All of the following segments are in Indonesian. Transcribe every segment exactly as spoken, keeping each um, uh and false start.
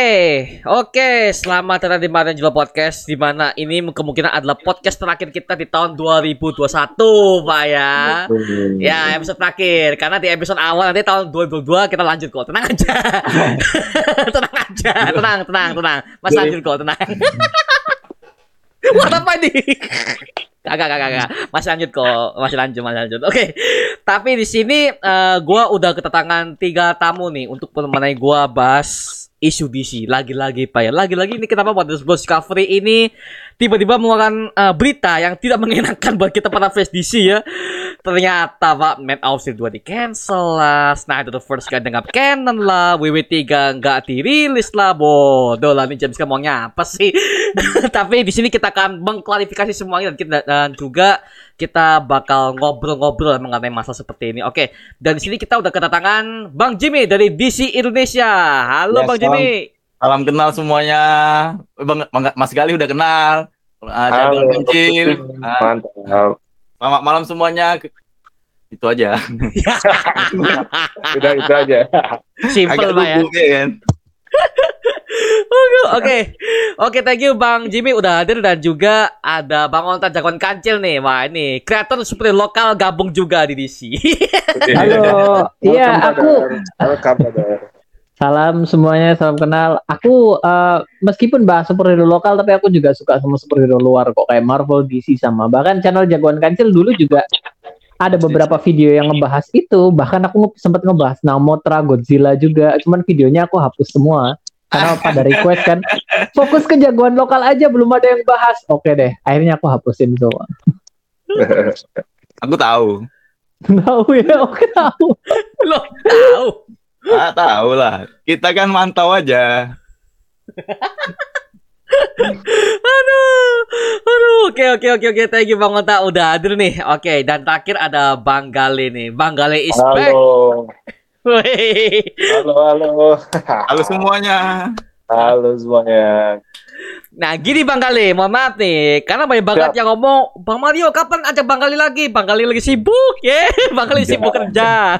oke, selamat datang di Martin Jula Podcast, di mana ini kemungkinan adalah podcast terakhir kita di tahun dua ribu dua puluh satu, Pak ya. Ya, episode terakhir, karena di episode awal nanti tahun dua ribu dua puluh dua kita lanjut kok, tenang aja. tenang aja, tenang, tenang, tenang. Mas lanjut kok, tenang. What apa ini? Kagak, kagak, kagak. Masih lanjut kok, masih lanjut, masih lanjut. Oke. Okay. Tapi di sini uh, gua udah kedatangan tiga tamu nih untuk menemani gua bahas isu D C. Lagi-lagi Pak ya. Lagi-lagi ini kenapa buat Discovery ini tiba-tiba mengeluarkan uh, berita yang tidak mengenakan buat kita para fans D C ya. Ternyata Pak, Man of Steel dua di cancel lah, Snyder the First gak dengar canon lah, W W tiga nggak dirilis lah, bodoh lah nih James Gunn maunya apa sih? Tapi di sini kita akan mengklarifikasi semuanya dan kita dan juga kita bakal ngobrol-ngobrol mengenai masalah seperti ini. Oke, dan di sini kita udah kedatangan Bang Jimmy dari D C Indonesia. Halo ya, Bang salam, Jimmy. Salam kenal semuanya. Bang, Mas Gali udah kenal. Ada Bang Kencil. Mantap. Selamat malam semuanya. Itu aja. Udah itu aja. Simple Pak ya. Kan? Oke, oke, thank you Bang Jimmy udah hadir dan juga ada Bang Onta Jagoan Kancil nih. Wah ini kreator seperti lokal gabung juga di D C. Halo, iya aku. Halo kabar. Salam semuanya, salam kenal. Aku uh, meskipun bahas superhero lokal, tapi aku juga suka sama superhero luar kok, kayak Marvel, D C sama. Bahkan channel Jagoan Kancil dulu juga ada beberapa video yang ngebahas itu. Bahkan aku sempat ngebahas Namotra, Godzilla juga. Cuman videonya aku hapus semua karena pada request kan. Fokus ke jagoan lokal aja, belum ada yang bahas. Oke deh, akhirnya aku hapusin semua. Aku tahu. Tahu ya, oke tahu. Lo tahu. Ah, tahu lah. Kita kan mantau aja. aduh, aduh, oke oke oke oke, thank you Bang Onta udah hadir nih. Oke, dan terakhir ada Bang Gale nih. Bang Gale is back. Halo. Halo, halo. Halo semuanya. Halo semuanya. Nah gini Bang Gali, mohon maaf nih, karena banyak banget ya. Yang ngomong, Bang Mario kapan ajak Bang Gali lagi? Bang Gali lagi sibuk ya, yeah. Bang Gali sibuk kerja.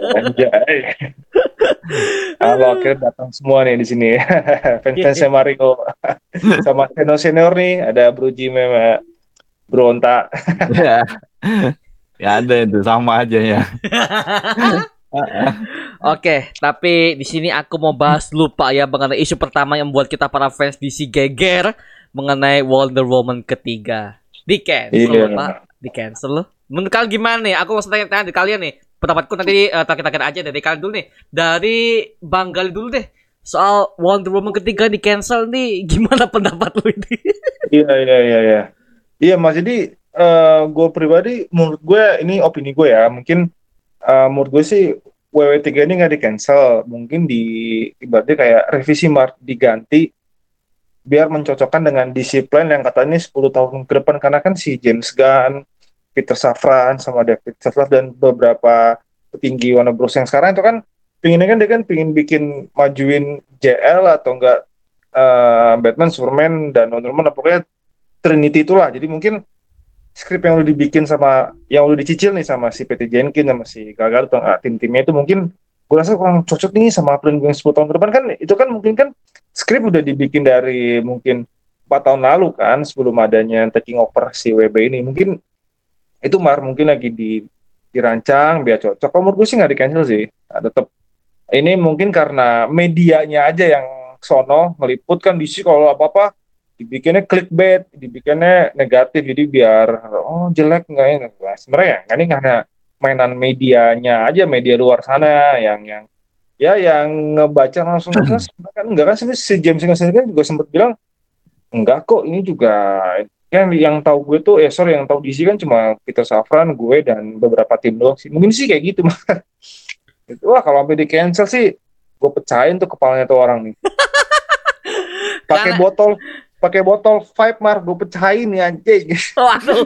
Halo, akhirnya datang semua nih di sini. Fans-fansnya Mario sama senior senior nih, ada Bro Jim sama Bro Onta. Ya, ya ada itu sama aja ya. Oke, tapi di sini aku mau bahas lupa ya mengenai isu pertama yang membuat kita para fans D C geger mengenai Wonder Woman ketiga. Di cancel, yeah. Pak. Di cancel loh. Menurut kalian gimana nih? Aku mau tanya-tanya dari kalian nih. Pendapatku nanti uh, terakhir-terakhir aja dari kalian dulu nih. Dari Bang Gali dulu deh. Soal Wonder Woman ketiga di cancel nih, gimana pendapat lu ini? Iya, iya, iya, iya. Iya, Mas, jadi uh, gue pribadi menurut gue ini opini gue ya, mungkin Uh, menurut gue sih W W tiga ini nggak di cancel, mungkin di ibaratnya kayak revisi Mart diganti biar mencocokkan dengan disiplin yang katanya sepuluh tahun ke depan, karena kan si James Gunn, Peter Safran sama David Zaslav dan beberapa petinggi Warner Bros yang sekarang itu kan pinginnya kan dia kan pingin bikin majuin J L atau enggak uh, Batman, Superman dan Wonder Woman, pokoknya Trinity itulah. Jadi mungkin skrip yang udah dibikin sama yang udah dicicil nih sama si P T Jenkins sama si Gal Gadot atau tim-timnya itu mungkin gue rasa kurang cocok nih sama plan gue yang sepuluh tahun ke depan kan. Itu kan mungkin kan skrip udah dibikin dari mungkin empat tahun lalu kan, sebelum adanya taking over si W B ini. Mungkin itu Mar mungkin lagi di dirancang biar cocok. Kalau menurut gue sih nggak di cancel sih, nah, tetap ini mungkin karena medianya aja yang sono meliput kan. D C kalau apa-apa dibikinnya clickbait, dibikinnya negatif, jadi biar oh jelek nggak ya, nah, sebenarnya kan ini karena mainan medianya aja, media luar sana yang yang ya yang ngebaca langsung kan enggak kan. Si James Gunn sendiri kan juga sempat bilang enggak kok, ini juga kan yang tahu gue tuh eh sorry yang tahu D C kan cuma Peter Safran, gue dan beberapa tim doang sih, mungkin sih kayak gitu. Wah kalau sampai di cancel sih gue pecahin tuh kepalanya tuh orang nih. Pakai botol pakai botol Five Mar, gue pecahin nih anjing. Waduh.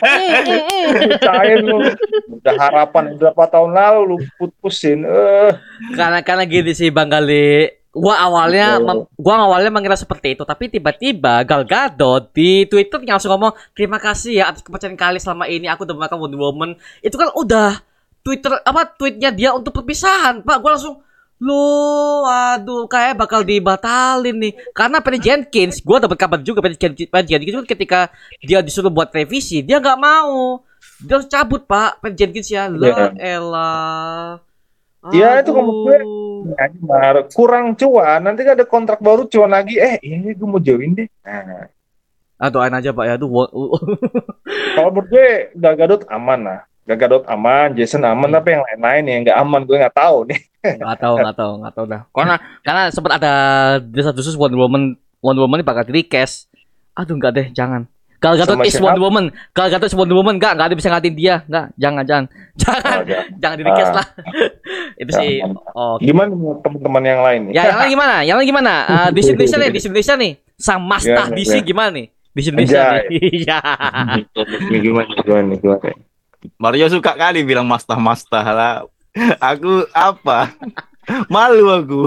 Pecahin lu. Udah harapan berapa tahun lalu lu putusin. Uh. Karena karena gini sih Bang Gali. Gua awalnya mem, gua awalnya mengira seperti itu, tapi tiba-tiba Gal Gadot di Twitter langsung ngomong, "Terima kasih ya atas kepercayaan kalian selama ini, aku udah memakan Wonder Woman." Itu kan udah Twitter apa tweetnya dia untuk perpisahan, Pak. Gua langsung Lu, aduh, kayak bakal dibatalin nih. Karena Patty Jenkins, gue dapat kabar juga Patty Jenkins, Patty Jenkins ketika dia disuruh buat revisi, dia nggak mau. Dia harus cabut, Pak. Patty Jenkins ya. Lah, elah. Ya itu kamu gue kurang cuan. Nanti kan ada kontrak baru cuan lagi. Eh, ini gue mau join deh. Nah. Ah, doain aja, Pak ya. Aduh. Kalau menurut gue Gal Gadot aman lah. Gal Gadot aman, Jason aman, hmm. tapi yang lain-lain yang nggak aman gue nggak tahu nih. Nggak tahu, nggak tahu, nggak tahu dah. Karena karena sempat ada desas-desus Wonder Woman, Wonder Woman ini bakal di recast. Aduh, nggak deh, jangan. Gal Gadot is Wonder Woman. Gal Gadot is Wonder Woman, nggak, nggak ada bisa ngatin dia, nggak, jangan, jangan, jangan, oh, jangan, jangan di recast uh, lah. Itu sih. Oh, okay. Gimana teman-teman yang lain nih? Ya, yang lain gimana? Yang lain gimana? Uh, di Indonesia nih, di Indonesia nih, sang Mastah D C gimana nih? Di Indonesia nih. Iya. Gimana, gimana, gimana? Mario suka kali bilang Mastah-Mastah lah. Aku apa? Malu aku.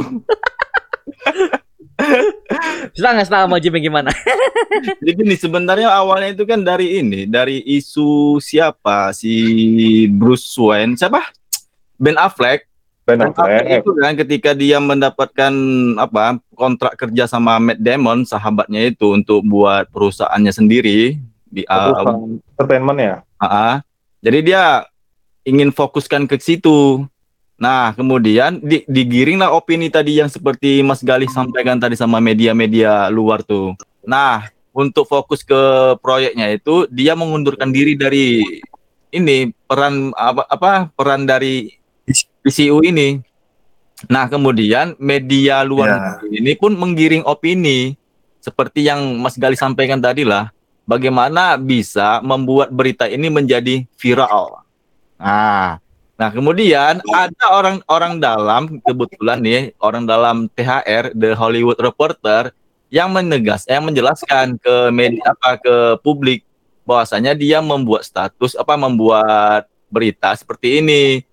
Selang selang sama Jimmy gimana? Jadi gini, sebenarnya awalnya itu kan dari ini, dari isu siapa si Bruce Wayne, siapa? Ben Affleck. Ben Affleck itu kan ketika dia mendapatkan apa kontrak kerja sama Matt Damon, sahabatnya itu untuk buat perusahaannya sendiri di uh, entertainment ya. Uh, jadi dia ingin fokuskan ke situ. Nah, kemudian di, digiringlah opini tadi yang seperti Mas Galih sampaikan tadi sama media-media luar tuh. Nah, untuk fokus ke proyeknya itu dia mengundurkan diri dari ini peran apa, apa peran dari D C U ini. Nah, kemudian media luar ya. negeri ini pun menggiring opini seperti yang Mas Galih sampaikan tadi lah. Bagaimana bisa membuat berita ini menjadi viral. Nah, nah kemudian ada orang-orang dalam, kebetulan nih, orang dalam T H R, The Hollywood Reporter, yang menegas, yang menjelaskan ke media apa ke publik bahwasanya dia membuat status apa membuat berita seperti ini.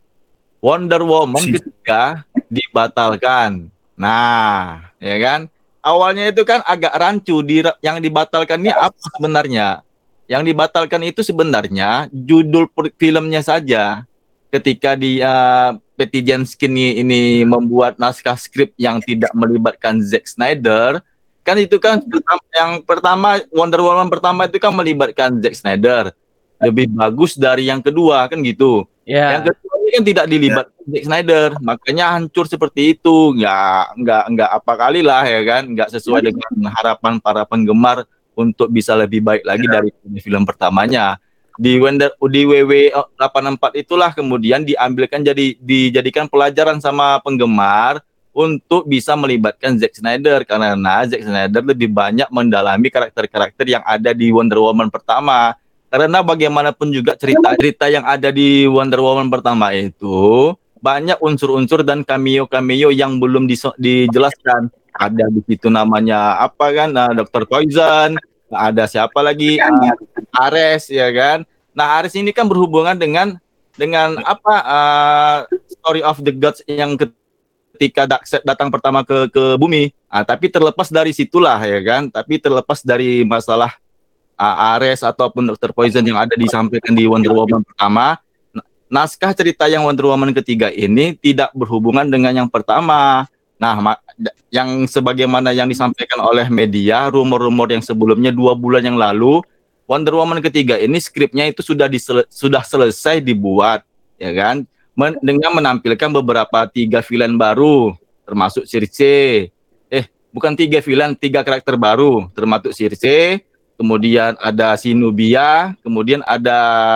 Wonder Woman ketika dibatalkan. Nah, ya kan? Awalnya itu kan agak rancu di yang dibatalkan ini apa sebenarnya? Yang dibatalkan itu sebenarnya judul filmnya saja. Ketika dia Patty Jenkins ini, ini membuat naskah skrip yang tidak melibatkan Zack Snyder, kan itu kan yang pertama Wonder Woman pertama itu kan melibatkan Zack Snyder. Lebih bagus dari yang kedua kan gitu. Yeah. Yang kedua ini kan tidak dilibatkan yeah. Zack Snyder, makanya hancur seperti itu. Nggak nggak nggak apa kali lah ya kan, nggak sesuai dengan harapan para penggemar untuk bisa lebih baik lagi yeah. dari film pertamanya. Di Wonder di W W delapan puluh empat itulah kemudian diambilkan jadi dijadikan pelajaran sama penggemar untuk bisa melibatkan Zack Snyder karena Zack Snyder lebih banyak mendalami karakter-karakter yang ada di Wonder Woman pertama. Karena bagaimanapun juga cerita-cerita yang ada di Wonder Woman pertama itu banyak unsur-unsur dan cameo-cameo yang belum di- dijelaskan. Ada di situ namanya apa kan, nah, dokter Poison, ada siapa lagi, uh, Ares ya kan. Nah Ares ini kan berhubungan dengan dengan apa uh, Story of the Gods yang ketika Darkseid datang pertama ke ke bumi. Nah, tapi terlepas dari situlah ya kan. Tapi terlepas dari masalah Ares ataupun dokter Poison yang ada disampaikan di Wonder Woman pertama, naskah cerita yang Wonder Woman ketiga ini tidak berhubungan dengan yang pertama. Nah, ma- yang sebagaimana yang disampaikan oleh media, rumor-rumor yang sebelumnya dua bulan yang lalu, Wonder Woman ketiga ini skripnya itu sudah disel- sudah selesai dibuat, ya kan? Men- dengan menampilkan beberapa tiga villain baru, termasuk Circe. Eh, bukan tiga villain, tiga karakter baru, termasuk Circe. Kemudian ada si Nubia, kemudian ada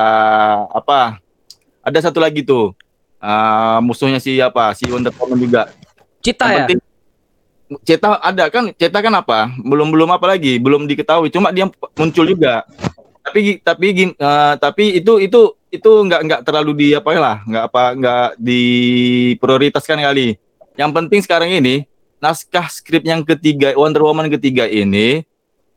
apa? Ada satu lagi tuh uh, musuhnya si apa? Si Wonder Woman juga. Cita ya? Penting, Cita ada kan? Cita kan apa? Belum belum apa lagi? Belum diketahui. Cuma dia muncul juga. Tapi tapi uh, tapi itu itu itu nggak nggak terlalu di apa lah? Nggak apa nggak diprioritaskan kali. Yang penting sekarang ini naskah skrip yang ketiga Wonder Woman ketiga ini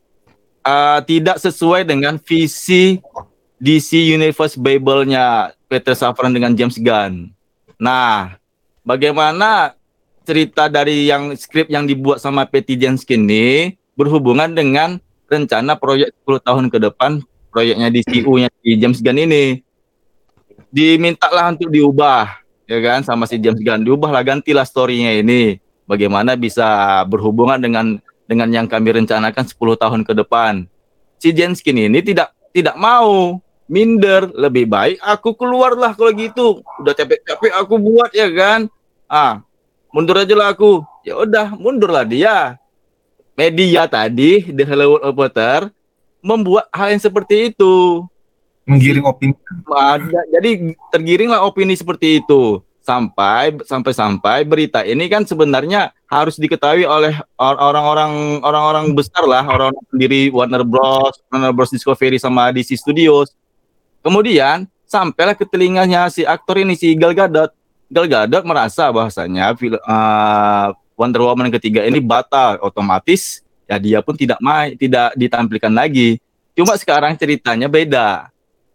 Uh, tidak sesuai dengan visi D C Universe Bible-nya Peter Safran dengan James Gunn. Nah, bagaimana cerita dari yang skrip yang dibuat sama Patty Jenkins ini berhubungan dengan rencana proyek sepuluh tahun ke depan proyeknya D C U-nya di James Gunn ini. Dimintalah untuk diubah, ya kan, sama si James Gunn. Diubahlah, gantilah story-nya ini. Bagaimana bisa berhubungan dengan dengan yang kami rencanakan sepuluh tahun ke depan. Si James Gunn ini tidak tidak mau minder, lebih baik aku keluarlah kalau gitu. Udah capek-capek aku buat, ya kan. Ah, mundur aja lah aku. Ya udah, mundurlah dia. Media tadi The Hollywood Reporter membuat hal yang seperti itu. Menggiring opini. Ada, jadi tergiringlah opini seperti itu. Sampai sampai sampai berita ini kan sebenarnya harus diketahui oleh or- orang-orang orang-orang besar lah, orang pendiri Warner Bros, Warner Bros Discovery sama D C Studios. Kemudian sampailah ke telinganya si aktor ini, si Gal Gadot. Gal Gadot merasa bahwasanya film uh, Wonder Woman ketiga ini batal, otomatis ya dia pun tidak main, tidak ditampilkan lagi. Cuma sekarang ceritanya beda.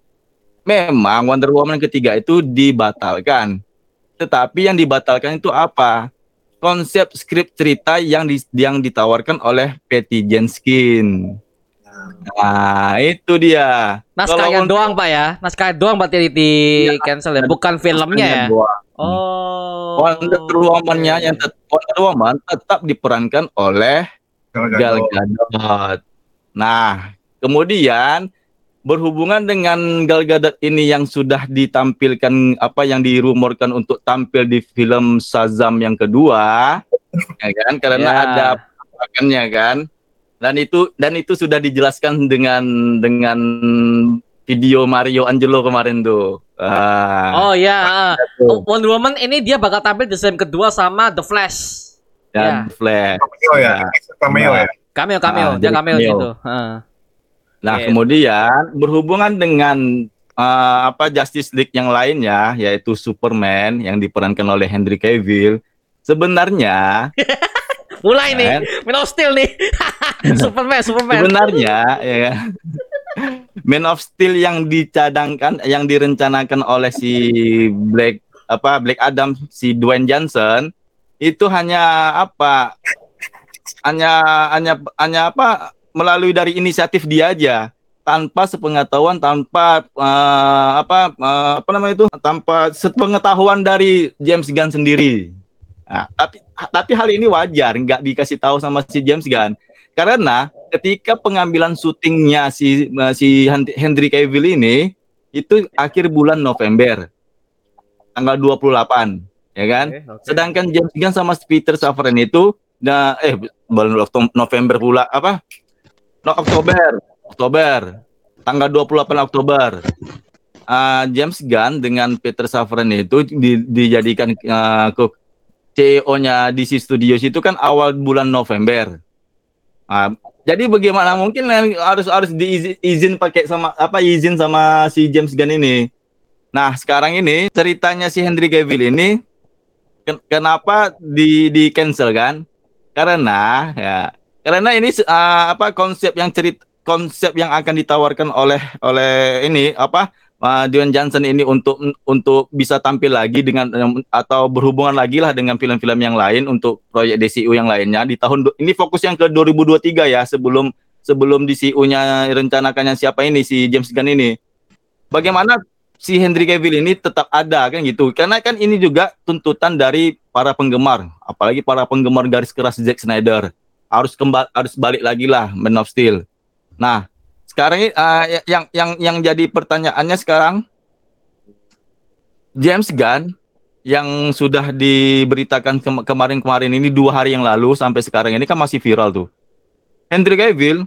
Memang Wonder Woman ketiga itu dibatalkan. Tetapi yang dibatalkan itu apa? Konsep skrip cerita yang di, yang ditawarkan oleh Patty Jenkins. Nah, itu dia. Naskahnya Kalau doang Pak ya. Naskahnya doang berarti di Ya, cancel ya, bukan filmnya ya. doang. Oh. Wonder Woman-nya yang tet- Wonder Woman tetap diperankan oleh Gal Gadot. Nah, kemudian berhubungan dengan Gal Gadot ini yang sudah ditampilkan, apa yang dirumorkan untuk tampil di film Shazam yang kedua, ya kan? Karena Ya. ada penampakannya kan. Dan itu dan itu sudah dijelaskan dengan dengan video Mario Angelo kemarin tuh. Ah, Oh ya. tuh. Wonder Woman ini dia bakal tampil di film kedua sama The Flash. Dan Flash. Cameo ya, cameo ya. Cameo cameo, Ah, dia jadi cameo di cameo. situ. Heeh. Nah, Oke. kemudian berhubungan dengan uh, apa Justice League yang lainnya, yaitu Superman yang diperankan oleh Henry Cavill. Sebenarnya, Mulai nih, kan, Man of Steel nih. Superman, Superman. sebenarnya ya kan, Man of Steel yang dicadangkan, yang direncanakan oleh si Black apa Black Adam, si Dwayne Johnson, itu hanya apa? Hanya hanya hanya apa? Melalui dari inisiatif dia aja, tanpa sepengetahuan, tanpa uh, apa uh, apa namanya itu, tanpa sepengetahuan dari James Gunn sendiri. Nah, tapi tapi hal ini wajar, nggak dikasih tahu sama si James Gunn, karena ketika pengambilan syutingnya si si Henry Cavill ini itu akhir bulan November, tanggal dua puluh delapan, ya kan? Oke, oke. Sedangkan James Gunn sama Peter Safran itu, nah eh bulan November pula apa? No, Oktober, Oktober, tanggal dua puluh delapan Oktober. Uh, James Gunn dengan Peter Safran itu di, dijadikan uh, ke C E O-nya D C Studios itu kan awal bulan November. Uh, jadi bagaimana mungkin harus harus diizin izin pakai sama apa izin sama si James Gunn ini. Nah, sekarang ini ceritanya si Henry Cavill ini ken- kenapa di di cancel kan? Karena ya Karena ini uh, apa konsep yang cerit konsep yang akan ditawarkan oleh oleh ini apa uh, Dwayne Johnson ini untuk untuk bisa tampil lagi dengan atau berhubungan lagi lah dengan film-film yang lain untuk proyek D C U yang lainnya di tahun ini, fokus yang ke dua ribu dua puluh tiga ya, sebelum sebelum D C U-nya rencanakannya siapa ini si James Gunn ini. Bagaimana si Henry Cavill ini tetap ada kan gitu. Karena kan ini juga tuntutan dari para penggemar, apalagi para penggemar garis keras Zack Snyder. Harus kembali harus balik lagi lah Man of Steel. Nah, sekarang ini uh, yang yang yang jadi pertanyaannya sekarang, James Gunn yang sudah diberitakan ke- kemarin-kemarin ini dua hari yang lalu sampai sekarang ini kan masih viral tuh. Henry Cavill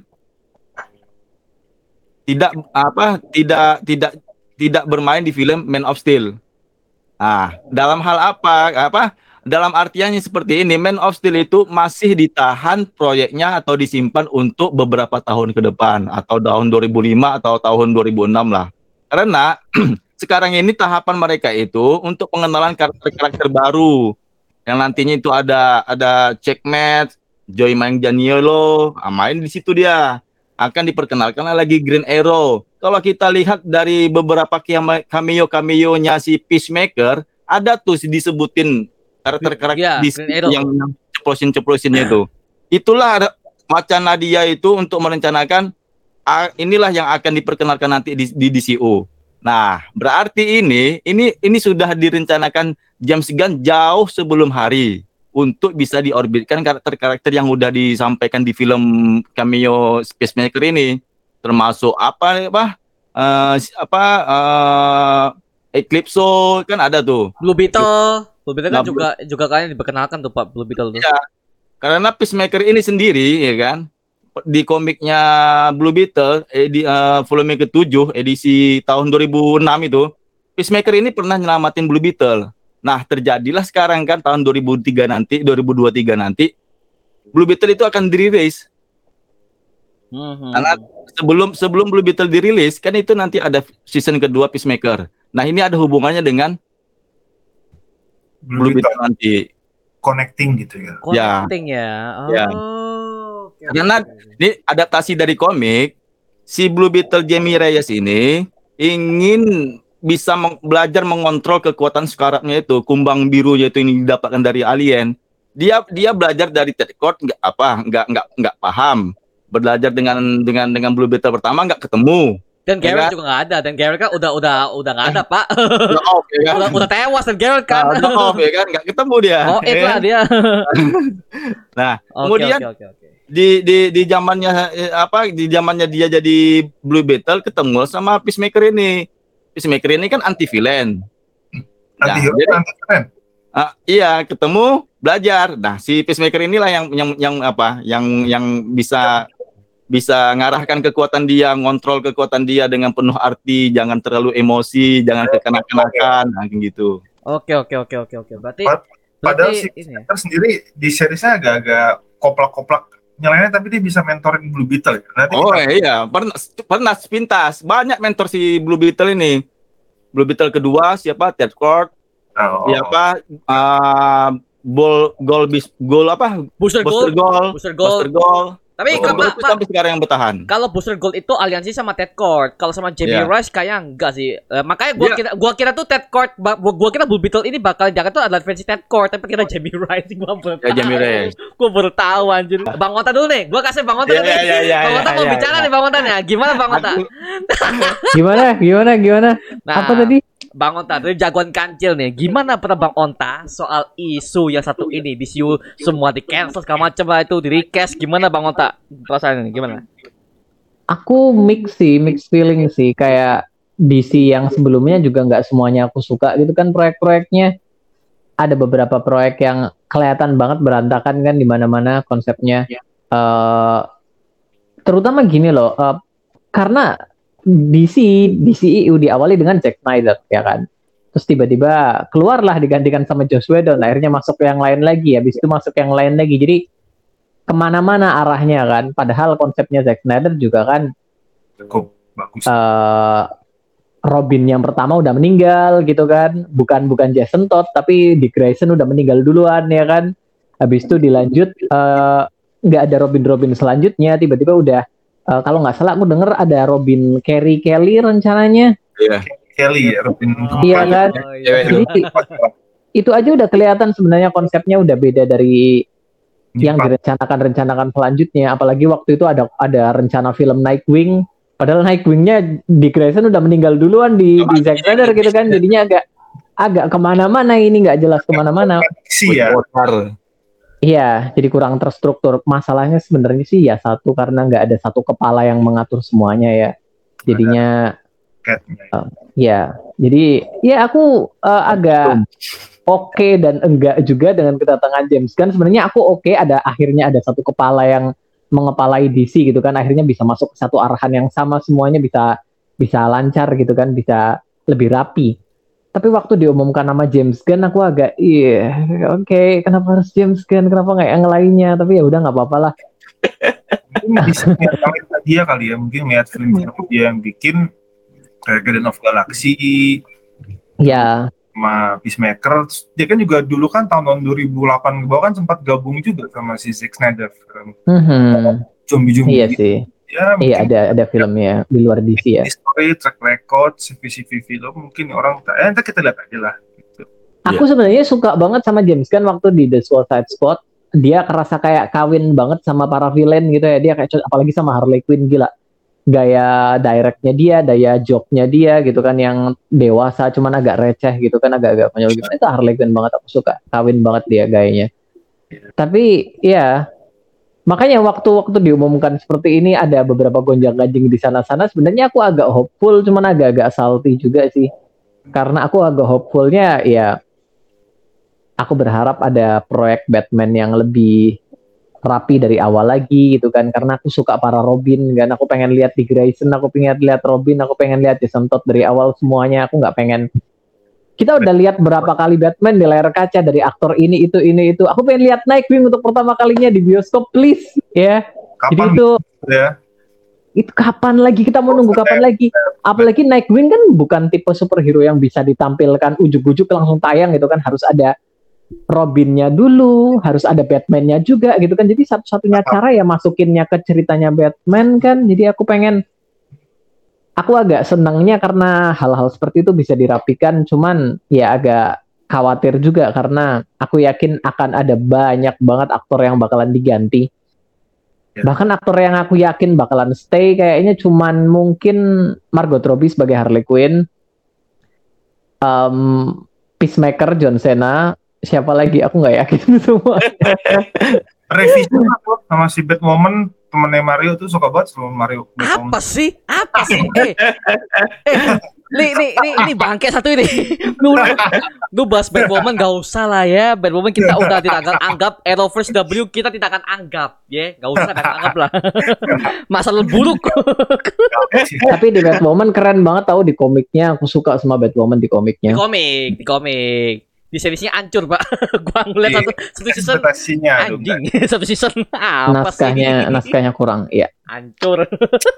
tidak apa tidak tidak tidak bermain di film Man of Steel. Nah, dalam hal apa apa dalam artiannya seperti ini, Man of Steel itu masih ditahan proyeknya atau disimpan untuk beberapa tahun ke depan, atau tahun dua ribu lima atau tahun dua ribu enam lah. Karena sekarang ini tahapan mereka itu untuk pengenalan karakter-karakter baru yang nantinya itu ada ada Checkmate, Joy Manganiello, ah, main di situ dia. Akan diperkenalkan lagi Green Arrow. Kalau kita lihat dari beberapa cameo-cameonya si Peacemaker, ada tuh disebutin karakter-karakter Ya, di Green Arrow. yang ceplosin-ceplosinnya itu. Itulah ada- wacana dia itu untuk merencanakan ah, inilah yang akan diperkenalkan nanti di, di D C U. Nah, berarti ini ini ini sudah direncanakan James Gunn jauh sebelum hari untuk bisa diorbitkan karakter-karakter yang udah disampaikan di film cameo Peacemaker ini, termasuk apa apa uh, apa uh, Eclipse kan ada tuh. Blue Beetle, Blue Beetle kan Nah, juga juga kalian diperkenalkan tuh Pak Blue Beetle tuh. Ya, karena Peacemaker ini sendiri ya kan di komiknya Blue Beetle edi, uh, volume ketujuh edisi tahun dua ribu enam itu Peacemaker ini pernah nyelamatin Blue Beetle. Nah, terjadilah sekarang kan tahun dua ribu tiga nanti, dua ribu dua puluh tiga nanti Blue Beetle itu akan dirilis. Hmm. Karena sebelum sebelum Blue Beetle dirilis kan itu nanti ada season kedua Peacemaker. Nah, ini ada hubungannya dengan Blue, Blue Beetle nanti. Connecting gitu ya. Connecting ya. Oh. Ya. Okay, Karena okay. ini adaptasi dari komik, si Blue Beetle Jamie Reyes ini ingin bisa meng- belajar mengontrol kekuatan sekaratnya itu, kumbang birunya itu yang didapatkan dari alien. Dia dia belajar dari Ted Kord nggak apa, nggak nggak nggak paham. Belajar dengan dengan dengan Blue Beetle pertama nggak ketemu. Dan Garrett ya, juga nggak ada, dan Garrett kan udah udah udah nggak ada Pak. Udah off, ya kan? udah, udah tewas dan Garrett kan. Nah, udah off ya kan, nggak ketemu dia. Oh itulah ya. dia. Nah, okay, kemudian okay, okay, okay. di di di zamannya eh, apa di zamannya dia jadi Blue Beetle ketemu sama Peacemaker ini. Peacemaker ini kan anti villain. Anti hero, jadi, anti villain. Uh, iya, ketemu, belajar. Nah, si Peacemaker inilah yang yang yang apa? Yang yang bisa bisa ngarahkan kekuatan dia, ngontrol kekuatan dia dengan penuh arti, jangan terlalu emosi, jangan kekanak-kanakan, nah gitu. Oke, oke, oke, oke, oke. Berarti Pad- Padahal berarti si ini ya. Peacemaker sendiri di seriesnya agak-agak koplak-koplak nyalainnya, tapi dia bisa mentorin Blue Beetle ya. Nanti Oh kita... iya, pernah pernah sepintas. Banyak mentor si Blue Beetle ini. Blue Beetle kedua siapa? Ted Kord. Oh. Siapa? Uh, Bol Gol bis Gol apa? Booster Booster Gold. Gold. Booster Gold. Booster Gold. Tapi Booster kalau Gold itu Pak, sampai sekarang yang bertahan. kalau Booster Gold itu aliansi sama Ted Kord, kalau sama Jamie Iya. Rice kayaknya enggak sih. Eh, makanya gua Dia- kira gua kira tuh Ted Kord, ba- gua, gua kira Blue Beetle ini bakal jangan tuh adalah versi Ted Kord, tapi kira Jamie Rice. Gua baru Ya, tahu. Jamie Rice. Gua baru tahu anjir. Bang Ota dulu nih. Gua kasih Bang Ota Iya, nih. iya, iya, iya, Bang Ota iya, mau iya, bicara iya. nih Bang Ota nih. Gimana Bang Ota? Aku- Gimana? Gimana? Gimana? Nah, Apa tadi? Bang Onta, dari jagoan kancil nih. Gimana pada Bang Onta soal isu yang satu ini? Di isu semua di cancel segala macam lah itu, di request. Gimana Bang Onta? Perasaan ini gimana? Aku mix sih, mix feeling sih. Kayak D C yang sebelumnya juga nggak semuanya aku suka gitu kan proyek-proyeknya. Ada beberapa proyek yang kelihatan banget berantakan kan di mana-mana konsepnya. Eh, terutama gini loh, eh, karena D C D C E U diawali dengan Zack Snyder ya kan. Terus tiba-tiba keluarlah digantikan sama Joss Whedon, akhirnya masuk ke yang lain lagi, habis itu masuk yang lain lagi. Jadi kemana-mana arahnya kan. Padahal konsepnya Zack Snyder juga kan Cukup bagus. eh Robin yang pertama udah meninggal gitu kan, bukan bukan Jason Todd tapi Dick Grayson udah meninggal duluan ya kan. Habis itu dilanjut eh, nggak ada Robin Robin selanjutnya, tiba-tiba udah eh, kalau nggak salah aku denger ada Robin Carey Kelly rencananya. Iya. Kelly ya, Robin. Iya kan? Oh, iya. Jadi itu aja udah kelihatan sebenarnya konsepnya udah beda dari yang direncanakan-rencanakan selanjutnya. Apalagi waktu itu ada ada rencana film Nightwing. Padahal Nightwing-nya Dick Grayson udah meninggal duluan di, di Zack Snyder gitu kan. Jadinya agak agak kemana-mana ini, nggak jelas kemana-mana. Sih ya. Bocor. Iya, jadi kurang terstruktur. Masalahnya sebenarnya sih ya satu, karena nggak ada satu kepala yang mengatur semuanya ya. Jadinya uh, ya, jadi ya aku uh, agak oke dan enggak juga dengan kedatangan James Gunn. Sebenarnya aku oke ada akhirnya ada satu kepala yang mengepalai D C gitu kan, akhirnya bisa masuk ke satu arahan yang sama, semuanya bisa bisa lancar gitu kan, bisa lebih rapi. Tapi waktu diumumkan nama James Gunn aku agak iya oke okay, kenapa harus James Gunn, kenapa nggak yang lainnya, tapi ya udah nggak apa-apa lah. Mungkin bisa ngeliat dia kali ya, mungkin ngeliat film-film dia yang bikin kayak Guardian of Galaxy Ya sama Peacemaker. Dia kan juga dulu kan tahun dua ribu delapan ke bawah kan sempat gabung juga sama si Zack Snyder film mhm. zombie-zombie Iya gitu. sih, Ya, iya ada ada filmnya di luar D C ya. Story, track record, C V C V film mungkin orang eh nanti kita lihat aja lah. Gitu. Aku sebenarnya suka banget sama James Gunn waktu di The Suicide Squad. Dia kerasa kayak kawin banget sama para villain gitu ya. Dia kayak apalagi sama Harley Quinn, gila. gaya directnya dia, daya joke-nya dia gitu kan yang dewasa cuman agak receh gitu kan, agak-agak konyol gitu. Itu Harley Quinn banget, aku suka. Kawin banget dia gayanya. Tapi ya makanya waktu-waktu diumumkan seperti ini ada beberapa gonjang-ganjing di sana-sana, sebenarnya aku agak hopeful cuman agak-agak salty juga sih. Karena aku agak hopefulnya ya aku berharap ada proyek Batman yang lebih rapi dari awal lagi gitu kan, karena aku suka para Robin kan, aku pengen lihat di Grayson, aku pengen lihat Robin, aku pengen lihat Jason Todd dari awal semuanya. Aku nggak pengen, kita udah lihat berapa kali Batman di layar kaca dari aktor ini itu ini itu, aku pengen lihat Nightwing untuk pertama kalinya di bioskop please ya. Jadi Kapan itu ya? itu kapan lagi, kita mau nunggu kapan lagi, apalagi Nightwing kan bukan tipe superhero yang bisa ditampilkan ujuk-ujuk langsung tayang gitu kan, harus ada Robinnya dulu, harus ada Batman-nya juga gitu kan. Jadi satu-satunya cara ya masukinnya ke ceritanya Batman kan. Jadi aku pengen, aku agak senangnya karena hal-hal seperti itu bisa dirapikan. Cuman ya agak khawatir juga karena aku yakin akan ada banyak banget aktor yang bakalan diganti. Ya. Bahkan aktor yang aku yakin bakalan stay kayaknya cuman mungkin Margot Robbie sebagai Harley Quinn, um, Peacemaker John Cena, siapa lagi aku nggak yakin semua. Revisi aku sama si Batwoman temennya Mario tuh suka banget sama Mario. Batwoman. Apa sih? Apa sih? Eh, eh, nih, nih, nih, ini bangke satu ini. Lu, lu bahas Batwoman gak usah lah ya. Batwoman kita udah tidak akan anggap, Arrowverse W kita tidak akan anggap, ya, gak usah tidak anggap lah. Masa lu buruk. Tapi di Batwoman keren banget tau, di komiknya aku suka sama Batwoman di Di komiknya. komik, di komik. Di seriesnya hancur, Pak. Gua ngeliat satu, satu season Ekspektasinya aduh, anjing. Satu season apa sih Naskahnya ini? naskahnya kurang, ya. Hancur.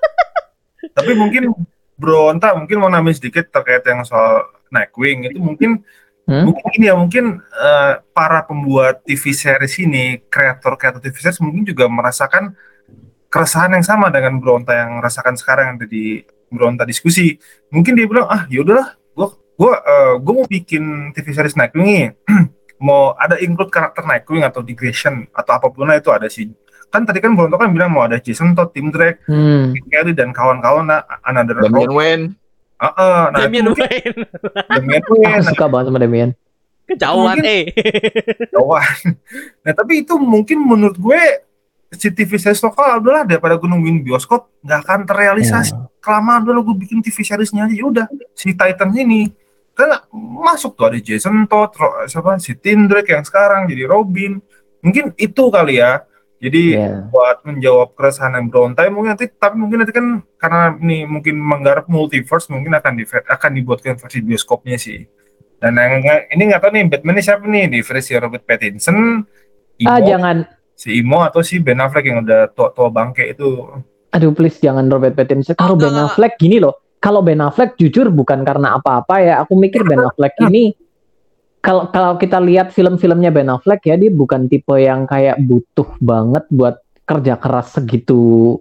Tapi mungkin Bro Onta mungkin mau nambahin sedikit terkait yang soal Nightwing itu mungkin Hmm? mungkin ini ya mungkin eh, para pembuat T V series ini, kreator-kreator T V series mungkin juga merasakan keresahan yang sama dengan Bro Onta yang rasakan sekarang yang ada di Bro Onta diskusi. Mungkin dia bilang, ah yaudahlah, gua gua uh, gua mau bikin T V series Nightwing nih. Mau ada include karakter Nightwing atau Digression atau apapun lah itu ada sih. Kan tadi kan Bronto kan bilang mau ada Jason Todd, Tim Drake, Hmm. Kelly dan kawan-kawan, nah, another Damian Wayne. Heeh, nah Damian itu mungkin Wayne. Damian Aku Wayne, nah, suka banget sama Damian. Kejauhan, Mungkin- eh. kawan. Nah tapi itu mungkin menurut gue si T V series lokal adalah daripada gue nungguin bioskop nggak akan terrealisasi. Ya. Kelamaan dulu gue bikin T V seriesnya aja, yaudah si Titan ini kan masuk tuh ada Jason Todd, Ro- siapa si Tim Drake yang sekarang jadi Robin. Mungkin itu kali ya. Jadi Ya. buat menjawab keresahan yang Brontai mungkin nanti, tapi mungkin nanti kan karena ini mungkin menggarap multiverse mungkin akan di akan dibuatkan versi bioskopnya sih. Dan yang ini nggak tahu nih Batman ini siapa nih, di versi Robert Pattinson, Imo, Ah jangan, si Imo atau si Ben Affleck yang udah tua-tua bangke itu. aduh please jangan Robert Pattinson. Kalau Oh, Ben enggak, Affleck gini loh, kalau Ben Affleck jujur bukan karena apa-apa ya, aku mikir Ben Affleck ini kalau kalau kita lihat film-filmnya Ben Affleck ya, dia bukan tipe yang kayak butuh banget buat kerja keras segitu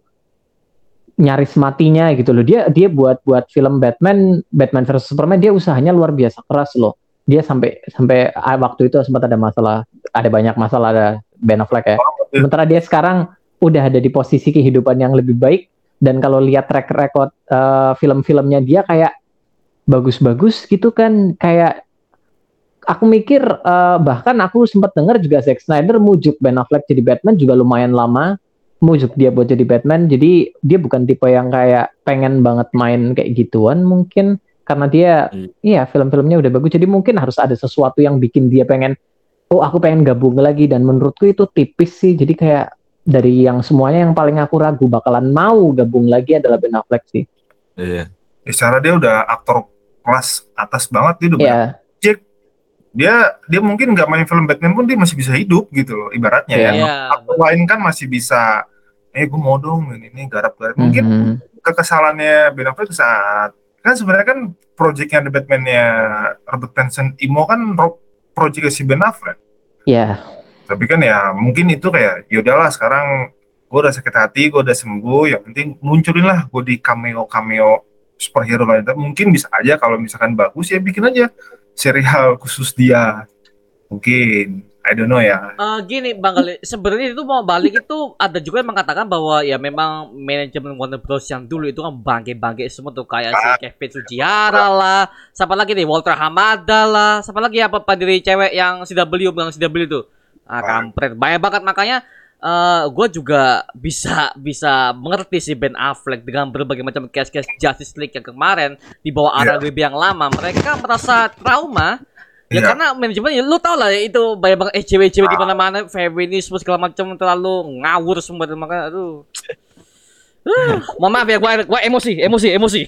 nyaris matinya gitu loh. Dia dia buat buat film Batman Batman versus Superman dia usahanya luar biasa keras loh. Dia sampai sampai ah, waktu itu sempat ada masalah, ada banyak masalah ada Ben Affleck ya. Sementara dia sekarang udah ada di posisi kehidupan yang lebih baik, dan kalau lihat track record uh, film-filmnya dia kayak bagus-bagus gitu kan, kayak aku mikir uh, bahkan aku sempat dengar juga Zack Snyder mujuk Ben Affleck jadi Batman juga lumayan lama, mujuk dia buat jadi Batman. Jadi dia bukan tipe yang kayak pengen banget main kayak gituan mungkin, karena dia Hmm. iya film-filmnya udah bagus, jadi mungkin harus ada sesuatu yang bikin dia pengen, oh aku pengen gabung lagi. Dan menurutku itu tipis sih, jadi kayak dari yang semuanya yang paling aku ragu bakalan mau gabung lagi adalah Ben Affleck sih. Iya. Ya, secara dia udah aktor kelas atas banget, dia udah Ya, Jack, dia dia mungkin nggak main film Batman pun dia masih bisa hidup gitu loh ibaratnya Iya. ya. Iya. Aktor lain kan masih bisa, eh gue mau dong ini, ini garap-garap. Mungkin mhm. kekesalannya Ben Affleck saat kan sebenarnya kan proyeknya The Batman-nya Robert Pattinson Imo kan ro- proyeknya si Ben Affleck. Ya, Tapi kan ya mungkin itu kayak yaudahlah sekarang gue udah sakit hati, gue udah sembuh, yang penting munculin lah gue di cameo-cameo superhero lain. Tapi mungkin bisa aja kalau misalkan bagus ya bikin aja serial khusus dia. Mungkin I don't know ya. Eh, gini Bang Gali, sebenarnya itu mau balik itu ada juga yang mengatakan bahwa ya memang manajemen Warner Bros yang dulu itu kan bangke-bangke semua tuh kayak si Kevin Sujihara lah, siapa lagi nih Walter Hamada lah, siapa lagi apa pendiri cewek yang C W yang C W itu, ah kampret banyak banget makanya eh gue juga bisa bisa mengerti si Ben Affleck dengan berbagai macam case-case Justice League yang kemarin di bawah arah W B yang lama mereka merasa trauma. Ya Iya. karena manajemen ya lu tau lah ya, itu banyak banget eh cewek-cewek di mana-mana feminisme segala macam terlalu ngawur semua makanya aduh. Uh, mohon maaf ya gua gua emosi, emosi, emosi.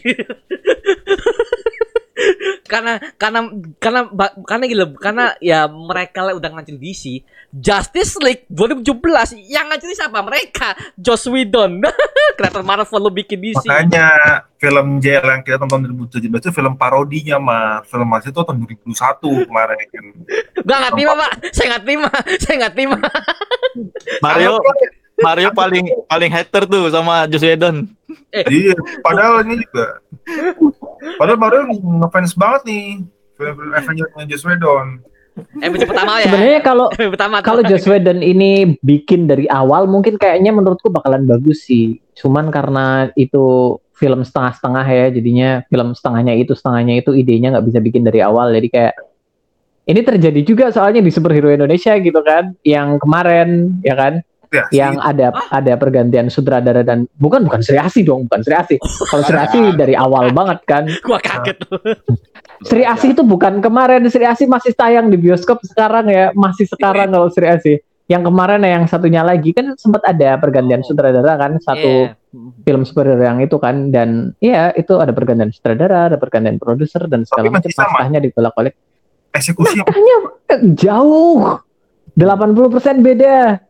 karena karena karena karena gila karena ya mereka lah udah ngancil D C. Justice League dua ribu tujuh belas yang ngancil siapa? Mereka, Joss Whedon. Kreator Marvel lu bikin D C. Makanya film J L yang kita tonton dua ribu tujuh belas itu film parodinya mah. Film masih itu tahun dua ribu satu kemarin kan. Gua nggak terima, Pak. Saya nggak terima. Saya nggak terima. Mario Mario paling paling hater tuh sama Joss Whedon. Eh. Iya, padahal ini juga. Padahal Mario ngefans banget nih film-film Avengers-nya Joss Whedon. Episode pertama ya. Sebenarnya kalau Episode pertama kalau Joss Whedon ini bikin dari awal mungkin kayaknya menurutku bakalan bagus sih. Cuman karena itu film setengah-setengah ya, jadinya film setengahnya itu setengahnya itu idenya nggak bisa bikin dari awal. Jadi kayak ini terjadi juga soalnya di superhero Indonesia gitu kan, yang kemarin ya kan, Ya, yang sih. ada ada pergantian sutradara dan bukan bukan Sri Asih dong, bukan Sri Asih. Kalau Sri Asih dari awal banget kan. gua kaget tuh. Sri Asih itu bukan kemarin, Sri Asih masih tayang di bioskop sekarang ya, masih sekarang kalau Sri Asih. Yang kemarin yang satunya lagi kan sempat ada pergantian sutradara kan, satu Yeah. film superhero yang itu kan, dan iya itu ada pergantian sutradara, ada pergantian produser dan segala Tapi macam, masih sama. naskahnya dikolak-kolik. Eksekusinya Naskahnya jauh, delapan puluh persen beda.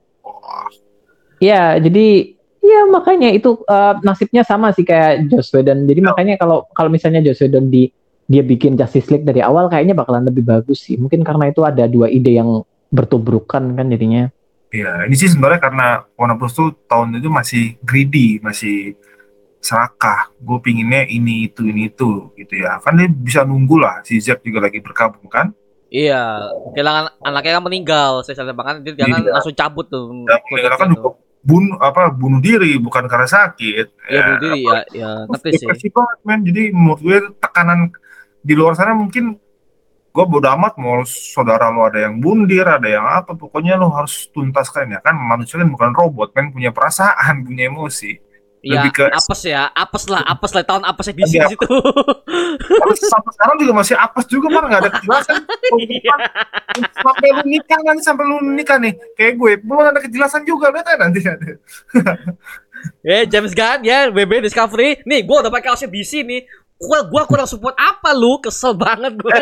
Ya, jadi ya makanya itu uh, nasibnya sama sih kayak Joss Whedon. Jadi makanya kalau kalau misalnya Joss Whedon di dia bikin Justice League dari awal kayaknya bakalan lebih bagus sih. Mungkin karena itu ada dua ide yang bertubrukan kan jadinya. Iya, ini sih sebenarnya karena Warner Bros tuh tahun itu masih greedy, masih serakah. Gue pinginnya ini itu ini itu gitu ya. Kan dia bisa nunggu lah. Si Zack juga lagi berkabung kan. Iya, kehilangan anaknya kan meninggal. Saya sadar banget dia jangan Iya. langsung cabut tuh. Dan meninggal kan juga bunuh apa bunuh diri bukan karena sakit. Iya bunuh diri ya, ya ngerti sih. Depresi banget men. Jadi menurut gue tekanan di luar sana mungkin gue bodo amat mau saudara lo ada yang bundir, ada yang apa, pokoknya lo harus tuntaskan ya kan, manusia kan bukan robot kan, punya perasaan, punya emosi. Iya, Lebih ke apes ya, apes lah, apes lah tahun apesnya di Iya. situ. Kalau sampai sekarang juga masih apes juga kan, nggak ada kejelasan. Iya. Sampai lu nikah nanti sampai lu nikah nih kayak gue belum ada kejelasan juga, lihat aja nanti ada. Eh James Gunn ya, W B Discovery. Nih, gua udah pakai kaosnya D C nih. Gua gua kurang support apa lu? Kesel banget gua.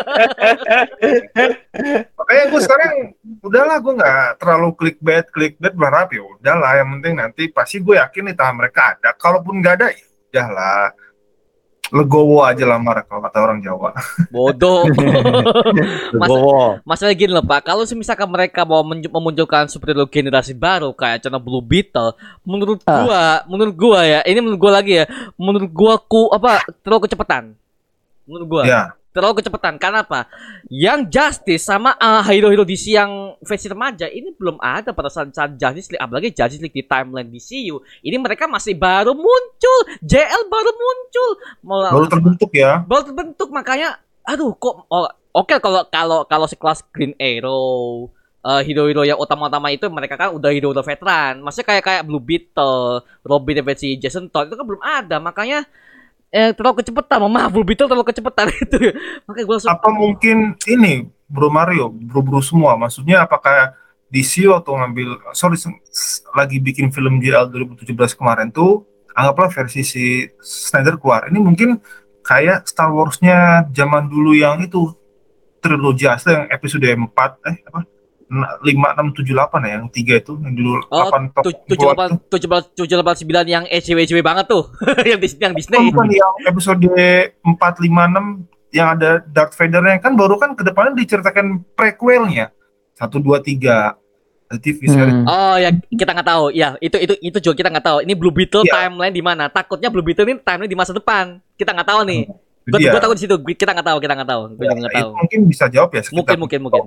Makanya gue sekarang udahlah, gue nggak terlalu clickbait clickbait berharap, ya udahlah, yang penting nanti pasti gue yakin nih tangan mereka ada, kalaupun nggak ada ya udahlah, legowo aja lah marah kalau kata orang Jawa. Bodoh. Mas, Legowo. masalah gini loh Pak, kalau misalkan mereka mau menju- memunculkan superhero generasi baru kayak contoh Blue Beetle, menurut Ah. gua, menurut gua ya, ini menurut gua lagi ya, menurut gua ku apa terlalu kecepatan. Menurut gua. Ya, Terlalu kecepatan. Karena apa? Yang Justice sama uh, hero-hero D C yang versi remaja ini belum ada pada saat, saat Justice League, apalagi Justice League di timeline D C U. Ini mereka masih baru muncul, J L baru muncul, mau baru terbentuk ya. baru terbentuk, makanya aduh kok oh, oke kalau kalau kalau sekelas Green Arrow, uh, hero-hero yang utama-utama itu mereka kan udah hero-hero veteran. Maksudnya kayak kayak Blue Beetle, Robin versi Jason Todd itu kan belum ada, makanya eh terlalu kecepatan. Maaf, Blue Beetle terlalu kecepatan itu. Makanya gue langsung Apa mungkin ini Bro Mario, bro-bro semua, maksudnya apakah D C waktu ngambil, sorry, s- lagi bikin film J L dua ribu tujuh belas kemarin tuh, anggaplah versi si Snyder keluar, ini mungkin kayak Star Wars-nya zaman dulu yang itu, trilogi asli yang episode empat, eh apa, lima, enam, tujuh, delapan ya, yang tiga itu, yang dulu oh delapan top tujuh delapan tujuh delapan sembilan yang E C W E C W banget tuh. yang Disney yang Disney. Oh, bukan yang episode empat, lima, enam yang ada Darth Vader-nya kan, baru kan ke depannya diceritakan prequel-nya satu, dua, tiga T V series. Hmm. Oh ya kita nggak tahu ya, itu itu itu juga kita nggak tahu. Ini Blue Beetle Iya. timeline di mana? Takutnya Blue Beetle ini timeline di masa depan. Kita nggak tahu nih. Itu Gue dia. gue takut di situ. Kita nggak tahu, kita nggak tahu. Gue Ya, juga nggak itu tahu. mungkin bisa jawab ya sekitar Mungkin mungkin mungkin.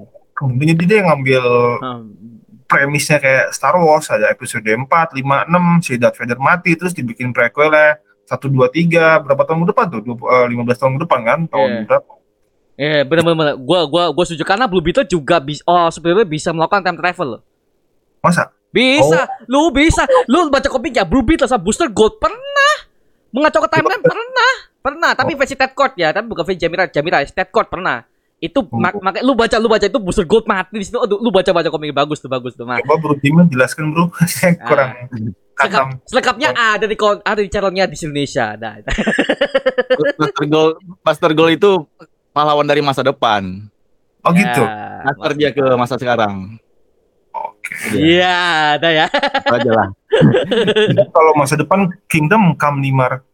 Mungkin jadi dia ngambil Hmm. premisnya kayak Star Wars, ada episode empat, lima, enam, si Darth Vader mati, terus dibikin prequelnya satu, dua, tiga, berapa tahun ke depan tuh? Dua- eh, lima belas tahun ke depan kan? Tahun Iya. berapa? Eh, bener-bener. Gua gua gua setuju karena Blue Beetle juga bisa, oh sebenarnya bisa melakukan time travel. Masa? Bisa, lu bisa. Lu baca komiknya Blue Beetle sama Booster Gold pernah mengacau ke timeline pernah. Pernah, tapi versi Ted Kord ya, tapi bukan versi Jamira, Jamira, Ted Kord pernah. Itu mak mak lu baca lu baca itu Booster Gold mati di situ. Aduh, lu baca-baca komik bagus tuh, bagus tuh, Mas. Coba Bro Diman jelaskan bro, saya kurang Selengkap, katam. selengkapnya ada di kon- ada di channelnya di Indonesia. Ada. Master Gold, Master Gold itu pahlawan dari masa depan. Oh gitu. Ya, Master dia ke masa sekarang. Oke. Iya, ada ya. Itu aja lah. Jadi kalau masa depan Kingdom Come nih Mar.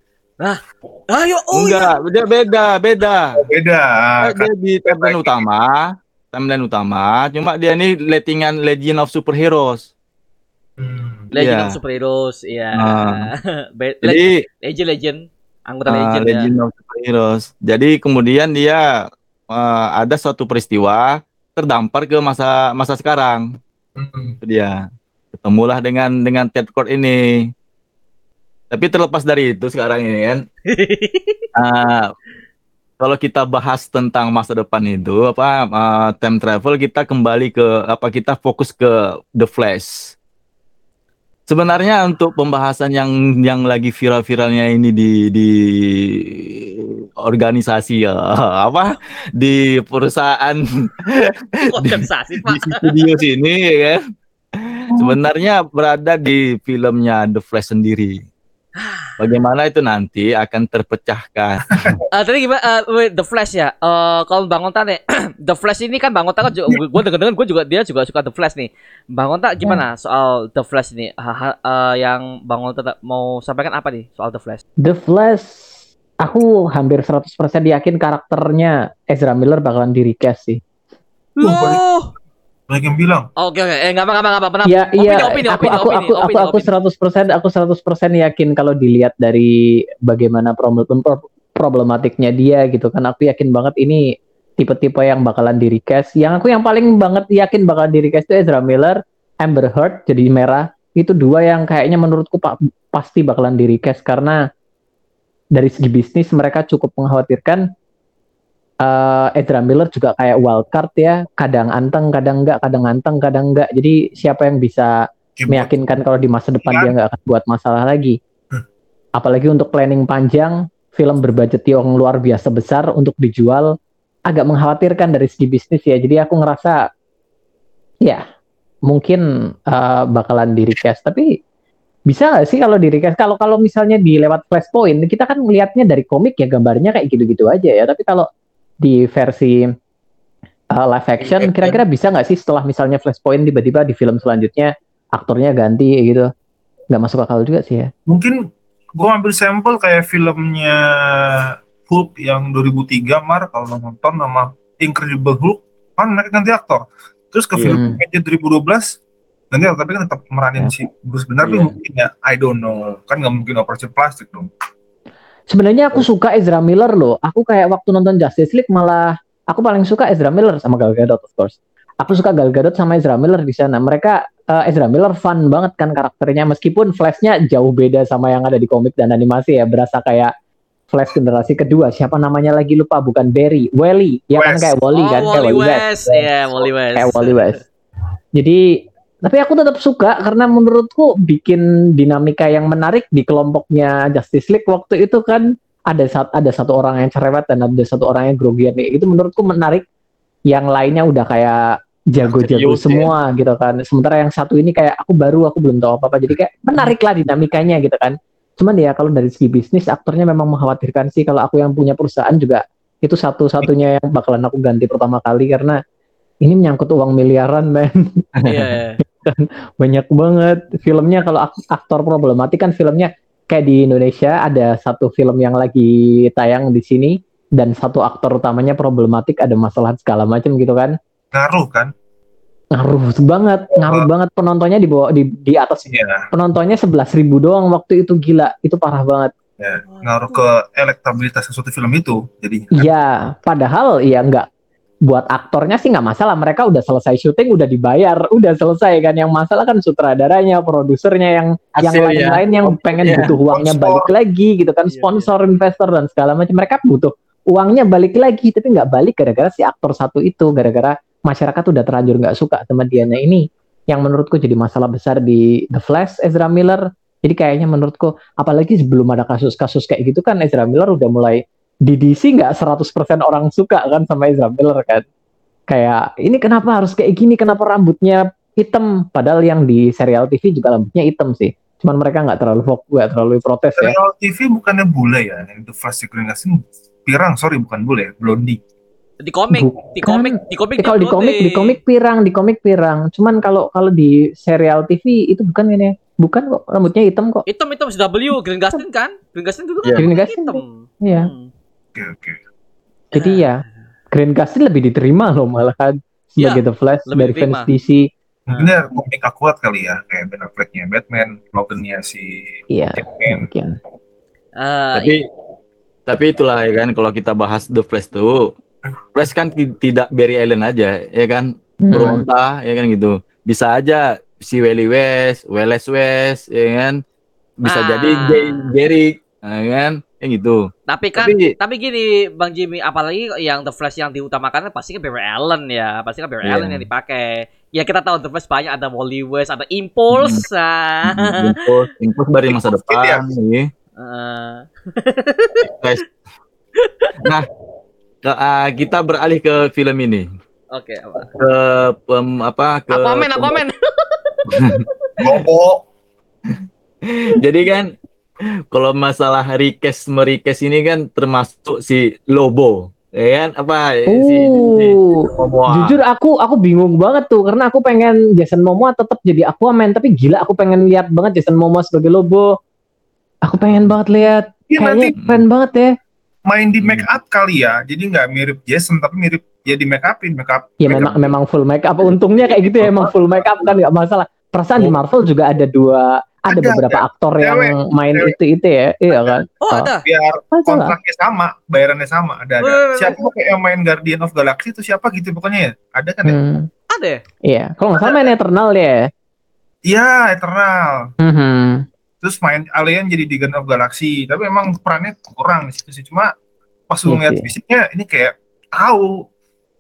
Ayo, oh Enggak, dia beda, beda. Beda. Eh, dia di timeline utama, timeline utama. Cuma dia ini lettingan Legend of Superheroes. Hmm. Legend Iya. of Superheroes, iya. Nah. Be- Jadi Legend Legend, anggota uh, Legend ya. Legend of Superheroes. Jadi kemudian dia uh, ada suatu peristiwa terdampar ke masa masa sekarang. Hmm. Itu dia. Ketemulah dengan dengan Ted Kord ini. Tapi terlepas dari itu sekarang ini kan, uh, kalau kita bahas tentang masa depan itu apa uh, time travel, kita kembali ke apa kita fokus ke The Flash. Sebenarnya untuk pembahasan yang yang lagi viral-viralnya ini di di organisasi ya apa di perusahaan Organisasi, di Pak. studio sini ya kan, sebenarnya berada di filmnya The Flash sendiri. Bagaimana itu nanti akan terpecahkan. Eh, tadi gimana? eh, wait, The Flash ya. Eh, kalau Bang Onta nih, The Flash ini kan Bang Onta kan juga, gue denger-denger gue juga dia juga suka The Flash nih. Bang Onta gimana soal The Flash ini? Ha, ha, eh, yang Bang Onta ta- mau sampaikan apa nih soal The Flash? The Flash, aku hampir seratus persen yakin karakternya Ezra Miller bakalan di recast sih. Loh. Banyak yang bilang. Oke oke, eh nggak apa nggak apa nggak apa. Benar. Iya, Opini, iya. opini, Aku opini, aku opini, aku aku opini, aku opini. seratus persen aku seratus persen yakin kalau dilihat dari bagaimana problem problematiknya dia gitu kan. Aku yakin banget ini tipe-tipe yang bakalan di recast. Yang aku yang paling banget yakin bakalan di recast itu Ezra Miller, Amber Heard jadi merah. Itu dua yang kayaknya menurutku pa- pasti bakalan di recast karena dari segi bisnis mereka cukup mengkhawatirkan. Uh, Ezra Miller juga kayak wild card ya, kadang anteng, kadang enggak, kadang anteng, kadang enggak. Jadi siapa yang bisa meyakinkan kalau di masa depan dia nggak akan buat masalah lagi. Apalagi untuk planning panjang, film berbudget yang luar biasa besar untuk dijual, agak mengkhawatirkan dari segi bisnis ya. Jadi aku ngerasa, ya mungkin uh, bakalan di recast. Tapi bisa nggak sih kalau di recast? Kalau kalau misalnya di lewat Flashpoint, kita kan melihatnya dari komik ya gambarnya kayak gitu-gitu aja ya. Tapi kalau di versi uh, live action, kira-kira bisa nggak sih setelah misalnya Flashpoint tiba-tiba di film selanjutnya aktornya ganti gitu? Nggak masuk akal juga sih ya. Mungkin gue ambil sampel kayak filmnya Hulk yang dua ribu tiga Mar, kalau lo nonton nama Incredible Hulk kan mereka ganti aktor. Terus ke Iya. film Agent dua ribu dua belas ganti aktor, tapi kan tetap meranin si Bruce Banner. Tapi Iya. mungkin ya I don't know, kan nggak mungkin operasi plastik dong. Sebenarnya aku suka Ezra Miller loh. Aku kayak waktu nonton Justice League malah aku paling suka Ezra Miller sama Gal Gadot of course. Aku suka Gal Gadot sama Ezra Miller di sana. Mereka uh, Ezra Miller fun banget kan karakternya, meskipun Flash-nya jauh beda sama yang ada di komik dan animasi ya, berasa kayak Flash generasi kedua. Siapa namanya lagi lupa, bukan Barry, Wally. Ya kan West. kayak Wally Oh, kan, kayak Wally Wally West. West, ya Wally West. Kayak Wally West. Jadi tapi aku tetap suka karena menurutku bikin dinamika yang menarik di kelompoknya Justice League waktu itu kan ada satu ada satu orang yang cerewet dan ada satu orang yang grogian. Itu menurutku menarik. Yang lainnya udah kayak jago-jago Serius, semua gitu kan. Sementara yang satu ini kayak aku baru, aku belum tahu apa-apa. Jadi kayak menarik lah dinamikanya gitu kan. Cuman ya kalau dari segi bisnis aktornya memang mengkhawatirkan sih. Kalau aku yang punya perusahaan juga itu satu-satunya yang bakalan aku ganti pertama kali karena ini menyangkut uang miliaran, men. Iya. Banyak banget filmnya. Kalau ak- aktor problematik kan filmnya kayak di Indonesia ada satu film yang lagi tayang di sini dan satu aktor utamanya problematik, ada masalah segala macam gitu kan. Ngaruh kan? Ngaruh banget, ngaruh banget penontonnya di bawah di di atas Iya. penontonnya sebelas ribu doang waktu itu, gila. Itu parah banget. Ya, ngaruh ke elektabilitas suatu film itu. Jadi Iya, padahal ya enggak buat aktornya sih nggak masalah, mereka udah selesai syuting, udah dibayar, udah selesai kan. Yang masalah kan sutradaranya, produsernya, yang yang Hasil ya. lain-lain yang pengen Iya. butuh uangnya Sponsor. balik lagi gitu kan, Iya, sponsor, investor dan segala macam. Mereka butuh uangnya balik lagi, tapi nggak balik gara-gara si aktor satu itu, gara-gara masyarakat udah terlanjur nggak suka sama dia. Nah ini yang menurutku jadi masalah besar di The Flash, Ezra Miller. Jadi kayaknya menurutku, apalagi sebelum ada kasus-kasus kayak gitu kan, Ezra Miller udah mulai di D C nggak seratus persen orang suka kan sama Ezra Miller kan. Kayak ini kenapa harus kayak gini, kenapa rambutnya hitam, padahal yang di serial T V juga rambutnya hitam sih. Cuman mereka nggak terlalu fokus, nggak terlalu protes ya. Serial T V bukannya bule ya, yang The Flash Green Lantern pirang, sorry bukan bule, blondie. Di komik, di Bukan. komik, di komik. Eh, kalau di dia komik, blonde. di komik pirang, di komik pirang. Cuman kalau kalau di serial T V itu bukan ini, bukan kok, rambutnya hitam kok. Hitam hitam W Green Gustin kan? Green Gustin dulu kan Iya. Green rambutnya Gustin hitam. Iya. Hmm. Oke oke. Jadi ya Green Gustin lebih diterima loh malahan sebagai The Flash lebih dari diterima. fans D C. Mungkin dia komik akurat kali ya, kayak Ben Affleck-nya Batman, Logan-nya si Iya, Batman. mungkin. Eh, Tapi tapi itulah ya kan, kalau kita bahas The Flash tuh, Flash kan ti- tidak Barry Allen aja, ya kan, Hmm. berontak, ya kan gitu. Bisa aja si Wally West, Welles West, ya kan, bisa Ah. jadi Jay Garrick, ya kan, kayak gitu. Tapi kan, Tapi- tapi, gini Bang Jimmy, apalagi yang The Flash yang diutamakan pasti kan Barry Allen ya, pasti kan Barry Iya. Allen yang dipakai. Ya kita tahu The Flash banyak, ada Wally West, ada Impulse. ah. Impulse, Impulse dari masa Impulse depan, ya. ya. Eh, Flash. Nah, ke, ah, kita beralih ke film ini, Oke, apa? ke pem, apa ke Aquaman, Aquaman. Lobo. Jadi kan kalau masalah request merequest ini kan termasuk si Lobo, ya kan, apa si, si Oh, Momoa. jujur aku aku bingung banget tuh karena aku pengen Jason Momoa tetap jadi Aquaman, tapi gila aku pengen lihat banget Jason Momoa sebagai Lobo. Aku pengen banget lihat. Iya, Kayaknya nanti keren banget ya. main di make up kali ya, jadi nggak mirip Jason tapi mirip ya di make upin make up. Ya make memang up. memang full make up. Untungnya kayak gitu ya, emang full make up kan nggak masalah. Perasaan di Marvel juga ada dua, ada, Ada, beberapa ada. aktor Cewek, yang main cewek. itu itu ya, iya kan. Oh, Oh. ada. Biar Ada lah. kontraknya sama, bayarannya sama, ada ada. Wait, wait, wait. Siapa kayak yang main Guardian of Galaxy itu siapa gitu pokoknya ya? Ada kan ya? Hmm, Ada ya? iya, kalau nggak salah main Eternal ya. Iya, Eternal. Hmm. Terus main Alien jadi di Guardian of Galaxy, tapi emang perannya kurang di situ sih. Cuma pas lu Iya ngeliat sih. fisiknya ini kayak tahu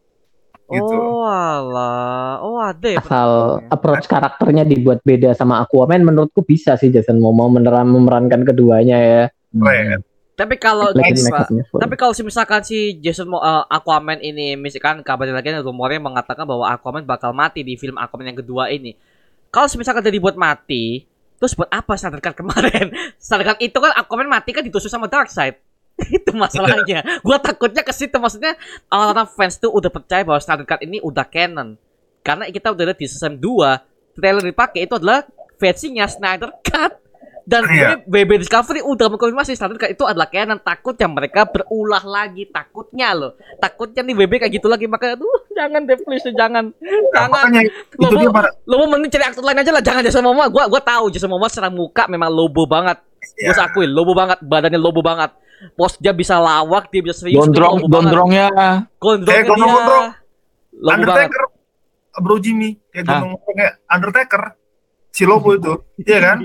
gitu. Oh, alah. Oh, ada ya. Asal penemuannya. approach karakternya dibuat beda sama Aquaman, menurutku bisa sih Jason Momoa meneran memerankan keduanya ya. Keren. Tapi kalau Lagi bisa, make-upnya full. tapi kalau misalkan si Jason Mo- uh, Aquaman ini, misalkan kabarnya lagi rumornya mengatakan bahwa Aquaman bakal mati di film Aquaman yang kedua ini. Kalau misalkan dia dibuat mati, terus buat apa Snyder Cut kemarin? Snyder Cut itu kan Aquaman mati kan ditusuk sama Darkseid. Itu masalahnya. Gua takutnya ke situ, maksudnya orang fans tuh udah percaya bahwa Snyder Cut ini udah canon. Karena kita udah lihat di season dua, trailer dipakai itu adalah versinya Snyder Cut. Dan Iya. B B Discovery udah mengkonfirmasi Snyder Cut itu adalah canon. Takutnya mereka berulah lagi, takutnya loh. Takutnya nih B B kayak gitu lagi, makanya aduh, jangan deh please, jangan. Nah, Jangan. makanya itu Lobo, dia pada Lobo mending cari aktor lain aja lah, jangan Jason Momoa. Gua gua tahu Jason Momoa secara muka memang Lobo banget. ya, Gua akuin Lobo banget, badannya Lobo banget. Pos dia bisa lawak, dia bisa serius, itu Gondrong, Lobo banget. gondrongnya. Gondrongnya Eh, gondrong-gondrong. dia. Lobo banget. Undertaker, Bro Jimmy, kayak Hah? gunung kayak Undertaker, si Lobo itu, iya kan?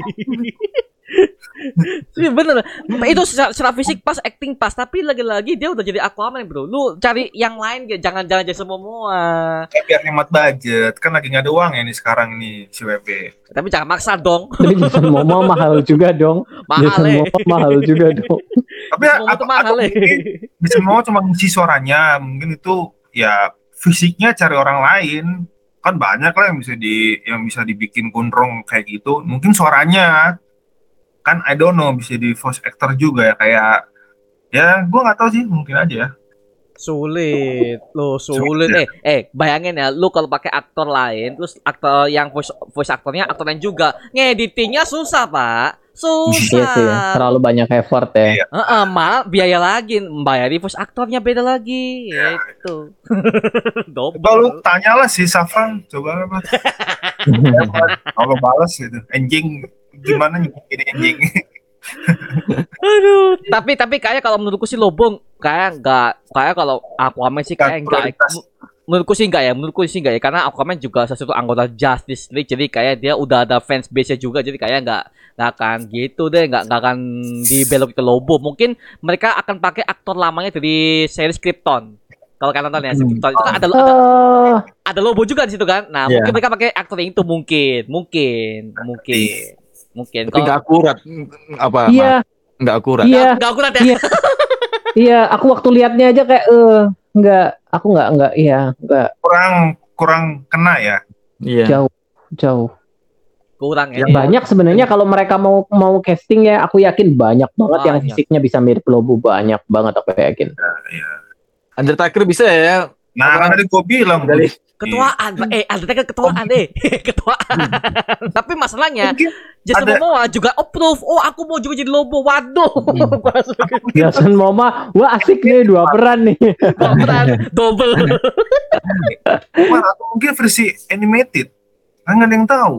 Iya bener. Itu secara, secara fisik pas, acting pas, tapi lagi-lagi dia udah jadi Aquaman, bro. Lu cari yang lain, jangan jangan Jason Momoa. Kayak biar hemat budget, kan lagi nggak ada uang ya nih sekarang nih si W B. Tapi jangan maksa dong. Tapi Jason Momoa mahal juga dong. Mahal Jason eh. Momoa mahal juga dong. Tapi Jason Momoa atau, tuh mahal atau eh. mungkin bisa mau cuma ngisi suaranya, mungkin itu ya fisiknya cari orang lain. Kan banyak lah yang bisa di yang bisa dibikin gondrong kayak gitu. Mungkin suaranya kan I don't know, bisa di voice actor juga ya, kayak ya gua nggak tahu sih, mungkin aja ya. Sulit, lo sulit. Sulit. Eh, eh, bayangin ya, lu kalau pakai aktor lain, terus aktor yang voice voice aktornya aktor lain juga, ngeditingnya susah pak, susah. Iya sih, terlalu banyak effort ya. Iya. Heeh, mal biaya lagi, bayari voice aktornya beda lagi, itu. Coba lu Double. tanyalah si Safran, coba apa? Kalau balas gitu, anjing gimana ini anjing? Aduh, tapi tapi kayak kalau menurutku sih Lobong kayak enggak, kayak kalau Aquaman sih kayak enggak Prioritas. menurutku sih enggak ya, menurutku sih enggak ya, karena Aquaman juga salah satu anggota Justice League, jadi kayak dia udah ada fans base-nya juga, jadi kayak enggak enggak akan gitu deh, enggak enggak akan dibelok ke Lobo. Mungkin mereka akan pakai aktor lamanya dari series Krypton. Kalau kalian nonton ya, Krypton itu kan ada ada, Eh, ada Lobo juga di situ kan. Nah, Iya. mungkin mereka pakai aktor yang itu mungkin, mungkin, mungkin. Mungkin Tapi nggak akurat apa? iya, Nggak akurat. iya, enggak akurat ya. iya, iya. Aku waktu liatnya aja kayak, eh, nggak, aku nggak, nggak, iya, nggak kurang kurang kena ya. Iya. jauh, jauh. Kurang ya. Yang Banyak sebenarnya kalau mereka mau mau casting ya, aku yakin banyak banget yang Banyak. fisiknya bisa mirip Lobo, banyak banget aku yakin. Undertaker bisa ya. Nah, kan tadi gue bilang Dari Ketuaan, Pak. Eh, Undertaker ketuaan deh. Ketuaan. Tapi masalahnya mungkin Jason ada- Momoa juga approve. Oh, aku mau juga jadi Lobo. Waduh. Gua langsung Jason Momoa, wah asik nih dua peran nih. dua peran double. Wah, atau mungkin versi animated. Kan nggak ada yang tahu.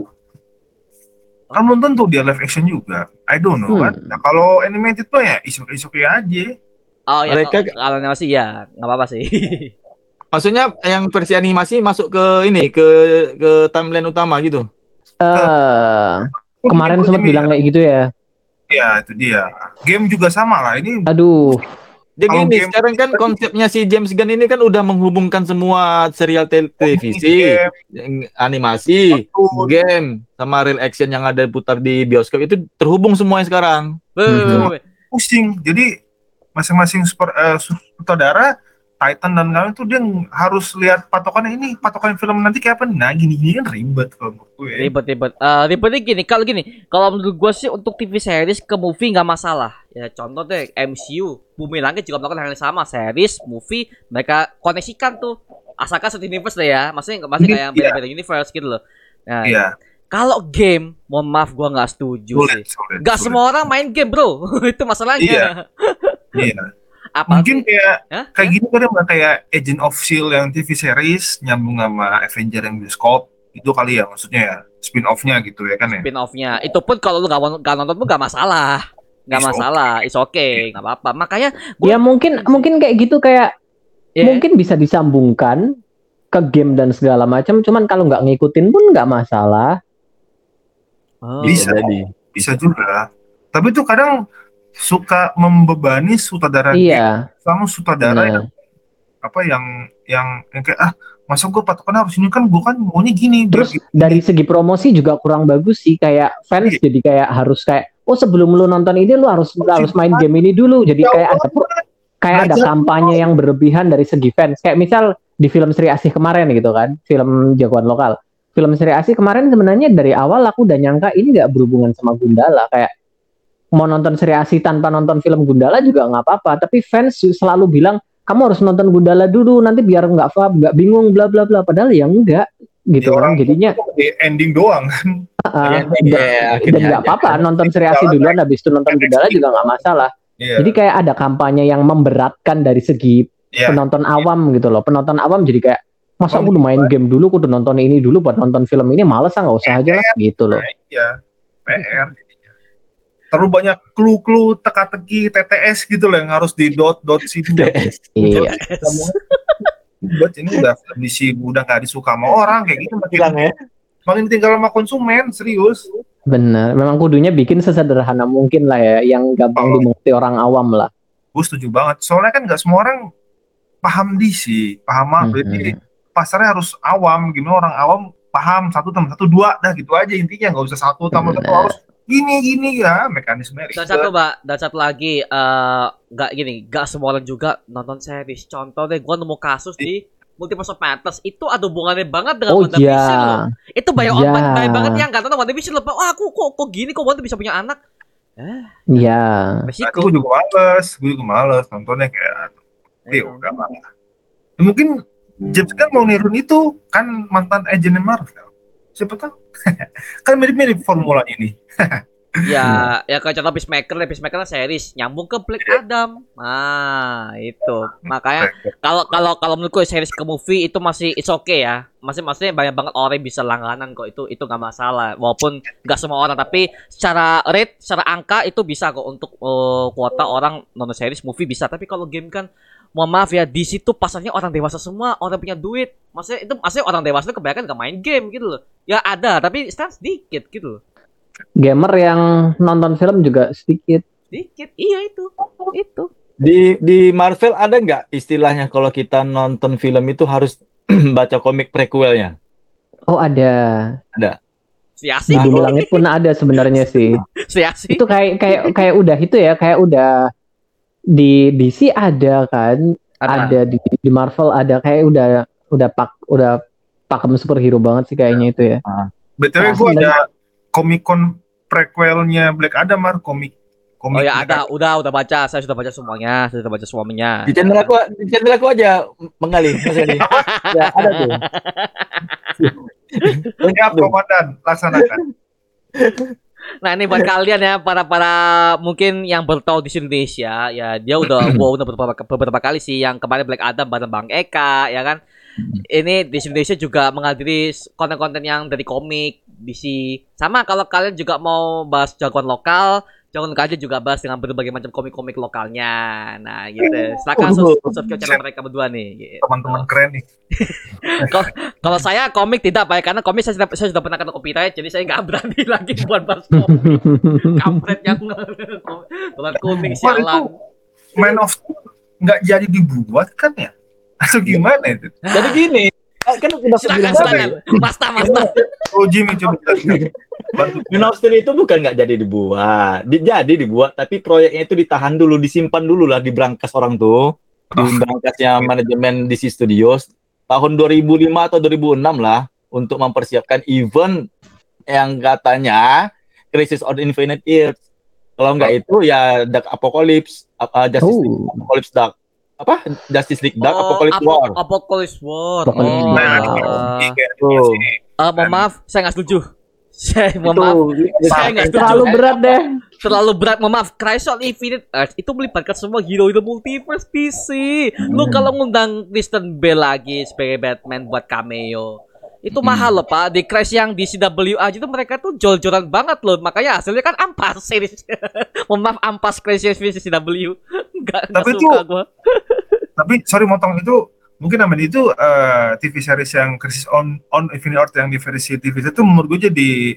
Kan belum tentu dia live action juga. I don't know Hmm. kan. Nah, kalau animated tuh ya isu-isu aja. Oh ya, Mereka- kalau kalau animasi ya nggak apa-apa sih. maksudnya yang versi animasi masuk ke ini ke ke timeline utama gitu. Eh, kemarin sempat bilang kayak gitu ya. Ya itu dia. Game juga sama lah. Ini Aduh, Jadi Kalau gini, game- sekarang kan konsepnya si James Gunn ini kan udah menghubungkan semua serial tel- televisi, game, yang animasi, Betul. game, sama real action yang ada putar di bioskop itu terhubung semuanya sekarang. Weh, weh, weh, weh. pusing. Jadi masing-masing super eh, sutradara Titan dan kalian tuh dia ng- harus lihat patokannya ini patokan film nanti kayak apa. Nah gini-gini kan ribet kalau menurut gue. Ribet-ribet. Eh, ribetnya gini, kalau gini, kalau menurut gue sih untuk T V series ke movie nggak masalah. Ya contoh deh M C U, Bumi Langit juga melakukan hal yang sama, series, movie, mereka koneksikan tuh. Asalkan satu universe deh ya, maksudnya masih Ini- kayak iya. beda-beda universe gitu loh. Nah, Iya. kalau game, mohon maaf gue nggak setuju Sulit, sih. sulit, Gak sulit. semua orang main game bro, itu masalahnya. Iya. Iya. Apa Mungkin kayak Hah? kayak gini kan nggak kayak Agent of Shield yang T V series nyambung sama Avenger yang bioskop itu kali ya maksudnya ya spin off-nya gitu ya kan ya. spin off-nya? Itu pun kalau lu gak, gak nonton pun gak masalah. Gak It's masalah, it's okay, gak apa-apa. Makanya gua- ya mungkin mungkin kayak gitu kayak Ya. mungkin bisa disambungkan ke game dan segala macam. Cuman kalau nggak ngikutin pun nggak masalah. Oh. Bisa. Jadi Bisa juga. Tapi tuh kadang suka membebani sutradara game Iya, sama sutradara yang benar. apa yang yang, yang kayak ah masa gue patokannya harus ini kan gue kan maunya gini. Terus biar gini. dari segi promosi juga kurang bagus sih, kayak fans Iya. jadi kayak harus kayak oh sebelum lu nonton ini lu harus harus main game ini dulu. Jadi kayak ada pro- kayak ada Belajar. kampanye yang berlebihan dari segi fans. Kayak misal di film Sri Asih kemarin gitu kan, film jagoan lokal. Film Sri Asih kemarin sebenarnya dari awal aku udah nyangka ini nggak berhubungan sama Gundala. Kayak mau nonton Sri Asih tanpa nonton film Gundala juga nggak apa-apa. Tapi fans selalu bilang kamu harus nonton Gundala dulu nanti biar nggak paham, nggak bingung bla bla bla. Padahal ya enggak gitu Ya, kan. orang Jadinya di ending doang kan. uh, Iya, dan akhirnya dan nggak aja. apa-apa nonton Sri Asih duluan habis itu nonton Gundala juga nggak masalah. Iya. Jadi kayak ada kampanye yang memberatkan dari segi Iya. penonton awam gitu loh. Penonton awam jadi kayak masa aku udah main game dulu, aku udah nonton ini dulu buat nonton film ini, males ah nggak usah aja lah gitu loh. Iya. P R. Terlalu banyak clue-clue teka-teki T T S gitu loh yang harus di dot dot sini. Iya. Buat ini udah kondisi udah nggak disuka sama orang kayak gitu makin bilang ya. makin tinggal sama konsumen serius. Bener, memang kudunya bikin sesederhana mungkin lah ya, yang gampang Oh. dimengerti orang awam lah. Gue setuju banget. Soalnya kan nggak semua orang paham D C, paham Marvel. Jadi Mhm. pasarnya harus awam. Gimana orang awam paham satu tambah satu dua dah gitu aja intinya. Nggak usah satu tambah satu Bener. harus gini gini ya mekanisme. Dan satu mbak, dan satu lagi, eh nggak gini, nggak semua orang juga nonton series. Contoh deh, gua nemu kasus di Multiverse of Madness itu ada hubungannya banget dengan Oh WandaVision loh. iya, Itu banyak Iya. orang banyak banget yang nggak nonton WandaVision loh. Wah, aku kok kok gini kok Wanda bisa punya anak? Eh, iya. Nah, resiko. gue juga males, gue juga males nontonnya kayak ya udah lah. Ya, mungkin James kan mau nirun itu kan mantan agent Marvel. Siapa tahu? Kan mirip-mirip formula ini. Ya, ya kayak contoh Peacemaker, deh. Peacemaker kan series nyambung ke Black Adam. Nah, itu. Makanya kalau kalau kalau menurutku series ke movie itu masih it's okay ya. Masih maksudnya banyak banget orang yang bisa langganan kok, itu itu nggak masalah. Walaupun nggak semua orang, tapi secara rate, secara angka itu bisa kok untuk eh, kuota orang nonton series movie bisa. Tapi kalau game kan mohon maaf ya, di situ pasarnya orang dewasa semua, orang punya duit. Maksudnya itu maksudnya orang dewasa itu kebanyakan gak main game gitu loh. Ya ada, tapi sekarang sedikit gitu loh. Gamer yang nonton film juga sedikit. Sedikit, iya itu, itu. Di di Marvel ada nggak istilahnya kalau kita nonton film itu harus baca komik prequelnya? Oh ada. Ada. Sia-sia. Di Bumi Langit pun ada sebenarnya sih. Sia-sia. Itu kayak kayak kayak udah itu ya, kayak udah di D C ada kan, Ada. ada di, di Marvel ada, kayak udah udah pak udah pakem superhero banget sih kayaknya itu ya. B T W Nah, gue sebenarnya- ada Comic-Con prequelnya Black Adam, Mar, komik. komik Oh ya Black ada, Adam. udah udah baca, saya sudah baca semuanya, saya sudah baca semuanya. Di channel aku di channel aku aja mengalih Mas Ali. Ya, ada tuh. Siap, Komandan, laksanakan. Nah ini buat kalian ya, para para mungkin yang bertahu di Indonesia ya, dia udah gua udah beberapa beberapa kali sih yang kemarin Black Adam bareng Bang Eka ya kan. Ini di Indonesia juga menghadiri konten-konten yang dari komik D C. Sama kalau kalian juga mau bahas jagoan lokal, jangan aja juga bahas dengan berbagai macam komik-komik lokalnya. Nah gitu. Silakan subscribe channel mereka berdua nih. Gitu. Teman-teman keren nih. Kalau saya komik tidak baik karena komik saya sudah, saya sudah pernah kena copyright, jadi saya nggak berani lagi buat bahas komik. Kampret yang tulang kuning Mar, itu sialan. Man of Steel nggak jadi dibuat kan ya? Atau gimana itu? Jadi gini, kan udah Silakan bilang silakan. Masta Masta. Oh Jimmy coba jelaskan. Bantu. Man of Steel itu bukan nggak jadi dibuat, Di, jadi dibuat, tapi proyeknya itu ditahan dulu, disimpan dulu lah di brankas orang tuh, di brankasnya manajemen D C Studios tahun dua ribu lima atau dua ribu enam lah, untuk mempersiapkan event yang katanya Crisis on Infinite Earths. Kalau nggak itu ya Dark Apocalypse, uh, Justice Oh. League Apocalypse Dark, apa Justice League Dark Oh, Apocalypse Apo- War. Apocalypse War. Apocalypse Oh. War. Nah, Uh, ini kayak Tuh. sih. uh, mohon maaf, saya nggak setuju. Saya mohon Itu maaf, saya nggak setuju. Terlalu berat deh. Terlalu berat, mohon maaf. Crisis on Infinite Earths itu melibatkan semua hero-hero multiverse D C. Lu kalau ngundang Kristen Bell lagi sebagai Batman buat cameo, itu mahal loh Pak. Di Crisis yang di C W aja tuh mereka tuh jol-jolan banget loh. Makanya hasilnya kan ampas series. Mohon maaf, ampas Crisis versi C W. Enggak, enggak Tapi suka itu- gua. Tapi sorry motong, itu mungkin namanya itu eh, T V series yang Crisis on on Infinite Earth yang di versi T V itu menurut gue jadi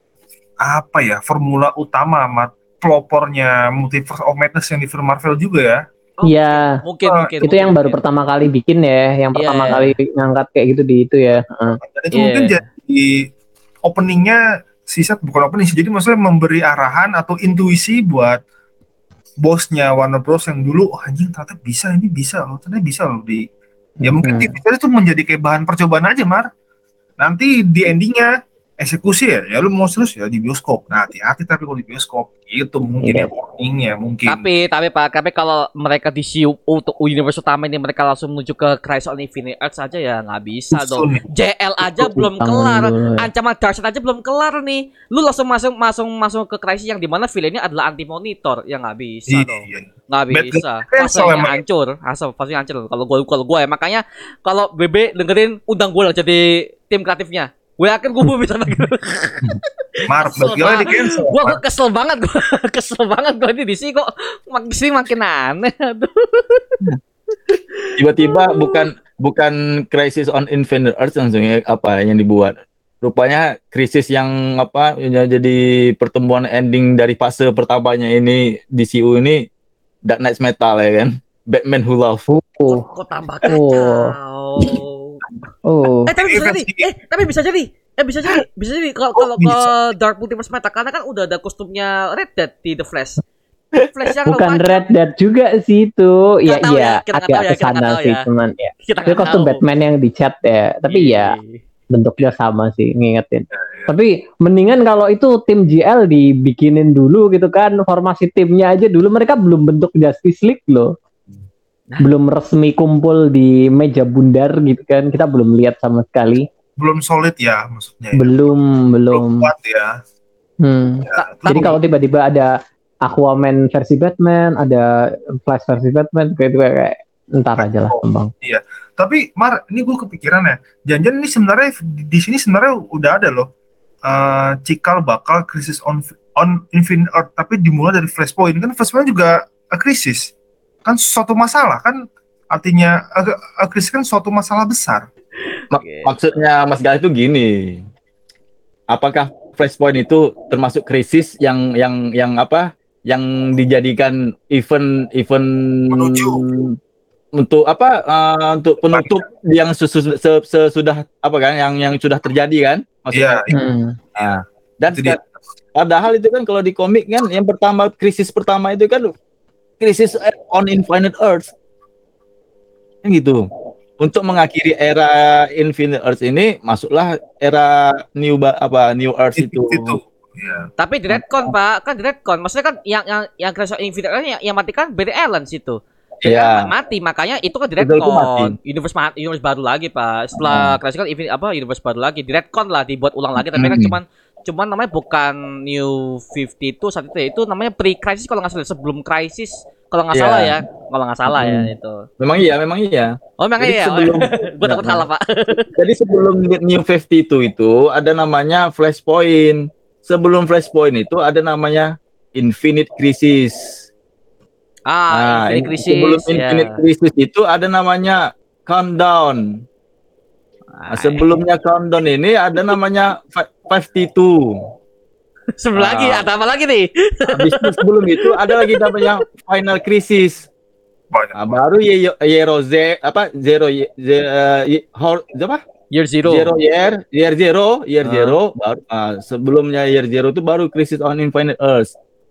apa ya, formula utama mat pelopornya Multiverse of Madness yang di film Marvel juga ya. Iya. Mungkin, Uh, mungkin. Itu yang baru mungkin. pertama kali bikin ya, yang Iya, pertama iya. kali ngangkat kayak gitu di itu ya. Heeh. Dan itu Iya. mungkin jadi openingnya sisa bukan opening sih, jadi maksudnya memberi arahan atau intuisi buat bosnya Warner Bros yang dulu, oh, anjing ternyata bisa, ini bisa loh, ternyata bisa loh di ya mungkin Hmm. T V series itu menjadi kayak bahan percobaan aja, Mar. Nanti di endingnya eksekusi ya, ya lu mau terus ya di bioskop. Nah, hati-hati tapi kalau di bioskop itu mungkin Iya. ya warningnya mungkin. Tapi, tapi Pak, tapi kalau mereka di C U untuk universe utama ini mereka langsung menuju ke Crisis on Infinite Earths aja ya nggak bisa dong. Usul nih. J L aja Itu belum tangan kelar, dulu ya. ancaman Darkseid aja belum kelar nih. Lu langsung masuk masuk masuk ke Crisis yang dimana villainnya adalah anti monitor, ya nggak bisa Iya, dong. iya. Nggak Bad bisa. cancel Fasenya emang. hancur, asal fasenya hancur. Kalau gue kalau gue ya makanya kalau B B dengerin undang gue lah jadi tim kreatifnya. Gue yakin gue bisa bagi. Mar, Kesel bagiannya banget. di cancel. Gue gue kesel banget gue kesel banget gue ini di sini kok makin sini makin aneh. Aduh. Tiba-tiba bukan bukan Crisis on Infinite Earths langsung ya, apa yang dibuat. Rupanya krisis yang apa ya, jadi pertemuan ending dari fase pertamanya ini D C U ini Dark Knight Metal ya kan. Batman Who Love. Oh, Kok tambah kacau. oh. Eh tapi bisa jadi. Eh tapi bisa jadi. Eh bisa jadi. Bisa jadi kalau Oh, kalau ke bisa. Dark Multiverse Metal karena kan udah ada kostumnya Red Dead di The Flash. Flash yang Bukan wajah. Red Dead juga sih itu. Iya tahu iya, ya, kita nggak agak tahu ya, kita kesana nggak tahu sih ya. cuman ya. Kita Itu nggak kostum tahu. Batman yang dicat ya. Tapi ya Iya. bentuknya sama sih, ngingetin. Tapi mendingan kalau itu tim J L dibikinin dulu gitu kan, formasi timnya aja dulu. Mereka belum bentuk Justice League loh. Nah. Belum resmi kumpul di meja bundar gitu kan. Kita belum lihat sama sekali. Belum solid ya maksudnya. Ya. Belum, Belum belum. kuat ya. Hmm. Ya, Jadi kalau tiba-tiba ada Aquaman versi Batman, ada Flash versi Batman, kayak itu kayak ntar aja lah kembang. Tapi Mar, ini gue kepikiran ya. Jangan-jangan ini sebenarnya di, di sini sebenarnya udah ada loh. eh, cikal bakal krisis on on Infinite Earth, tapi dimulai dari Flashpoint. Kan Flashpoint juga eh, krisis. Kan suatu masalah kan, artinya agak uh, krisis kan suatu masalah besar. Ma- Oke. Maksudnya Mas Gal itu gini. Apakah Flashpoint itu termasuk krisis yang yang yang apa? Yang dijadikan event event Menuju. untuk apa? eh, untuk penutup yang sesu- se- sesudah apa kan? Yang yang sudah terjadi kan? Maksudnya. Iya, Hmm. Nah, dan itu dia. seka- padahal itu kan kalau di komik kan yang pertama krisis pertama itu kan krisis on Infinite Earth. Kan gitu. Untuk mengakhiri era Infinite Earth ini masuklah era New ba- apa New Earth itu. Itu. Ya. Tapi di Redcon, Pak, kan di Redcon. Maksudnya kan yang yang yang Crisis on Infinite Earth yang, yang mati kan Barry Allen situ. Dia Iya. kan mati, makanya itu kan di Betul, itu mati. Redcon. Universe ma- universe baru lagi, Pak. Setelah Hmm. Crisis kan Infinite apa universe baru lagi di Redcon lah, dibuat ulang lagi, tapi kan Hmm. cuman cuman namanya bukan New lima puluh saat itu ya. Itu namanya pre-crisis kalau nggak salah, sebelum crisis kalau nggak Iya. salah ya. Kalau nggak salah ya Hmm. itu. Memang iya, memang iya. Oh, memang Jadi iya. sebelum- Gue takut Nah, salah, Pak. Jadi sebelum New lima puluh itu itu ada namanya Flashpoint. Sebelum Flashpoint itu ada namanya Infinite Crisis. Ah, Infinite in- Crisis. sebelum ya. Infinite Crisis itu ada namanya Countdown. Nah, Ah, sebelumnya Countdown ini ada namanya fi- lima puluh dua. sebelum Ah. lagi ada apa lagi nih? Habis itu sebelum itu ada lagi namanya Final Crisis. Banyak. Nah, baru Ye- Yero Z apa Zero Ye- Z- eh, Ye- Hor- apa? Year Zero. Zero Year, Year Zero, Year Ah. Zero baru ah, sebelumnya Year Zero itu baru Crisis on Infinite Earth.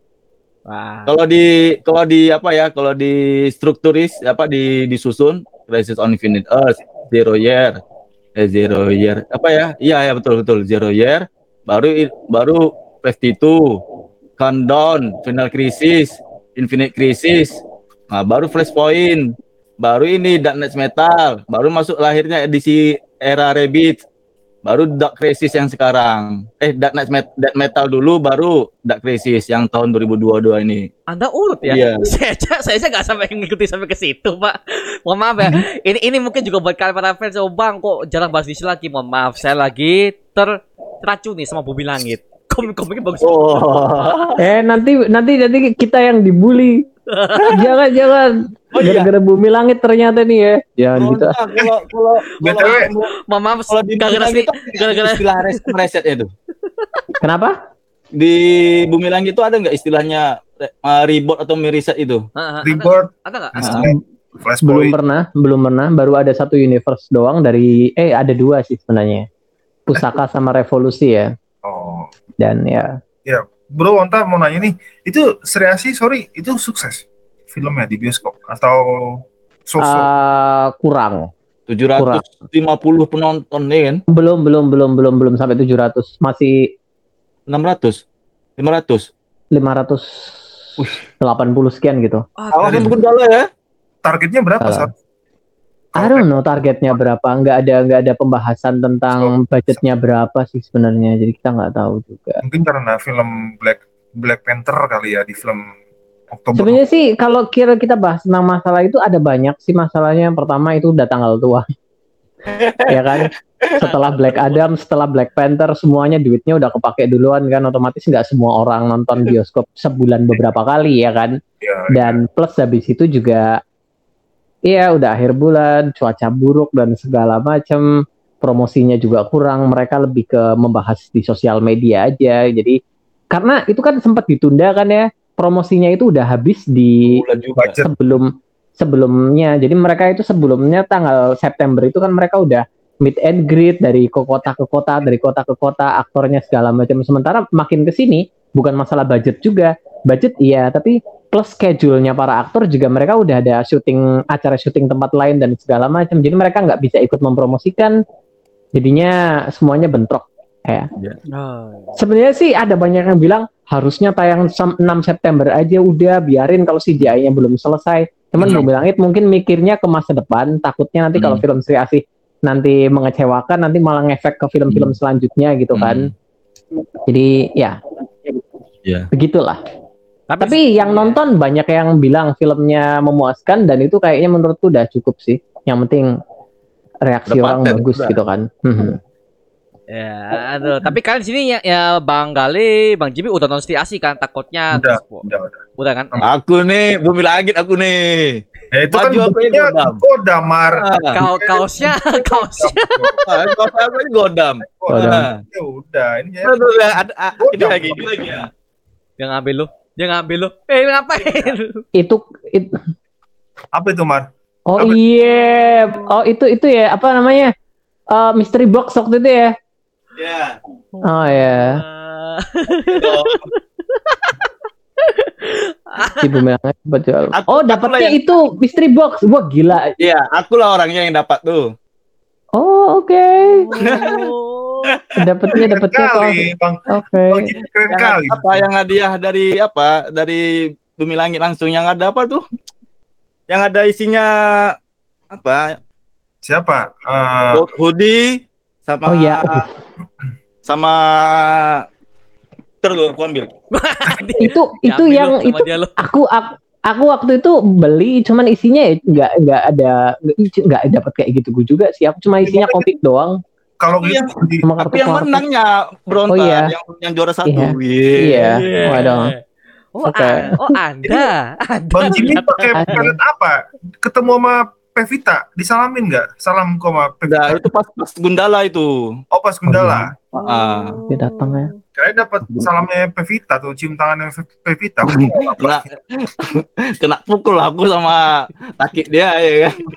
Wah. Kalau di kalau di apa ya? Kalau di strukturis apa di disusun Crisis on Infinite Earth, Zero Year, eh, Zero Year apa ya? Iya ya betul betul Zero Year, baru i- baru lima puluh dua, Countdown, Final Crisis, Infinite Crisis, nah baru Flashpoint, baru ini Dark Knight Metal, baru masuk lahirnya edisi era Rabbit, baru Dark Crisis yang sekarang. Eh Dark Knight Met- Dark Metal dulu, baru Dark Crisis yang tahun dua ribu dua puluh dua ini. Anda urut ya? Iya. Saya aja, saya aja nggak sampai ngikutin sampai ke situ, Pak. Mohon maaf ya. Ini ini mungkin juga buat kalian para fans. Oh bang, kok jarang bahas D C lagi. Mohon maaf, saya lagi terracuni sama Bumi Langit. Komik-komiknya bagus. Oh. Eh nanti nanti nanti kita yang dibully. jangan jangan. Oh, iya. Gara-gara Bumi Langit ternyata nih ya. Jangan Oh, gitu. enggak, kalau kalau B T W, kalau Mohon maaf, kalau di gara-gara Bumi sih, Langit itu gara-gara istilah reset resetnya itu. Kenapa? Di Bumi Langit itu ada nggak istilahnya uh, reboot atau mereset itu? Ah, ah, ada- Rebirth, ada nggak? Ah. belum Flashpoint. pernah, belum pernah. Baru ada satu universe doang dari eh ada dua sih sebenarnya. Pusaka sama Revolusi ya. Oh, Dan ya bro, Onta mau nanya nih, itu seriasi, sorry, itu sukses filmnya di bioskop atau so-so? eh, kurang. tujuh ratus lima puluh penonton nih kan? Belum belum belum belum belum sampai tujuh ratus. Masih enam ratus, lima ratus. lima ratus delapan puluh sekian gitu. Ah, Awas bukan galau ya. Targetnya berapa Salah. saat? I don't know targetnya berapa. Nggak ada nggak ada pembahasan tentang budgetnya berapa sih sebenarnya. Jadi kita nggak tahu juga. Mungkin karena film Black Black Panther kali ya di film Oktober. Sebenarnya sih kalau kira kita bahas tentang masalah itu ada banyak sih masalahnya. Yang pertama itu udah tanggal tua. Ya kan? Setelah Black Adam, setelah Black Panther semuanya duitnya udah kepake duluan kan, otomatis nggak semua orang nonton bioskop sebulan beberapa kali ya kan. Ya, Dan plus habis itu juga iya udah akhir bulan, cuaca buruk dan segala macam, promosinya juga kurang, mereka lebih ke membahas di sosial media aja. Jadi karena itu kan sempat ditunda kan ya, promosinya itu udah habis di Bulan juga. budget. sebelum sebelumnya. Jadi mereka itu sebelumnya tanggal September itu kan mereka udah meet and greet dari ke kota ke kota, dari kota ke kota, aktornya segala macam. Sementara makin ke sini bukan masalah budget juga. Budget iya, tapi plus schedule-nya para aktor juga mereka udah ada syuting acara syuting tempat lain dan segala macam. Jadi mereka nggak bisa ikut mempromosikan. Jadinya semuanya bentrok. Ya. Oh. Sebenarnya sih ada banyak yang bilang harusnya tayang enam September aja udah biarin kalau C G I-nya belum selesai. Cuman Hmm. Bumi Langit mungkin mikirnya ke masa depan, takutnya nanti kalau Hmm. film Sri Asih nanti mengecewakan, nanti malah ngefek ke film-film Hmm. selanjutnya gitu kan. Jadi ya Iya. begitulah. Tapi yang nonton banyak yang bilang filmnya memuaskan dan itu kayaknya menurutku udah cukup sih. Yang penting reaksi Udah orang paten, bagus udah. gitu kan. Mhm. Ya, aduh. Tapi kalian di sini ya, ya Bang Gali, Bang Jimmy udah nonton Sri Asih kan, takutnya Udah, terus- udah, udah. udah kan? Aku nih Bumi Langit aku nih. Ya itu kan Baju aku ini bentuknya Godam. Godam, Mar. Ah, Kau kaosnya, kaosnya. ah, kalau aku ini Godam. Godam. Ah. Ya udah, ini ya. Aduh, ya, ada, ah, ini Godam. lagi, ini lagi ya. Dia ngambil lu. Dia ngambil lu. Eh, ngapain? Itu, it- Apa itu, Mar? oh Apa? iya, oh itu itu ya apa namanya? Eh, mystery box waktu itu ya. Ya. Oh ya, si bumerangnya dapat jual. Aku- Oh aku dapatnya lah yang- itu mystery box, wah gila. Iya, akulah orangnya yang dapat tuh. Oh oke, Oh. dapatnya Keren dapatnya kok. kali, Bang. Oke. Bang Jimmy keren Yang kali. apa yang hadiah dari apa? Dari Bumi Langit langsung yang ada apa tuh? Yang ada isinya apa? Siapa? Eh, Hoodie sama Oh iya. sama terus aku ambil. itu itu Diambil yang lu sama itu dia lu. aku aku aku waktu itu beli cuman isinya ya nggak nggak ada nggak dapat kayak gitu gue juga sih, aku cuma isinya komik doang kalau Iya. gitu di, sama Tapi yang kartu-kartu. menangnya Bronta, Oh, iya. yang yang juara satu. Iya. Wih. Iya. Waduh. Oh, Oke. an- oh Anda. Anda. Bang Jimmy ternyata. pakai Ada. pelet apa? Ketemu sama Pevita, disalamin nggak? Salam kok sama Pevita. Nah, itu pas pas Gundala itu. Oh pas Gundala. Ah. Dia datang ya. Kayaknya dapat salamnya Pevita tuh, cium tangannya Pe- Pevita. Kena, kena pukul aku sama kaki dia ya kan.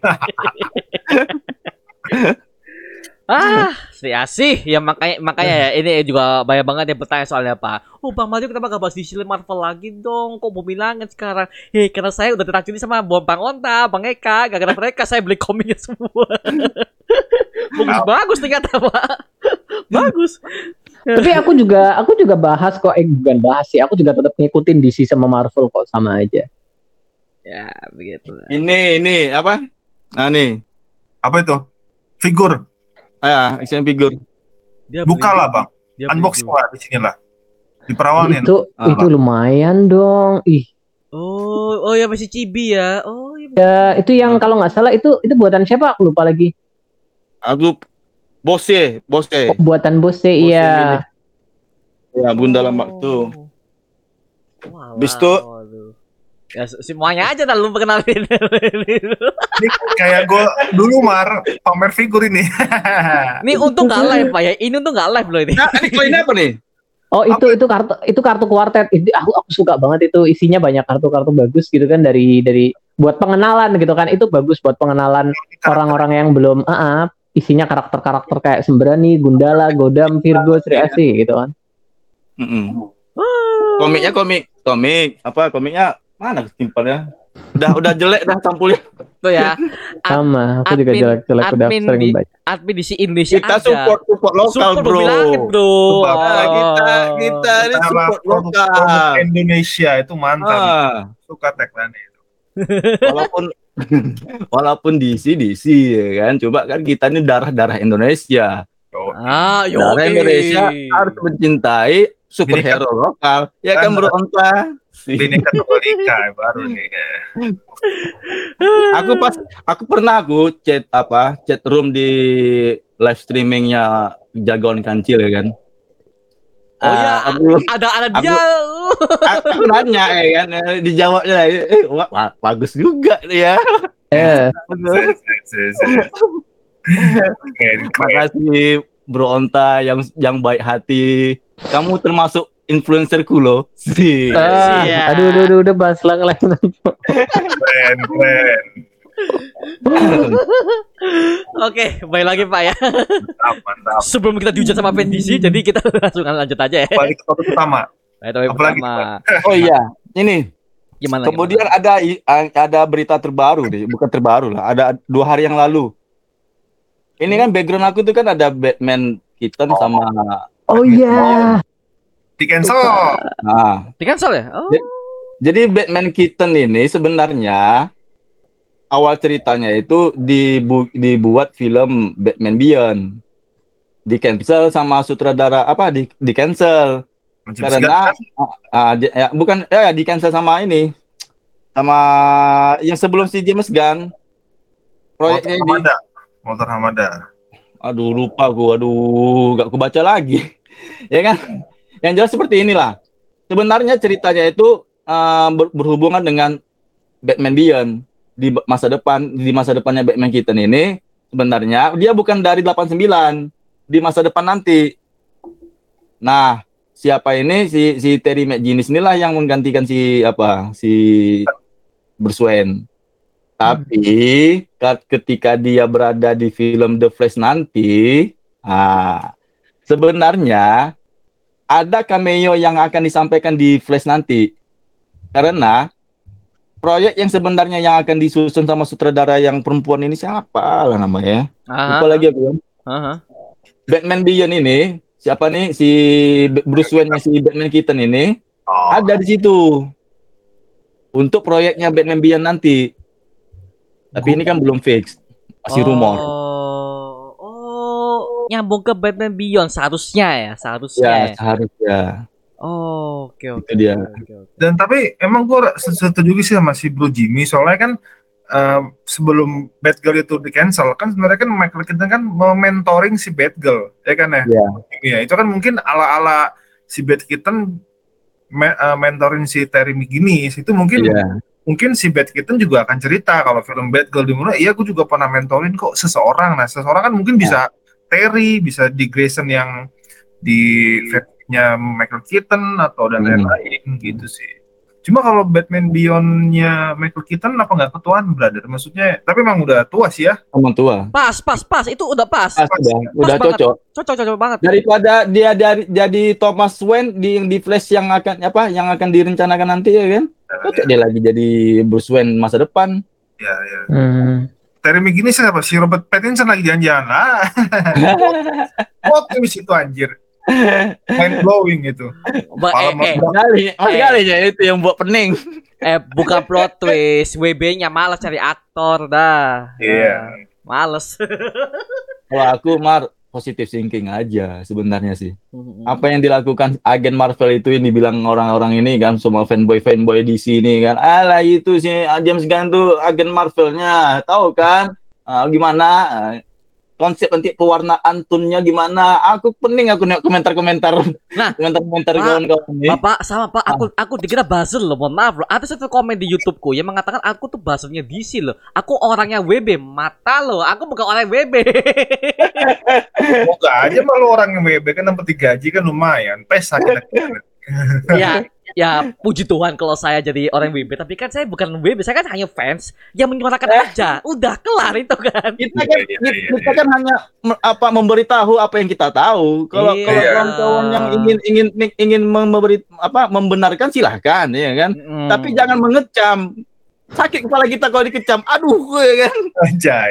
Ah, si Asih. Ya makanya makanya ya ini juga banyak banget yang bertanya soalnya apa. Oh, Bang Mario kenapa gak bahas D C Marvel lagi dong? Kok Bumi Langit sekarang? Hei, karena saya udah ditraktir sama Bang Onta, Bang Eka. Gara-gara mereka saya beli komiknya semua. Bagus-bagus ternyata, Pak. Bagus. Tapi aku juga aku juga bahas kok, eh bukan bahas sih, aku juga tetap ngikutin D C sama Marvel kok, sama aja. Ya, begitu. Ini ini apa? Nah nih. Apa itu? Figur. Ah, action figure. Dia Buka beli- lah bang. dia beli Unboxing dulu. lah di sini lah. Di perawanin. Itu Ah. itu lumayan dong. Ih, Oh, oh ya masih Cibi ya. Oh, iya. ya, itu yang kalau nggak salah itu itu buatan siapa? Aku lupa lagi. Aku Bose, Bose. Oh, buatan Bose, Bose iya. Ya, Bunda Lambak tuh. Walah, Bis tuh. waduh. Ya se- semuanya aja dah lu perkenalin. Ini kayak gue dulu Mar pamer figur ini. Ini untung nggak live Pak ya. Ini untung nggak live loh ini. Nah, ini koin apa nih? Oh itu itu kartu itu kartu kuartet. Itu aku aku suka banget itu, isinya banyak kartu-kartu bagus gitu kan, dari dari buat pengenalan gitu kan. Itu bagus buat pengenalan orang-orang yang belum ah ah, isinya karakter-karakter kayak Sembrani, Gundala, Godam, Virgo, Sri Asih gitu kan. Mm-mm. Komiknya komik, komik apa komiknya mana simpannya? Udah udah jelek dah sampulnya. Tuh ya. Ad- Sama, aku juga admin- jelek-jelek udah admin sering di- baca. Admin di si Indonesia Kita ada. support support lokal, Support bro. Bumi Langit, bro. Support. Nah, kita kita ini Salah support produk, lokal. produk Indonesia itu mantap. Ah, Suka tagline itu. walaupun walaupun D C D C ya kan, coba kan kita ini darah-darah Indonesia. Oh, Ah, yo. Darah Indonesia harus mencintai superhero lokal. Ya kan bro Onta? Bineka Tunggal Ika baru nih. Aku pas aku pernah aku chat apa chat room di live streamingnya Jagoan Kancil ya kan. Oh ya, Ah, aku, ada ada aku- dia. aku nanya ya kan, eh, dijawabnya eh wah, wah, bagus juga ya. Eh, Keren, keren. Makasih Bro Onta yang yang baik hati. Kamu termasuk influencerku loh. Sih. ah, Siap. aduh, aduh, aduh, udah bahas lang lang. Keren, keren. Oke, baik lagi Pak ya. Mantap, mantap. Sebelum kita dihujat sama fan D C, jadi kita langsung lanjut aja ya. Balik ke topik utama. Nah, topik Apalagi, pertama. Oh iya, ini Gimana? kemudian ada i- ada berita terbaru deh, bukan terbaru lah, ada dua hari yang lalu. Ini kan background aku tuh kan ada Batman Keaton sama Oh iya. Di cancel. nah, Di cancel ya? Oh. jadi Batman Keaton ini sebenarnya awal ceritanya itu dibu- dibuat film Batman Beyond. Di cancel sama sutradara apa di di cancel karena ah, di- ya, bukan ya di cancel sama ini sama yang sebelum si James Gunn Motor proyeknya ini. Hamada. Motor Hamada. Aduh lupa gua, aduh gak kebaca lagi. Ya kan? Yang jelas seperti inilah. Sebenarnya ceritanya itu uh, ber- berhubungan dengan Batman Beyond. di masa depan, di masa depannya Batman Keaton ini sebenarnya dia bukan dari delapan puluh sembilan di masa depan nanti. Nah, siapa ini si si Terry McGinnis inilah yang menggantikan si apa si Bruce Wayne. Tapi ketika dia berada di film The Flash nanti, ah, sebenarnya ada cameo yang akan disampaikan di Flash nanti. Karena proyek yang sebenarnya yang akan disusun sama sutradara yang perempuan ini siapa lah namanya? Lupa lagi aku. Aha. Batman Beyond ini siapa nih si Bruce Wayne-nya si Batman Keaton ini Oh. ada di situ untuk proyeknya Batman Beyond nanti. Tapi ini kan belum fix, masih rumor. Oh, oh, nyambung ke Batman Beyond seharusnya ya, seharusnya. Ya, Ya. seharusnya. Oh, oke oke. Itu dia. oke, oke. Dan tapi emang gue setuju sih sama si Bro Jimmy, soalnya kan eh, sebelum Batgirl itu di cancel kan sebenarnya kan Michael Keaton kan mementoring si Batgirl, ya kan ya? Iya. Iya, itu kan mungkin ala-ala si Bat Keaton me- eh, mentoring si Terry McGinnis itu mungkin Iya. mungkin si Bat Keaton juga akan cerita kalau film Batgirl dimulai, iya aku juga pernah mentorin kok seseorang. Nah, seseorang kan mungkin bisa Terry, bisa Dick Grayson yang di versinya Michael Keaton atau dan Hmm. lain-lain gitu sih. Cuma kalau Batman Beyond-nya Michael Keaton apa nggak ketuaan, brother? Maksudnya, tapi emang udah tua sih ya. Emang tua. Pas, pas, pas. Itu udah pas. Pas udah, udah banget. cocok. Cocok, cocok banget. Daripada dia dari jadi Thomas Wayne di di Flash yang akan apa yang akan direncanakan nanti ya kan? Cocok dia lagi jadi Bruce Wayne masa depan. Ya, ya. Hmm. Terry McGinnis siapa? Si Robert Pattinson lagi jalan-jalan lah. Optimis itu anjir. Mind blowing itu. Ba- eh, Malam- eh, Sekali, mas sekali ya itu yang buat pening. eh, bukan plot twist. W B-nya malas cari aktor dah. Iya. Males. Kalau aku Mar positive thinking aja sebenarnya sih. Apa yang dilakukan agen Marvel itu ini bilang orang-orang ini kan semua fanboy fanboy di sini kan. Alah itu sih James Gunn tuh agen Marvelnya, tahu kan? Ah, gimana konsep nanti pewarnaan tone-nya gimana? Aku pening aku nengok komentar-komentar. Nah, komentar-komentar Pak, kawan-kawan ini. Bapak sama Pak, aku aku dikira buzzer loh, mohon maaf loh. Ada satu komen di YouTubeku yang mengatakan aku tuh buzzernya D C loh. Aku orangnya W B, mata loh. Aku bukan orang W B. Moga aja malu orang yang W B kan dapat digaji kan lumayan. Pes sakit. ya, ya puji Tuhan kalau saya jadi orang W B, tapi kan saya bukan W B, saya kan hanya fans yang menyuarakan aja. Udah kelar itu kan. Kita kan kita, kita kan hanya me- apa memberitahu apa yang kita tahu. Kalau Iya. kalau kawan-kawan yang ingin ingin ingin memberi apa membenarkan silahkan ya kan. Mm. Tapi jangan mengecam. Sakit kepala kita kalau dikecam. Aduh, ya kan. Anjay.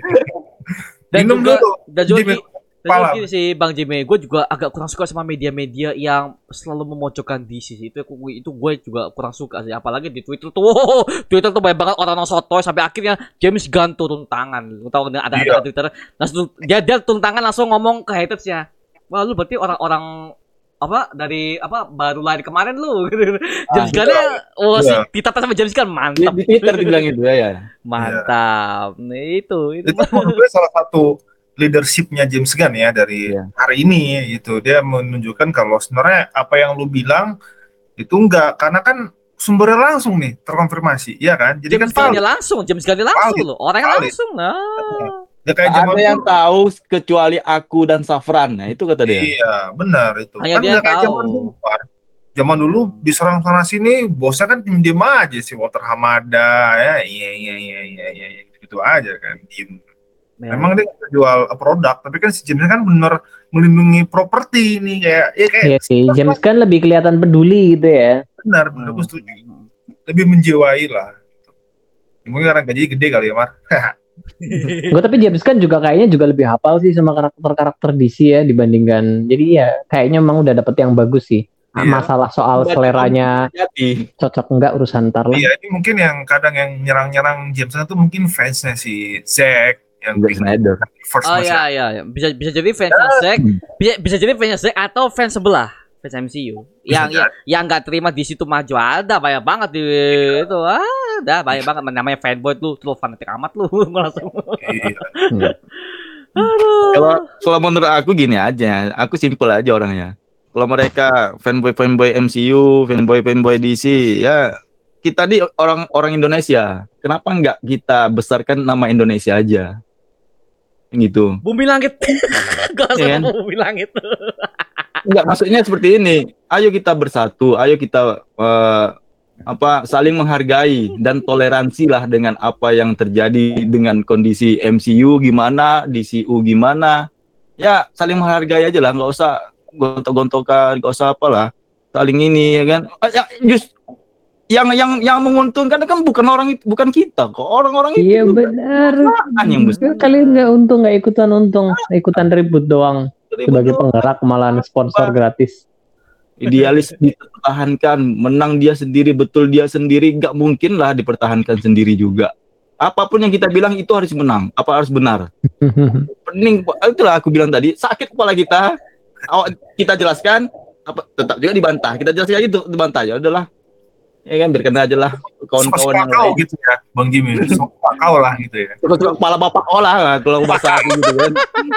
Dan Minum juga, dulu. dan juga, Jimmy, gi- dan juga kepala. gini sih Bang Jimmy, gue juga agak kurang suka sama media-media yang selalu memojokkan D C sih. Itu aku itu gue juga kurang suka sih. Apalagi di Twitter tuh, wow, Twitter tuh banyak banget orang yang sotoy sampai akhirnya James Gunn turun tangan. Lu tahu ada ada Iya. ada Twitter, langsung dia dia turun tangan langsung ngomong ke hatersnya. Wah lu berarti orang-orang apa dari apa baru lahir kemarin lu. James Gunn ya, oh si Iya. ditata sama James Gunn Di, mantap, di Twitter dibilang itu ya. ya. mantap. Nih itu itu. Itu menurut gue salah satu leadershipnya James Gunn ya dari Iya. hari ini itu dia menunjukkan kalau sebenarnya apa yang lu bilang itu enggak, karena kan sumbernya langsung nih terkonfirmasi, iya kan? Jadi James kan Gunn dia valid. langsung, James Gunn dia langsung Valid. loh, orangnya Valid. langsung. Nah. Ya kayak zaman Ada yang dulu. tahu kecuali aku dan Safran. Nah, itu kata dia. Iya, benar itu. Hanya Kan dia nggak kayak tahu. zaman dulu, Pak. Zaman dulu diserang sana sini, bosnya kan diem-diem aja sih, Walter Hamada ya, iya iya iya iya iya iya, gitu aja kan, diem. Ya. Memang dia nggak jual produk, tapi kan si James kan bener melindungi properti nih kayak, ya kayak Iya sih, James kan lebih kelihatan peduli gitu ya. benar, benar, aku setuju. Lebih menjiwai lah. Mungkin karena gaji gede kali ya, Mar. Gue tapi James kan juga kayaknya juga lebih hafal sih sama karakter-karakter D C ya dibandingkan. Jadi ya kayaknya emang udah dapet yang bagus sih. Iya. Masalah soal Udah seleranya Jadi, cocok enggak urusan ntar lah. Iya, ini mungkin yang kadang yang nyerang-nyerang James itu mungkin fansnya si Zack yang Zack Snyder. first Oh masih iya iya, iya. bisa bisa jadi fans Zack, bisa bisa jadi fans Zack atau fans sebelah, fans M C U. Yang Bisa yang yang nggak terima di situ maju ada banyak banget di itu. Ah, ada banyak banget namanya fanboy lu, lu fanatik amat lu langsung. Iya. Kalau kalau menurut aku gini aja, aku simpel aja orangnya. Kalau mereka fanboy fanboy M C U, fanboy fanboy D C, ya kita nih orang orang Indonesia. Kenapa nggak kita besarkan nama Indonesia aja? Gitu. Bumi langit. Gak Iya kan? usah bumi langit. Enggak, maksudnya seperti ini. Ayo kita bersatu, ayo kita eh, apa saling menghargai dan toleransi lah dengan apa yang terjadi dengan kondisi M C U gimana, D C U gimana. Ya, saling menghargai aja lah, nggak usah gontok-gontokan, nggak usah apalah. Saling ini ya kan. Ah, ya, just yang yang yang menguntungkan kan bukan orang itu, bukan kita kok, orang-orang itu. Iya benar. Kan yang besar. Kalian nggak untung, nggak ikutan untung, ikutan ribut doang sebagai penggerak malahan sponsor gratis. Idealis dipertahankan, menang dia sendiri, betul dia sendiri, nggak mungkin lah dipertahankan sendiri juga. Apapun yang kita bilang itu harus menang, apa harus benar. Pening, itulah aku bilang tadi, sakit kepala kita. Awak kita jelaskan, apa tetap juga dibantah. Kita jelaskan itu dibantah ya, udahlah. Ya kan, biarkan aja lah kawan-kawan yang kau lain. gitu ya, Bang Jimmy. Suka kau lah gitu ya. Suka kepala bapak olah kalau bahasa aku gitu kan.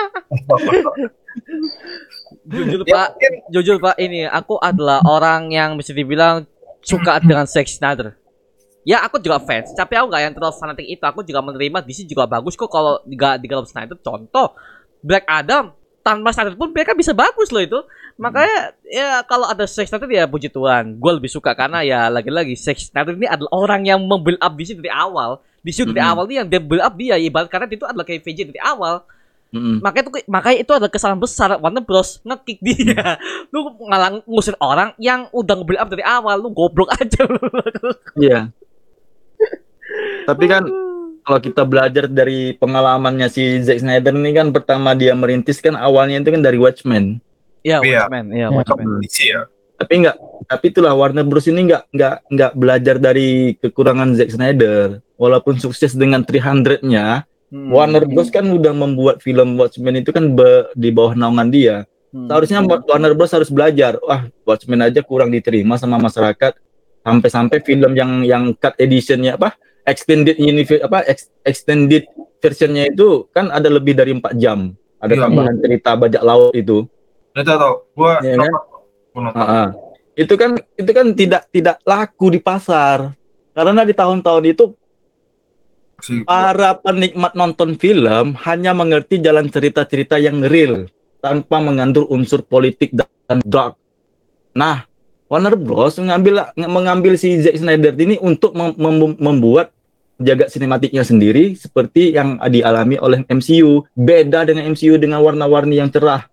Jujur Ya, Pak, mungkin jujur Pak, ini aku adalah orang yang bisa dibilang suka dengan Zack Snyder. Ya aku juga fans, tapi aku nggak yang terlalu fanatik itu. Aku juga menerima D C juga bagus kok kalau nggak digarap Snyder. Contoh Black Adam tanpa Snyder pun mereka bisa bagus loh itu. Makanya ya kalau ada Zack Snyder ya puji Tuhan. Gue lebih suka karena ya lagi-lagi Zack Snyder ini adalah orang yang membuild up D C dari awal. D C dari Mm-hmm. awal nih yang dia build up dia, ibarat karena itu adalah kayak V J dari awal. Mm-mm. Makanya itu makanya itu adalah kesalahan besar Warner Bros nge-kick dia. Lu ngalang ngusir orang yang udah nge-build up dari awal, lu goblok aja lu. Iya. Tapi kan kalau kita belajar dari pengalamannya si Zack Snyder ini kan, pertama dia merintis kan awalnya itu kan dari Watchmen. Iya, Iya. Watchmen, iya Ya. Watchmen. kondisi ya. Tapi enggak, tapi itulah Warner Bros ini enggak enggak enggak belajar dari kekurangan Zack Snyder. Walaupun sukses dengan tiga ratus-nya, Hmm. Warner Bros kan udah membuat film Watchmen itu kan be- di bawah naungan dia. Hmm. Seharusnya Warner Bros harus belajar. Wah, Watchmen aja kurang diterima sama masyarakat. Sampai-sampai film yang yang cut editionnya apa? Extended universe apa? ex- extended versionnya itu kan ada lebih dari empat jam. Ada Iya. tambahan cerita bajak laut itu. Udah tau, tau. Gua Iya kan? nonton. Gua nonton. Ah, ah. Itu kan itu kan tidak tidak laku di pasar. Karena di tahun-tahun itu Si- para penikmat nonton film hanya mengerti jalan cerita-cerita yang real tanpa mengandung unsur politik dan dark. Nah, Warner Bros mengambil mengambil si Zack Snyder ini untuk mem- mem- membuat jagat sinematiknya sendiri seperti yang dialami oleh M C U. Beda dengan M C U dengan warna-warni yang cerah.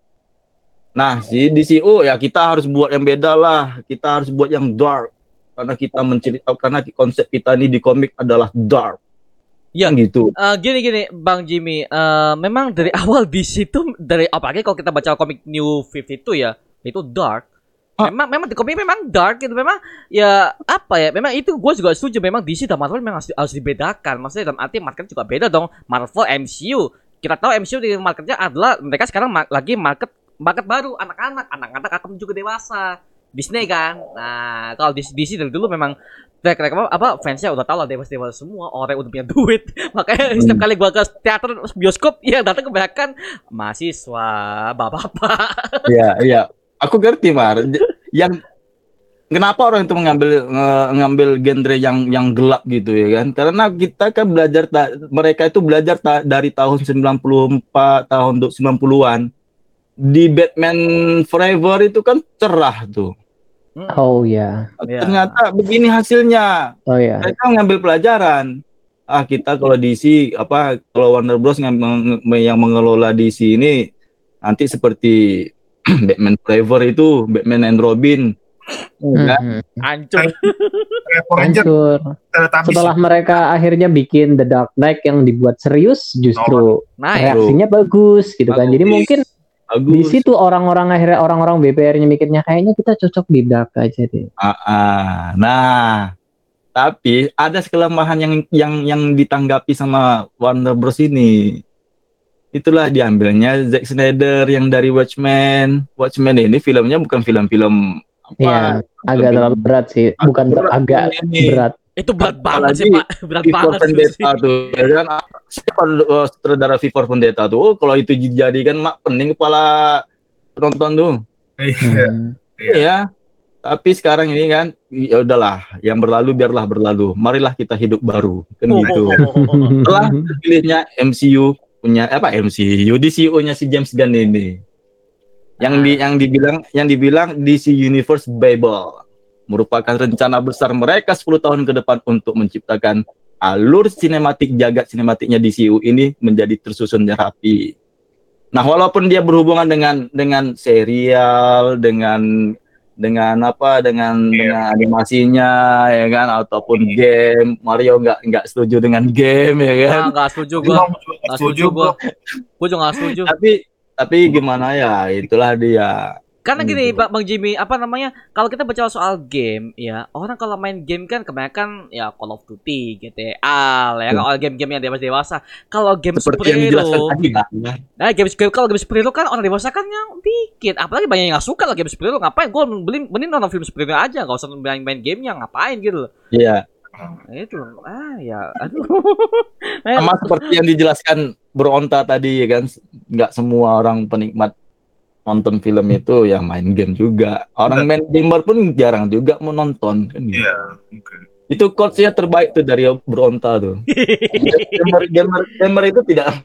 Nah, si D C U ya kita harus buat yang beda lah. Kita harus buat yang dark karena kita menceritakan, karena konsep kita ini di komik adalah dark. Iya. Kan gitu. Eh, gini gini Bang Jimmy, eh, memang dari awal D C itu dari apalagi kalau kita baca komik New fifty-two ya, itu dark. Ah. Memang memang di komik memang dark gitu, memang ya apa ya? Memang itu gue juga setuju, memang D C dan Marvel memang harus, harus dibedakan. Maksudnya dalam arti market juga beda dong. Marvel M C U. Kita tahu M C U di marketnya adalah mereka sekarang ma- lagi market market baru, anak-anak, anak-anak akan juga dewasa. Disney kan. Nah, kalau di D C dari dulu memang track record apa fansnya udah tahu lah dewasa-dewasa semua, orang udah punya duit. Makanya setiap kali gua ke teater bioskop ya datang kebanyakan mahasiswa, bapak-bapak. Iya, iya. Aku ngerti, Mar. J- Yang kenapa orang itu mengambil nge- ngambil genre yang yang gelap gitu ya kan? Karena kita kan belajar ta- mereka itu belajar ta- dari tahun sembilan puluh empat, tahun sembilan puluhan. Di Batman Forever itu kan cerah tuh. Oh ya, Iya. Ternyata begini hasilnya. oh ya. Mereka mengambil pelajaran. Ah, kita kalau D C apa kalau Warner Bros yang, meng- yang mengelola D C ini nanti seperti Batman Forever itu, Batman and Robin. Kan? Mhm. Hancur. Kayak Power Ranger, Hancur. Teletubbies. Setelah mereka akhirnya bikin The Dark Knight yang dibuat serius, justru Nah, reaksinya bagus gitu kan. Jadi Bagus. mungkin di Bagus. situ orang-orang akhirnya orang-orang B P R-nya mikirnya kayaknya kita cocok di Dark aja deh. Ah, ah. Nah, tapi ada kelemahan yang yang yang ditanggapi sama Warner Bros ini. Itulah diambilnya Zack Snyder yang dari Watchmen. Watchmen ini filmnya bukan film-film apa? Iya, agak terlalu berat sih. Bukan ter- Berat agak ini. berat. itu berat banget sih, Apalagi Pak. Berat V for banget sih. Vendetta tuh, ya kan? Siapa uh, sutradara V for Vendetta tuh? Oh, kalau itu dijadikan mak pening kepala penonton tuh. Iya. Hmm. Iya. Iya. Tapi sekarang ini kan ya udahlah, yang berlalu biarlah berlalu. Marilah kita hidup baru. Kan gitu. Setelah terpilihnya M C U punya apa M C U D C U-nya si James Gunn ini. Yang di yang dibilang yang dibilang D C Universe Bible merupakan rencana besar mereka sepuluh tahun ke depan untuk menciptakan alur sinematik jagat sinematiknya D C U ini menjadi tersusun rapi. Nah, walaupun dia berhubungan dengan dengan serial, dengan dengan apa, dengan Game. dengan animasinya, ya kan, ataupun game. Mario nggak nggak setuju dengan game, ya kan. Ah, nggak setuju Jadi gua. mau juga Nggak setuju gua. Gua juga nggak setuju. Tapi tapi gimana ya, itulah dia. Karena gini, Gitu. Bang Jimmy, apa namanya? Kalau kita bicara soal game, ya orang kalau main game kan kebanyakan ya Call of Duty, G T A, lah ya. Kalau game-game yang dewasa-dewasa. Kalau game Seperti yang dijelaskan superhero, tadi kan. nah game kalau game superhero kan orang dewasa kan yang dikit. Apalagi banyak yang nggak suka lah game superhero. Ngapain? Gue beli beli nonton film superhero aja, nggak usah main main gamenya. Ngapain gitu? Iya. Nah, itu ah ya, aduh. Sama seperti yang dijelaskan Beronta tadi, ya kan. Nggak semua orang penikmat nonton film itu yang main game juga. Orang main gamer pun jarang juga mau nonton kan gitu. Iya, oke. Itu quotes-nya terbaik tuh dari Beronta tuh. gamer gamer gamer itu tidak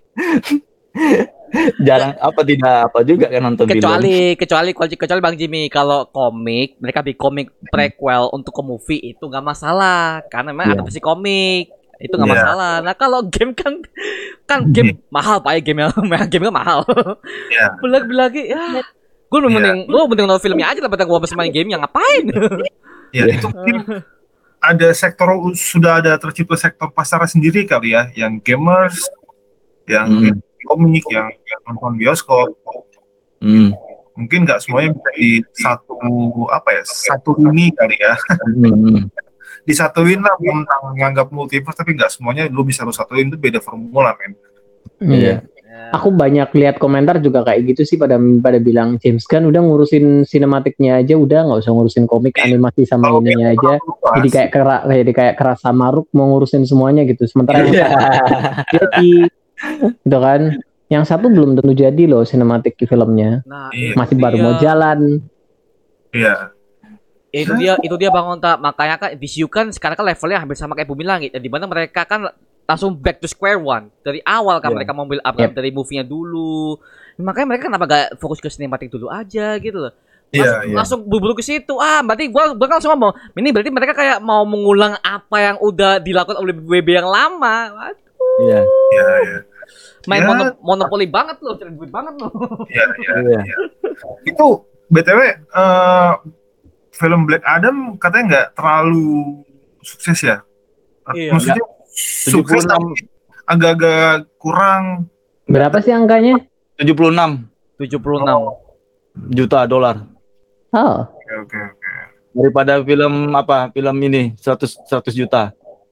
jarang apa tidak apa juga kan nonton film. kecuali kecuali kecuali Bang Jimmy kalau komik mereka bikin komik prequel untuk ke movie itu nggak masalah karena memang Iya. ada versi komik itu nggak Iya. masalah. Nah kalau game kan kan game mahal pak ya game game kan mahal. Iya. Belagi belagi ya. Gue Iya. mending gue mending nonton filmnya aja daripada gue habis main game yang ngapain. Ya, itu mungkin ada sektor sudah ada tercipta sektor pasar sendiri kali ya, yang gamers, yang Hmm. komik, yang, yang nonton bioskop. Hmm. Mungkin nggak semuanya bisa di satu apa ya, satu ini kali ya. Hmm. Disatuin lah tentang nganggap multiverse, tapi nggak semuanya lu bisa lu satuin, itu beda formula men. Iya. Aku banyak lihat komentar juga kayak gitu sih pada pada bilang James Gunn udah ngurusin sinematiknya aja, udah nggak usah ngurusin komik animasi sama Kalau ininya aja. Jadi kayak kerak jadi kayak kerasa maruk mau ngurusin semuanya gitu. Sementara yang Iya. jadi gitu kan. Yang satu belum tentu jadi loh sinematik filmnya. Nah, Iya. Masih baru Iya. mau jalan. Iya. itu dia itu dia Bang Onta. Makanya kan D C U kan sekarang kan levelnya hampir sama kayak Bumi Langit. Di mana mereka kan langsung back to square one dari awal kan Iya. mereka mau build up Yep. dari movie-nya dulu. Makanya mereka kenapa gak fokus ke sinematik dulu aja gitu loh. Iya, Langsung, iya. langsung buru-buru ke situ. Ah, berarti gua gua kan langsung ngomong, ini berarti mereka kayak mau mengulang apa yang udah dilakukan oleh W B yang lama. Waduh, Iya. Iya, iya. main Ya. mono- monopoli banget loh, cari duit banget loh. Iya, iya. Iya. Itu B T W eh, film Black Adam katanya nggak terlalu sukses ya? Iya. Maksudnya sukses tujuh puluh enam tapi agak-agak kurang. Berapa sih angkanya? tujuh puluh enam tujuh puluh enam. juta dolar Oh, Oke, oke, oke. daripada film apa film ini seratus seratus juta.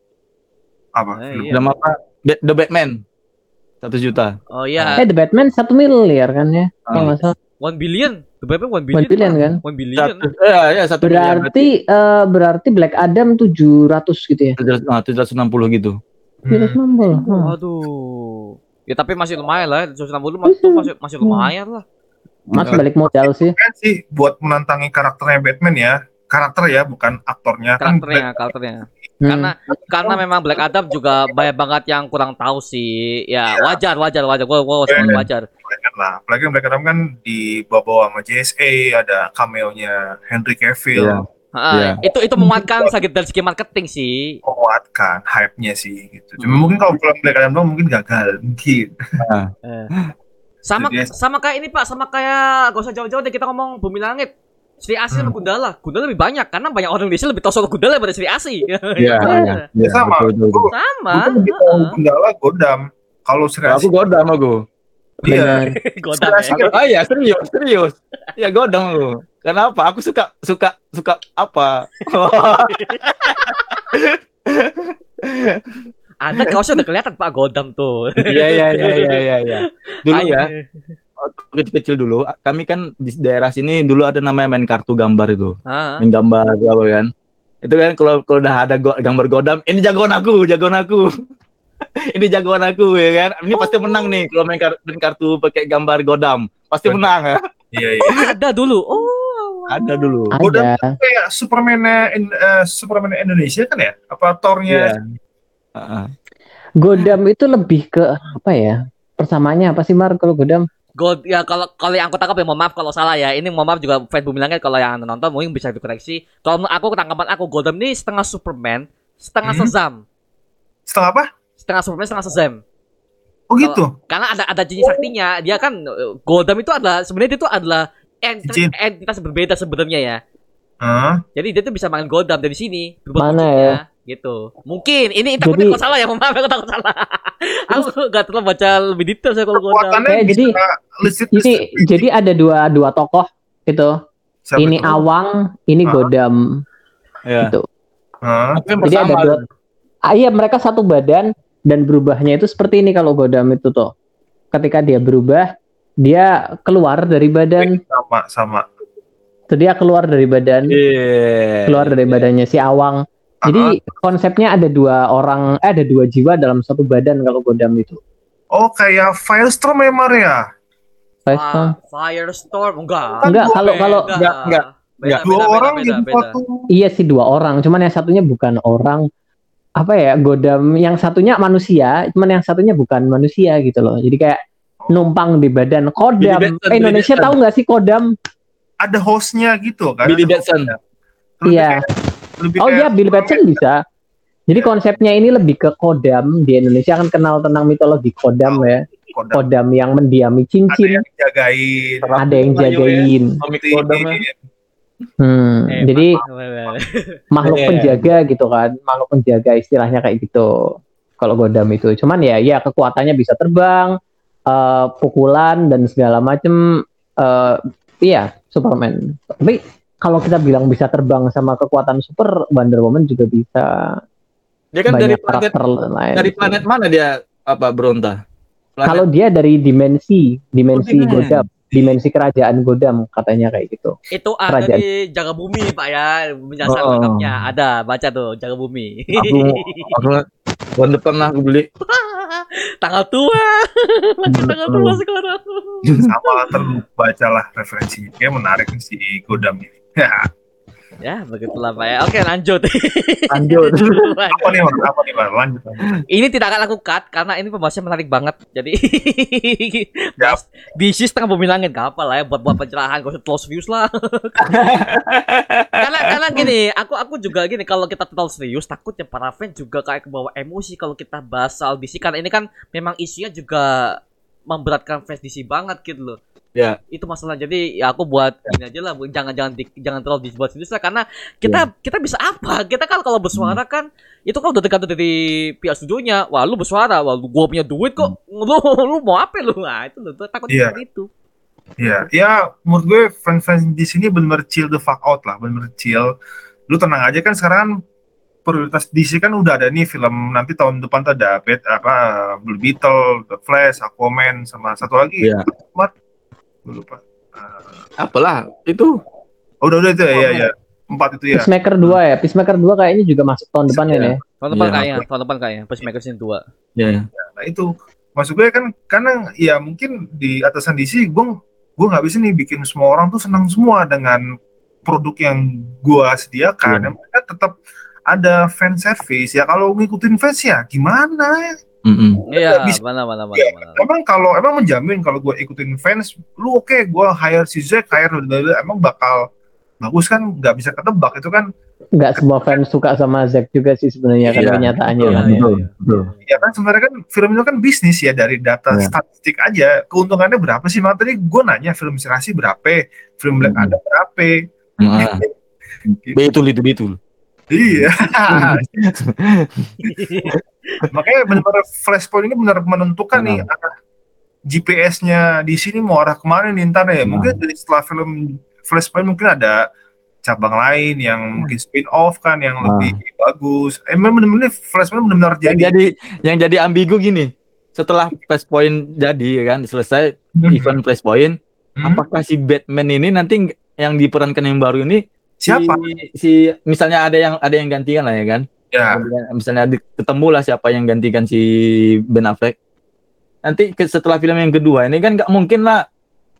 Apa? Eh, Film- iya. Film apa? The, The Batman seratus juta. Oh iya, eh The Batman satu miliar kan ya? Kalau nggak salah. one billion. The Batman one billion. One billion kan? one billion. Satu, ya, ya, satu miliar. Berarti eh, berarti Black Adam tujuh ratus gitu ya? tujuh ratus enam puluh gitu. tujuh ratus enam puluh. Hmm. Waduh. Ya tapi masih lumayan lah, tujuh ratus enam puluh masih masih masih lumayan lah. Mas balik modal sih. Kan sih buat menantangi karakternya Batman ya, karakter ya bukan aktornya. Kan Karakternya, karakternya. Hmm. Karena karena memang Black Adam juga banyak banget yang kurang tahu sih. Ya, wajar, wajar, wajar. Gua gua Iya. wajar. Batman lah. Apalagi Black Adam kan dibawa sama J S A, ada cameo-nya Henry Cavill. Iya. Heeh, Iya. itu itu menguatkan sakit dari segi marketing sih. Menguatkan hype-nya sih gitu. Cuma Hmm. mungkin kalau film Black Adam doang mungkin gagal mungkin. Sama Jadi- sama kayak ini Pak, sama kayak gak usah jauh-jauh deh kita ngomong Bumi Langit. Sri Asih sama Hmm. Gundala. Gundala lebih banyak karena banyak orang Indonesia lebih tahu soal Gundala daripada Sri Asih. Iya, iya, iya, Sama. betul, betul, betul. Sama. Gue lebih tahu Gundala Godam. Kalau Aku serius godam aku. iya. Godam ya. Serius. Ah iya, serius, serius. Ya godam aku. Kenapa? Aku suka suka suka apa? Ada kaosnya udah kelihatan Pak Godam tuh. Iya, iya, iya, iya, iya, iya. Dulu Ayo. ya, kecil-kecil dulu, kami kan di daerah sini dulu ada namanya main kartu gambar itu. Ah. Main gambar apa kan. Itu kan kalau kalau udah ada go- gambar godam, ini jagoan aku, jagoan aku. Ini jagoan aku ya kan. Ini pasti menang nih kalau main, kar- main kartu pakai gambar godam. Pasti menang ya. Iya, iya. Ada dulu. Oh, Ada dulu. Godam Ada. kayak Superman uh, Superman Indonesia kan ya? Apa Thor-nya? Iya. Heeh. Godam itu lebih ke apa ya? Persamaannya apa sih Mar kalau Godam? God ya kalau kalau yang aku tangkap ya mohon maaf kalau salah ya. Ini mohon maaf juga fans Bumi Langit kalau yang nonton mungkin bisa dikoreksi. Kalau menurut aku tanggapan aku Gotham ini setengah Superman, setengah Hmm. Shazam. Setelah apa? Setengah Superman, setengah Shazam. Oh gitu. Karena ada ada jenis saktinya. Dia kan eh, Gotham itu adalah sebenarnya itu adalah ent- Jin. entitas berbeda sebenarnya ya. Hah? Jadi dia tuh bisa main Gotham dari sini. berubah Mana wujudnya, gitu. Mungkin ini takutnya Jadi- kok salah ya, mohon maaf aku takut salah. Aku gak terlalu baca lebih detail saya kalau Gotham. Kekuatannya Kayak bisa jadi- listed Ini jadi ada dua dua tokoh itu. Siapa Ini itu? Awang, ini Ah. Godam. Iya. Gitu. Hah? Tapi yang Jadi ada pertama, dua. Ah, iya mereka satu badan dan berubahnya itu seperti ini kalau Godam itu tuh. Ketika dia berubah, dia keluar dari badan. Sama sama. Tuh dia keluar dari badan, Iya. keluar dari badannya si Awang. Jadi konsepnya ada dua orang, eh, ada dua jiwa dalam satu badan kalau Godam itu. Oh kayak Firestorm ya Mar ya? Firestorm. Ah, Firestorm enggak. Enggak, kalau kalau Beda. Enggak, enggak. Beda, Dua beda, orang beda, jadi beda. satu. iya sih dua orang, cuman yang satunya bukan orang. Apa ya, Godam yang satunya manusia, cuman yang satunya bukan manusia gitu loh. Jadi kayak numpang di badan Kodam. Billy Batson, Eh, Indonesia Billy tahu nggak sih Kodam? Ada hostnya gitu kan? Billy Ada Batson. hostnya. Lebih Iya. kayak- lebih Oh kayak- iya, Billy Batson bisa. Jadi konsepnya ini lebih ke Kodam. Di Indonesia kan kenal tentang mitologi Kodam ya. Kodam. Kodam yang mendiami Ada cincin, yang jagain. ada yang jagain. Komik Kodam ya. Hmm, Eh, jadi ma- makhluk Iya. penjaga gitu kan, makhluk penjaga istilahnya kayak gitu. Kalau Godam itu, cuman ya, ya kekuatannya bisa terbang, eh, pukulan dan segala macem. eh, iya, Superman. Tapi kalau kita bilang bisa terbang sama kekuatan super, Wonder Woman juga bisa. Dia kan dari Banyak planet karakter lain. dari planet mana dia apa beronta? Planet Kalau dia dari dimensi, dimensi Oh, dimensi. Godam, dimensi kerajaan Godam katanya kayak gitu. Itu ada Kerajaan. di Jaga Bumi Pak ya, penjelasan Oh. lengkapnya. Ada, baca tuh Jaga Bumi. aku aku tahun depan lah aku beli. Tanggal tua. Lagi tanggal tua sekarang. Sama terbacalah referensinya. Kayak menarik nih si Godam ini. Ya, begitulah Pak ya. Oke, lanjut. Lanjut. Apa nih Mar? Apa nih Mar? Lanjut. lanjut. Ini tidak akan aku cut karena ini pembahasannya menarik banget. Jadi Yap. bahas D C setengah bumi langit gak apa lah ya buat buat pencerahan gak usah close views lah. karena karena gini, aku aku juga gini kalau kita terlalu serius takutnya para fans juga kayak kebawa emosi kalau kita bahas soal D C karena ini kan memang isunya juga memberatkan fans D C banget gitu loh. Ya. Itu masalah. Jadi ya aku buat ini aja lah, Bu. jangan jangan di- jangan terlalu dibuat serius lah karena kita kita bisa apa? Kita kan kalau bersuara kan itu kan udah dekat dari pihak studionya. Wah, lu bersuara, wah lu gua punya duit kok. Lu lu mau apa lu? Nah, itu lu takut Iya. seperti itu. Iya, ya menurut gue fans-fans di sini bener chill the fuck out lah, bener chill. Lu tenang aja kan sekarang kan prioritas D C kan udah ada nih film nanti tahun depan tuh ada Bat, apa Blue Beetle, The Flash, Aquaman sama satu lagi. Iya. Mat, gue lupa. Uh, Apalah itu. oh, udah udah itu ya, ya, ya. Empat itu ya. Peacemaker dua ya, Peacemaker dua kayaknya juga masuk tahun depan Iya. ini. Tahun depan Iya. kayaknya, tahun depan kayaknya Peacemaker Season dua. Ya. Nah itu maksud gue kan karena ya mungkin di atasan D C gue gue nggak bisa nih bikin semua orang tuh senang semua dengan produk yang gue sediakan. Iya. Dan mereka tetap ada fan service ya, kalau ngikutin fans ya gimana ya. Mm-mm. Iya, bisa. mana mana mana Iya. mana. Emang kalau emang menjamin kalau gue ikutin fans, lu oke gue hire si Zack, hire blablabla, emang bakal bagus kan? Nggak bisa ketebak itu kan. Nggak semua fans suka sama Zack juga sih sebenarnya kan Iya, kenyataannya betul, kan. iya. Betul, betul. Ya kan sebenarnya kan film itu kan bisnis ya, dari data Iya. statistik aja. Keuntungannya berapa sih? Mak tadi gue nanya film Serasi berapa, film Black Hmm. Adam berapa. Mm-mm. Betul itu betul. Iya. Makanya benar-benar Flashpoint ini benar menentukan nih arah G P S-nya di sini mau arah kemana nih ntar ya. Mungkin dari setelah film Flashpoint mungkin ada cabang lain yang mungkin spin off kan yang Nah. lebih bagus. Emang benar-benar Flashpoint benar-benar Yang jadi. jadi yang jadi ambigu gini. Setelah Flashpoint jadi ya kan selesai Hmm. event Flashpoint, Hmm. apakah si Batman ini nanti yang diperankan yang baru ini Siapa? Si, si misalnya ada yang ada yang gantikan lah ya kan? Ya. Misalnya di- ketemu lah siapa yang gantikan si Ben Affleck. Nanti ke, setelah film yang kedua ini kan nggak mungkin lah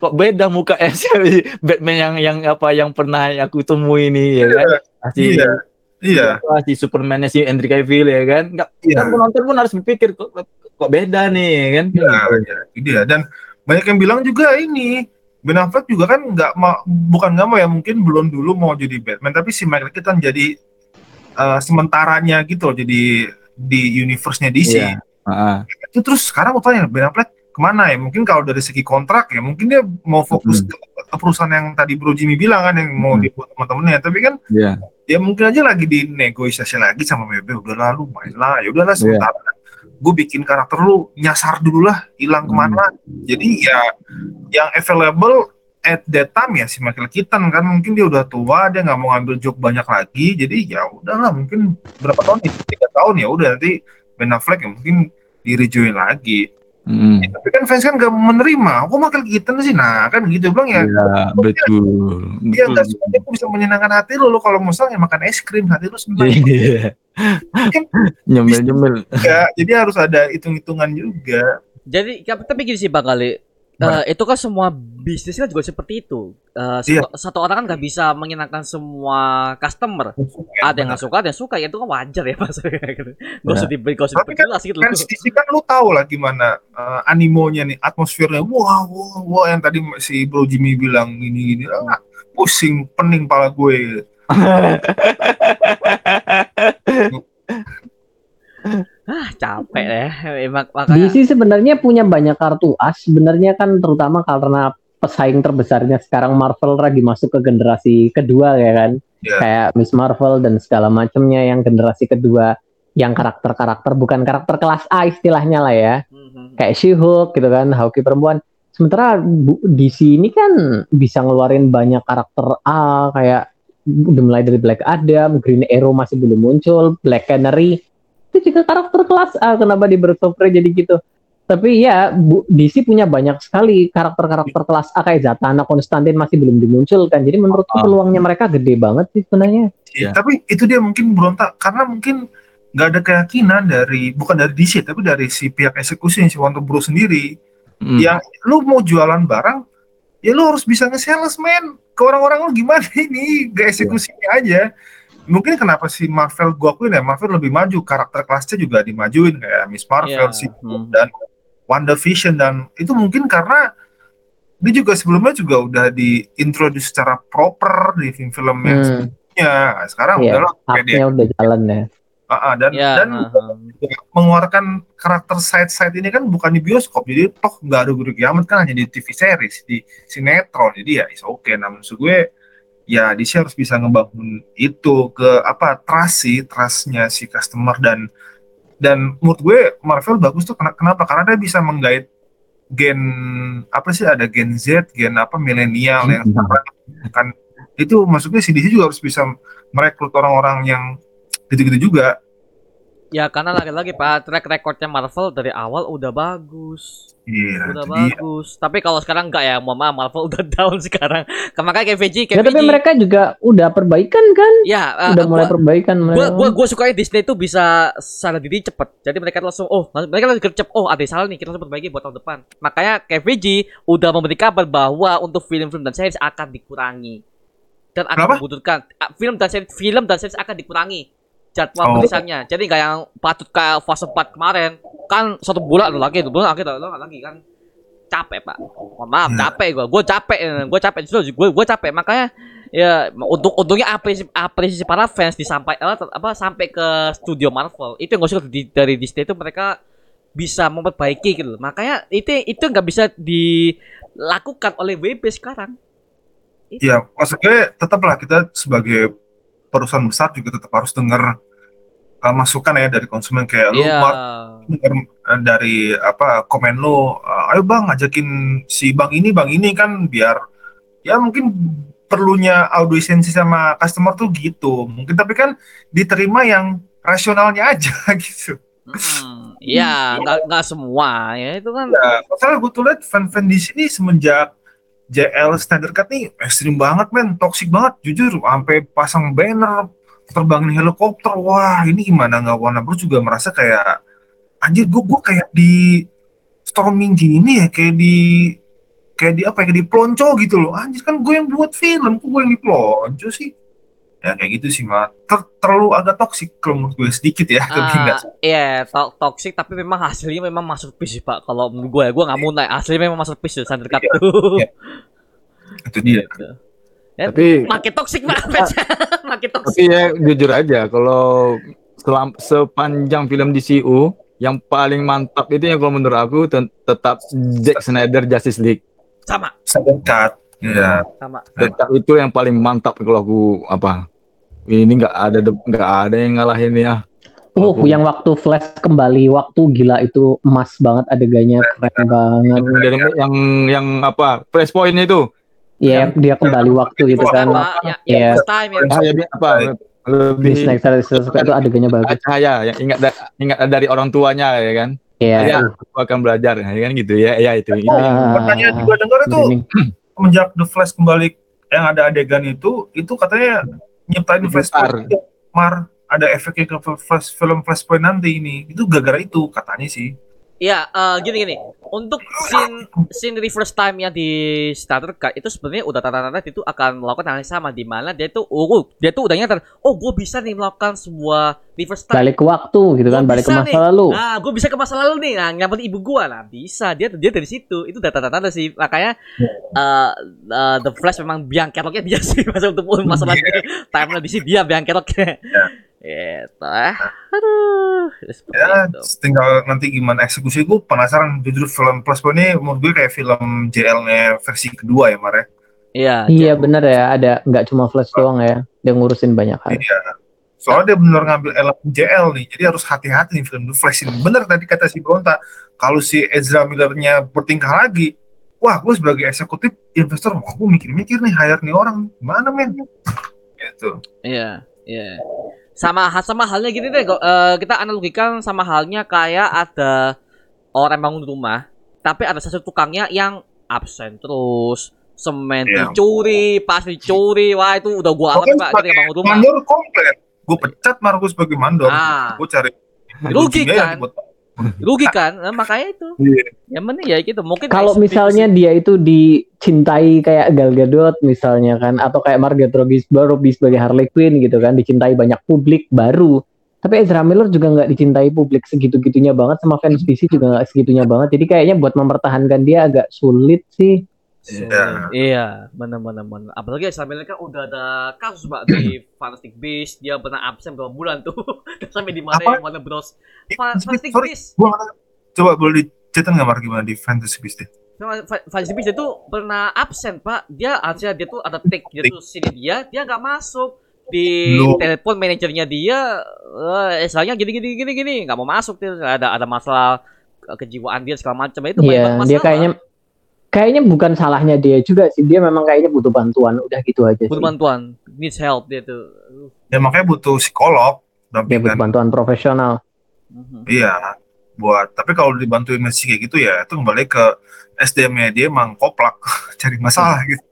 kok beda muka eh, Batman yang yang apa yang pernah aku temui ini ya kan. Si, Iya. Iya. apa, si Superman-nya si Henry Cavill ya kan. Enggak, Iya. kan penonton pun harus berpikir kok kok beda nih ya kan. Iya, iya, itu dia. Dan banyak yang bilang juga ini Ben Affleck juga kan nggak mau, bukan nggak mau ya, mungkin belum dulu mau jadi Batman, tapi si Michael Keaton jadi uh, sementaranya gitu loh, jadi di universe-nya D C. Iya. Uh-huh. Itu terus sekarang aku tanya Ben Affleck kemana ya? Mungkin kalau dari segi kontrak ya, mungkin dia mau fokus Hmm. ke, ke perusahaan yang tadi Bro Jimmy bilang kan, yang mau Hmm. dibuat teman-temannya. Tapi kan Iya. ya mungkin aja lagi di negosiasi lagi sama B B. Udah lalu main lah, ya udahlah sementara. Gue bikin karakter lu nyasar dulu lah, hilang kemana. Jadi ya yang available at that time ya si Michael Keaton kan, mungkin dia udah tua, dia nggak mau ngambil job banyak lagi. Jadi ya udahlah, mungkin berapa tahun nih, tiga tahun ya udah, nanti Ben Affleck ya mungkin di-rejoin lagi. Hmm. Ya, tapi kan fans kan gak menerima, kok Michael Keaton sih, nah kan gitu bilang ya. Iya, betul. Dia nggak Betul. suka, dia bisa menyenangkan hati lo, lo kalau misalnya makan es krim hati lo senang. Iya. Kan Nyemil-nyemil. ya, jadi harus ada hitung-hitungan juga. Jadi tapi gini sih Bang Kali, eh, itu kan semua bisnis kan juga seperti itu. Eh, Iya. satu, satu orang kan nggak bisa menyenangkan semua customer. Ada yang nggak suka, ada yang suka, ya itu kan wajar ya Mas. Gak usah diberi, gak usah Tapi kan diperjelas gitu. fans D C kan lu tahu lah gimana uh, animonya nih, atmosfernya. Wah, wah, wah, yang tadi si Bro Jimmy bilang gini gini, ah, pusing, pening pala gue. Ah, capek ya. Mak- makanya D C sebenarnya punya banyak kartu as sebenarnya kan, terutama karena pesaing terbesarnya sekarang Marvel lagi masuk ke generasi kedua ya kan. Ya. Kayak Miss Marvel dan segala macamnya yang generasi kedua, yang karakter-karakter bukan karakter kelas A istilahnya lah ya. Mhm. Kayak She-Hulk gitu kan, Hawkeye perempuan. Sementara bu- D C ini kan bisa ngeluarin banyak karakter A, kayak udah mulai dari Black Adam, Green Arrow masih belum muncul, Black Canary itu juga karakter kelas A, kenapa di Birds of Prey jadi gitu. Tapi ya Bu, D C punya banyak sekali karakter-karakter kelas A, kayak Zatanna, Konstantin masih belum dimunculkan. Jadi menurutku Ah. peluangnya mereka gede banget sih sebenarnya. Iya. Tapi itu dia mungkin berontak karena mungkin nggak ada keyakinan dari, bukan dari D C tapi dari si pihak eksekusi si Warner Bros sendiri. Hmm. Yang lu mau jualan barang, ya lu harus bisa nge-sales man ke orang-orang. Lu gimana ini, gak eksekusinya aja. Mungkin kenapa si Marvel, gua akuin ya, Marvel lebih maju, karakter kelasnya juga dimajuin kayak Miss Marvel, Iya. si Hmm. dan WandaVision, dan itu mungkin karena dia juga sebelumnya juga udah diintroduce secara proper di film-film yang Hmm, sebelumnya. Nah, sekarang iya, udahlah kayak dia, arc-nya udah jalan ya. Ah, ah, dan Ya, dan heeh. juga mengeluarkan karakter side-side ini kan bukan di bioskop, jadi toh nggak ada guru kiamat kan, hanya di T V series, di sinetron, jadi ya is oke. Nah maksud gue ya di sini harus bisa ngebangun itu ke apa, trust sih, trustnya si customer. Dan dan menurut gue Marvel bagus tuh, kena- kenapa? Karena dia bisa menggait gen apa sih, ada gen Z, gen apa milenial yang sekarang kan, itu maksudnya si D C juga harus bisa merekrut orang-orang yang gitu-gitu juga. Ya karena lagi-lagi Pak, track recordnya Marvel dari awal udah bagus. Iya, Udah itu dia. bagus. Tapi kalau sekarang enggak ya, mohon maaf, Marvel udah down sekarang. Makanya kayak V G, Ya, kayak tapi V G. mereka juga udah perbaikan kan? Ya, eh, Udah mulai gua- perbaikan Gue mereka. gue gue sukanya Disney itu bisa sadar diri cepet. Jadi mereka langsung oh mereka langsung gercep, oh ada yang salah nih, kita langsung perbaiki buat tahun depan. Makanya K V G udah memberi kabar bahwa untuk film-film dan series akan dikurangi dan akan Kenapa? membutuhkan ah, film dan series film dan series akan dikurangi jadwal Oh. tulisannya. Jadi nggak yang patut kayak fase empat kemarin kan satu bulan ada lagi, dua bulan lagi, ada lagi kan. Capek Pak, mohon maaf, Hmm. capek gue, gue capek, gue capek, justru gue gue capek. Makanya ya untuk untungnya apresiasi, apresiasi para fans disampai apa, apa sampai ke studio Marvel itu yang gue suka di, dari Disney itu mereka bisa memperbaiki gitu loh. Makanya itu itu nggak bisa dilakukan oleh W B sekarang. Ya, maksud gue tetaplah kita sebagai perusahaan besar juga tetap harus dengar uh, masukan ya dari konsumen, kayak lu Iya. Mark, denger, uh, dari apa komen lu, uh, ayo bang ngajakin si bang ini bang ini kan, biar ya mungkin perlunya audiensi sama customer tuh gitu mungkin, tapi kan diterima yang rasionalnya aja gitu. Mm-mm. Iya, nggak nggak semua ya itu kan. Ya, masalah gue tuh liat fan-fan di sini semenjak J L Snyder Cut nih ekstrim banget men, toxic banget jujur, sampai pasang banner, terbangin helikopter. Wah ini gimana nggak, Warner Bros juga merasa kayak anjir gue gue kayak di storming gini ya, kayak di kayak di apa ya, kayak di pelonco gitu loh. Anjir kan gue yang buat film, kok gue yang dipelonco sih? Ya kayak gitu sih, Mak. Ter- terlalu agak toksik kalau menurut gue sedikit ya, tapi Ah, enggak. iya, to- toxic tapi memang hasilnya memang masterpiece sih, Pak. Kalau menurut gue ya, gue nggak mau naik. Hasilnya memang masterpiece tuh, Thundercat Iya, tuh. iya. Itu dia. Gitu. Ya, Tapi makin toxic Pak. Makin tapi toxic. ya jujur aja kalau selam- sepanjang film D C U yang paling mantap itu yang kalau menurut aku tet- tetap Zack Snyder Justice League. Sama, Thundercat. Iya. sama. Tetap itu yang paling mantap kalau aku apa. Ini nggak ada nggak ada yang ngalahin ya. Uh, Aku- yang waktu Flash kembali waktu gila itu emas banget adegannya, keren banget. yang, yang, yang yang apa flashpoint itu. Iya, dia kembali waktu gitu kan. Pak, ya, Iya. first time ya. Cahaya dia apa Di lebih Snyder suka itu adegannya bagus. cahaya yang ingat da- ingat dari orang tuanya ya kan. Iya. Ya, aku akan belajar ya kan gitu ya. Ya itu. itu. Ah, Katanya juga dengar itu merinding. semenjak The Flash kembali yang ada adegan itu, itu katanya nyiptain Flashpoint itu, Mar, ada efeknya ke flash, film Flashpoint nanti ini. Itu gara-gara itu katanya sih. Iya, eh, gini gini. Untuk scene scene reverse time yang di starter cut itu sebenarnya udah tanda-tanda itu akan melakukan hal yang sama, di mana dia tuh oh dia tuh udah nyadar, oh gue bisa nih melakukan sebuah reverse time. Balik ke waktu gitu kan, Gua balik ke bisa masa nih. lalu. Nah, gue bisa ke masa lalu nih, nah, nyambut ibu gue lah, bisa. Dia dia dari situ, itu udah tanda-tanda sih. Makanya eh eh, The Flash memang biang keroknya dia sih masa untuk masalah timeline di sini dia biang keroknya. Gitu ah. Aduh, seperti Ya, itu. tinggal nanti gimana eksekusi. Gue penasaran jujur film Flashpoint ini menurut gue kayak film J L-nya versi kedua ya, Mar ya. Iya. Iya bener ya, ada nggak cuma Flash doang ya, dia ngurusin banyak hal. Iya. Soalnya dia bener ngambil elemen J L nih, jadi harus hati-hati nih film The Flash ini. Bener tadi kata si Bronta, kalau si Ezra Miller-nya bertingkah lagi, wah gue sebagai eksekutif investor, wah gue mikir-mikir nih, hire nih orang, gimana men? Gitu. Iya, iya. Sama sama halnya gini deh, kok, eh, kita analogikan sama halnya kayak ada orang bangun rumah, tapi ada satu tukangnya yang absen terus, semen Iya. dicuri, pas dicuri, wah itu udah gua alami Pak ketika bangun rumah. Mandor komplit. Gue pecat Markus sebagai mandor. Ah. Gue cari Rugi ruginya kan? yang buat- Rugi kan? Nah, makanya itu. Iya. Yang penting ya gitu. Mungkin Kalau eksekusi- misalnya dia itu dicintai kayak Gal Gadot misalnya kan, atau kayak Margot Robbie Robbie sebagai Harley Quinn gitu kan, dicintai banyak publik baru. Tapi Ezra Miller juga nggak dicintai publik segitu-gitunya banget, sama fans D C juga nggak segitunya banget. Jadi kayaknya buat mempertahankan dia agak sulit sih. Iya. Iya, benar-benar benar. Apalagi sampai kan udah ada kasus Pak di Fantastic Beasts, dia pernah absen berapa bulan tuh. Sampai di mana Apa? yang mana Bros. Eh, Fa- Fantastic sorry, Beasts. Gua nggak tahu. Coba boleh diceritain nggak Mar gimana di Fantasy Beasts deh? Fa- Fa- Fantastic Beasts itu pernah absen Pak. Dia harusnya dia tuh ada take dia tuh sini dia, dia nggak masuk. Di Loh. telepon manajernya dia, eh soalnya gini gini gini gini nggak mau masuk tuh, ada ada masalah ke- kejiwaan dia segala macam itu banyak Iya, banget dia masalah. kayaknya kayaknya bukan salahnya dia juga sih. Dia memang kayaknya butuh bantuan, udah gitu aja sih. butuh bantuan, needs help dia tuh. Ya makanya butuh psikolog, Dia butuh dampingan. bantuan profesional. Mhm. Iya, buat. Tapi kalau dibantuin masih kayak gitu ya, itu kembali ke S D M-nya dia emang koplak, cari masalah gitu.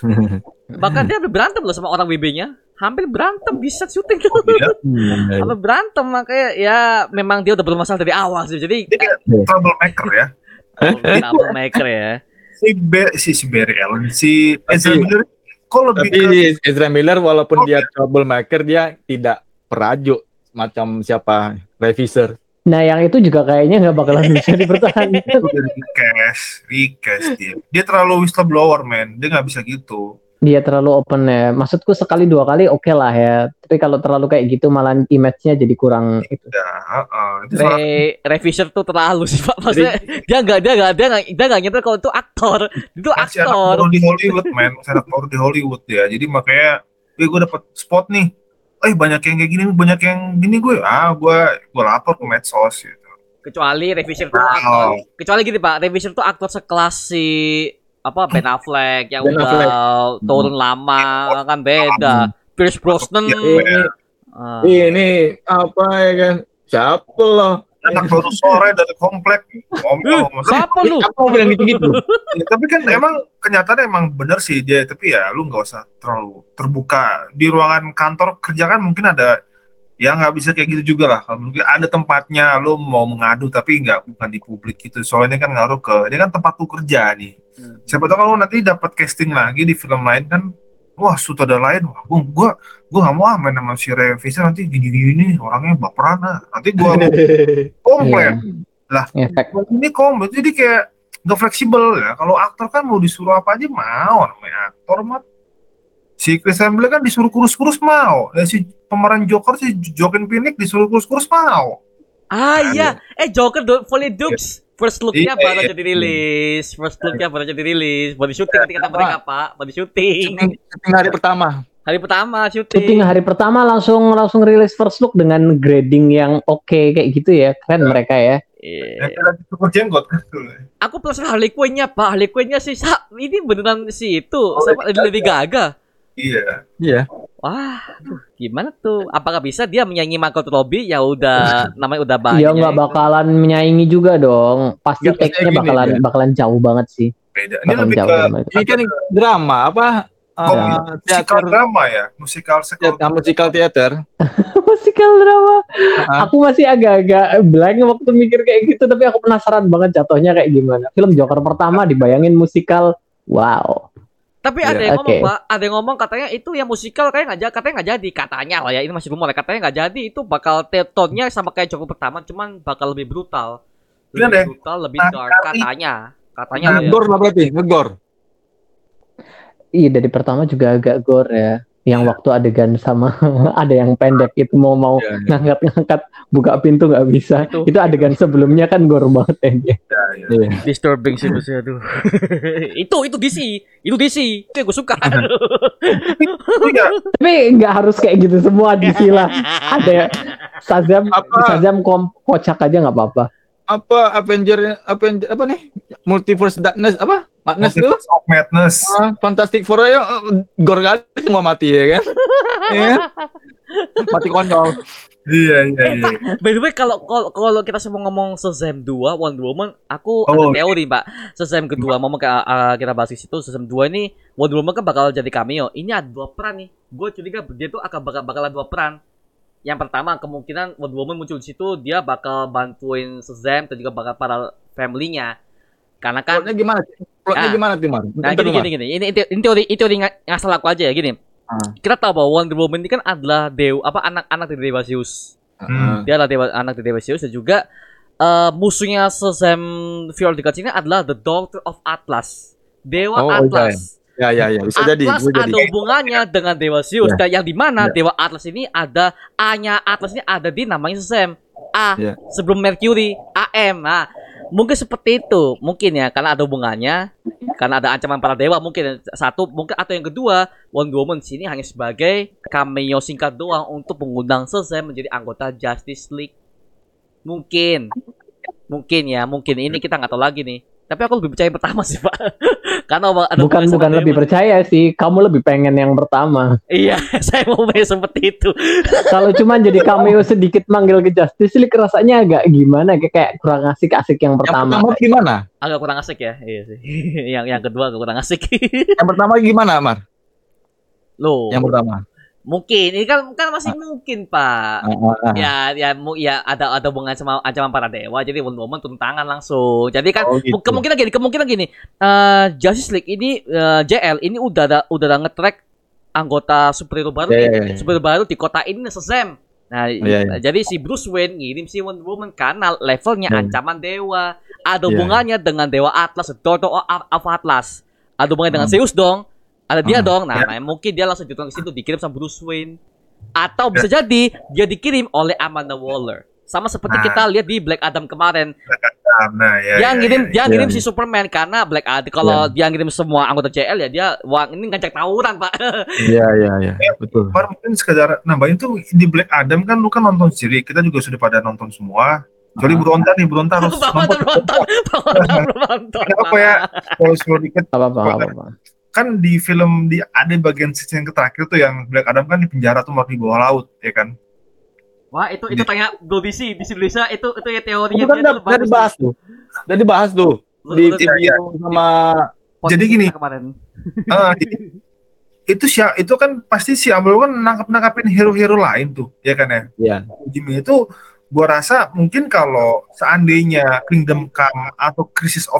Bahkan dia hampir berantem loh sama orang W B-nya. Hampir berantem di set syuting tuh. Oh, iya. Hampir berantem makanya ya memang dia udah bermasalah dari awal sih. Jadi Dia kayak troublemaker ya. troublemaker ya. Si Be si si Barry Allen, si Ezra Tapi- Miller, kok lebih Tapi ke Ezra Miller walaupun Oh, dia troublemaker dia tidak perajuk macam siapa revisor. Nah, yang itu juga kayaknya nggak bakalan bisa dipertahankan. Recast, recast dia. Dia terlalu whistleblower, man. Dia nggak bisa gitu. Dia terlalu open ya. Maksudku sekali dua kali oke lah ya. Tapi kalau terlalu kayak gitu malah image-nya jadi kurang itu. Ya, heeh. Itu salah. Re revisor tuh terlalu sih Pak. Maksudnya dia nggak dia nggak dia nggak dia nggak nyadar kalau itu aktor. Itu Masih anak aktor. baru di Hollywood, man. Masih anak baru di Hollywood ya. Jadi makanya, eh gue dapet spot nih. Eh banyak yang kayak gini, banyak yang gini gue. Ah, gue gue lapor ke medsos gitu. Kecuali revisor tuh Wow. aktor. Kecuali gini Pak, revisor tuh aktor sekelas si apa Ben Affleck yang Ben udah Affleck. turun lama kan beda. Pierce Brosnan. Ya, Ini, ah. ini apa ya kan? Siapa loh? Anak baru sore dari komplek ngomong. Siapa lu? Apa bilang gitu-gitu? Ya, tapi kan emang kenyataannya emang bener sih dia, tapi ya lu nggak usah terlalu terbuka di ruangan kantor kerja kan, mungkin ada ya nggak bisa kayak gitu juga lah. Kalau mungkin ada tempatnya lu mau mengadu tapi nggak bukan di publik gitu, soalnya kan ngaruh ke dia kan tempat lu kerja nih. Hmm. Siapa tahu kalau nanti dapat casting lagi di film lain kan, wah sutradara lain, wah gua gua gua nggak mau ah main sama si Ray Fisher nanti gini-gini orangnya baperan ah. Nanti gua mau komplain. Lah, Efek. ini komplain jadi kayak nggak fleksibel ya. Kalau aktor kan mau disuruh apa aja mau, namanya aktor mah. Si Christian Bale kan disuruh kurus-kurus mau. Dan si pemeran Joker si Joaquin Phoenix disuruh kurus-kurus mau. Ah iya, eh Joker do Foley Dukes first look-nya Iya, baru iya. aja dirilis, first look-nya baru aja dirilis, baru syuting ketika mereka Pak, baru syuting. Syuting syuting hari pertama. Hari pertama Syuting syuting. hari pertama langsung langsung rilis first look dengan grading yang oke kayak gitu ya. Keren mereka ya. Iya. Ya kira cukur jenggot kan tuh. Aku plus Harley Quinn-nya Pak, Harley Quinn-nya sih sa- ini beneran si itu Oh, sama Lady Lady Gaga. Iya. Iya. Wah, aduh, gimana tuh? Apakah bisa dia menyanyi Margot Robbie? Ya udah, namanya udah banyak. Iya nggak bakalan menyaingi juga dong. Pasti Nggak, maksudnya take-nya gini, bakalan ya. bakalan jauh banget sih. Beda. Ini Bakalan lebih jauh ke sama itu. Ini kan drama apa? Oh, Uh, musikal teater, drama ya, musikal sekol. teater, musical theater. Musikal drama. Ah. Aku masih agak-agak blank waktu mikir kayak gitu, tapi aku penasaran banget jatuhnya kayak gimana. Film Joker pertama dibayangin musikal. Wow. Tapi Iya, ada yang ngomong oke. Pak, ada yang ngomong katanya itu yang musikal kayak nggak jadi, katanya nggak jadi, katanya lah ya ini masih rumor ya, katanya nggak jadi itu bakal tone-nya sama kayak Joker pertama, cuman bakal lebih brutal, Ini lebih ada yang- brutal, lebih Ah, dark tapi- katanya, katanya ya. Ngegor lah berarti, ngegor. Iya dari pertama juga agak gore ya. Yang waktu adegan sama ada yang pendek itu mau mau Iya, iya. ngangkat-ngangkat buka pintu nggak bisa. Itu. Itu. adegan sebelumnya kan gore banget ya. dia. Ya, ya. Iya. Disturbing sih itu sih aduh. itu itu D C, itu D C, itu yang gue suka. Itu ya, Tapi nggak harus kayak gitu semua di lah. Ada ya, Shazam, Apa? Shazam kom kocak aja nggak apa-apa. Apa Avenger Avenger apa nih? Multiverse Darkness apa? Madness tuh? Multiverse of Madness. Ah, Fantastic Four ya gor kali semua mati ya kan? Iya. Mati konyol. Iya, iya, Eh, iya. Pak, by the way kalau kalau kalau kita semua ngomong Shazam dua Wonder Woman, aku Oh, ada teori, Pak. Shazam kedua mau ke- uh, kita bahas di situ. Shazam dua ini Wonder Woman kan bakal jadi cameo. Ini ada dua peran nih. Gue curiga dia tuh akan bakal bakalan dua peran. Yang pertama kemungkinan Wonder Woman muncul di situ, dia bakal bantuin Shazam dan juga bakal para family-nya. Karena kan Plotnya gimana? Plotnya Ah. gimana tuh, Mar? nah Bentar, gini Mar. gini gini. Ini, ini, ini teori ini teori nga- ngasal aku aja ya gini. Ah. Kita tahu bahwa Wonder Woman ini kan adalah dewa apa anak-anak dari Dewa Zeus. Hmm. Dia adalah dewa, anak dari Dewa Zeus dan juga eh, musuhnya Shazam Fear of the Gods ini adalah the daughter of Atlas. Dewa Oh, Atlas. Ya ya ya, bisa jadi, Atlas bisa jadi. ada hubungannya dengan Dewa Zeus Ya. dan yang di mana Ya. Dewa Atlas ini ada A-nya Atlas ini ada di namanya Shazam. A Ya. sebelum Mercury, A M. Nah, mungkin seperti itu. Mungkin ya karena ada hubungannya, karena ada ancaman para dewa mungkin satu, mungkin atau yang kedua, Wonder Woman sini hanya sebagai cameo singkat doang untuk mengundang Shazam menjadi anggota Justice League. Mungkin. Mungkin ya, mungkin ini kita nggak tahu lagi nih. Tapi aku lebih percaya yang pertama sih, Pak. Karena ada Bukan hubungan sama bukan lebih Dewa. percaya sih. Kamu lebih pengen yang pertama. Iya, saya mau main seperti itu. Kalau cuma jadi cameo sedikit manggil ke Justice League rasanya agak gimana kayak, kayak kurang asik-asik yang Yang pertama. pertama gimana? Agak kurang asik ya. Iya sih. yang yang kedua agak kurang asik. Yang pertama gimana, Mar? Loh, Yang pertama. mungkin ini kan kan masih mungkin, Pak. Ah, ah, ah. Ya, ya, mu, ya ada ada hubungan sama ancaman para dewa. Jadi Wonder Woman turun tangan langsung. Jadi kan Oh, gitu. mu- kemungkinan gini, kemungkinan gini. eh, Justice League ini eh, J L ini udah ada udah ada nge-track anggota superhero baru, Ya, nih. ya, ya. superhero baru di kota ini Shazam. Nah, Ya, ya. jadi si Bruce Wayne ngirim si Wonder Woman karena levelnya Ya. ancaman dewa. Ada Ya. hubungannya dengan dewa Atlas, the Daughter of, of Atlas. Ada hubungannya dengan Hmm. Zeus dong. Ada dia Hmm. dong. Nah, nah, mungkin dia langsung ditolong ke situ dikirim sama Bruce Wayne. Atau bisa jadi dia dikirim oleh Amanda Waller. Sama seperti Nah. kita lihat di Black Adam kemarin. Nah, ya, Dia ya, ngirim ya, dia ya. ngirim si Superman karena Black Adam kalau dia ngirim semua anggota J L ya dia wah ini ngajak tawuran, Pak. Iya iya iya, betul. Mar, mungkin sekedar nambahin tuh di Black Adam kan lu kan nonton sendiri, kita juga sudah pada nonton semua. Kecuali Ah. Beronta nih, Beronta harus Bapak nonton. belum nonton. Bapak belum nonton. Kenapa ya? Kalau slow dikit, Apa apa apa. apa. kan di film di ada bagian scene yang terakhir tuh yang Black Adam kan di penjara tuh mau di bawah laut, ya kan? Wah, itu itu tanya Bro D C, D C Indonesia itu itu ya teorinya Itu kan udah udah dibahas tuh. Udah dibahas tuh di Udah- T V iya. sama Jadi gini. kemarin. Ah, jadi, itu sih itu kan pasti si Amber kan nangkap nangkapin hero-hero lain tuh, ya kan ya? ya. Jimmy itu gua rasa mungkin kalau seandainya Kingdom Come atau Crisis of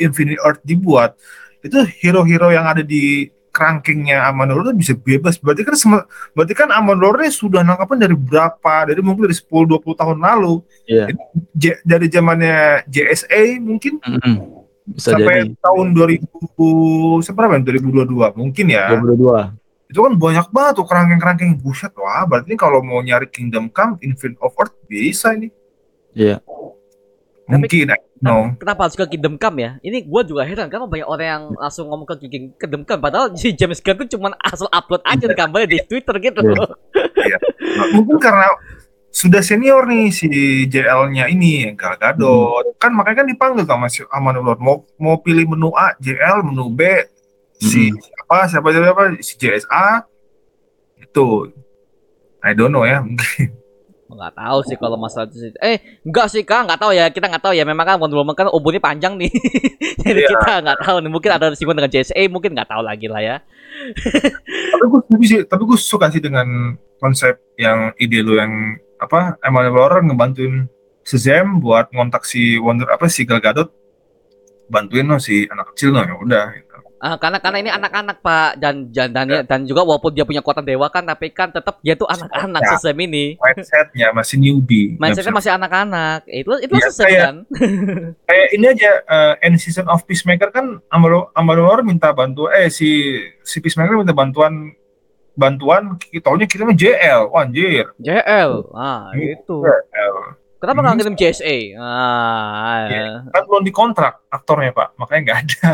Infinite Earth dibuat, itu hero-hero yang ada di kerangkengnya Amanowar itu bisa bebas. Berarti kan sem- berarti kan Amanowar ini sudah nangkapan dari berapa? Dari mungkin dari sepuluh dua puluh tahun lalu. Iya. J- dari zamannya J S A mungkin Mm-mm. Bisa sampai jadi tahun dua ribu seberapa? dua ribu dua puluh dua mungkin ya. dua puluh dua. Itu kan banyak banget tuh kerangkeng-kerangkeng, buset. Wah, berarti ini kalau mau nyari Kingdom Come, Infinite of Earth bisa ini. Iya. Mungkin, I don't know. Kenapa harus ke Kingdom Come ya? Ini gue juga heran, kenapa banyak orang yang langsung ngomong ke Kingdom Come, padahal si James Gunn tuh cuma asal upload aja gambarnya di Twitter gitu. Iya. Mungkin karena sudah senior nih si J L-nya ini, Gal Gadot. Hmm. Kan makanya kan dipanggil sama si Amanowar. Mau mau pilih menu A, J L, menu B, si Hmm. apa siapa siapa si J S A itu. I don't know ya, mungkin. Nggak tahu sih kalau masalah itu sih. Eh, enggak sih Kak, nggak tahu ya. Kita nggak tahu ya. Memang kan Wonder Woman kan umurnya panjang nih. Jadi Iya. kita nggak tahu nih. Mungkin ada singgungan dengan J S A, mungkin nggak tahu lagi lah ya. Tapi gue setuju sih, tapi gue suka sih dengan konsep yang ide lu yang apa, Amanowar ngebantuin Shazam buat ngontak si Wonder apa si Gal Gadot, bantuin lo si anak kecil lo, ya udah gitu. Ah, karena karena ini anak-anak Pak, dan dan dan, ya. dan juga walaupun dia punya kekuatan dewa kan, tapi kan tetap dia tuh anak-anak Ya. Shazam ini. Mindsetnya masih newbie. Mindsetnya masih anak-anak. Itu itu Ya, Shazam kayak- kan. Kayak ini aja, uh, end season of Peacemaker kan Amanowar minta bantuan, eh si si Peacemaker minta bantuan bantuan, taunya kirimnya J L, wah anjir. J L. Ah, itu. J L. Kenapa nggak Hmm. kirim J S A? Ah, Iya. Kan belum dikontrak aktornya Pak, makanya nggak ada.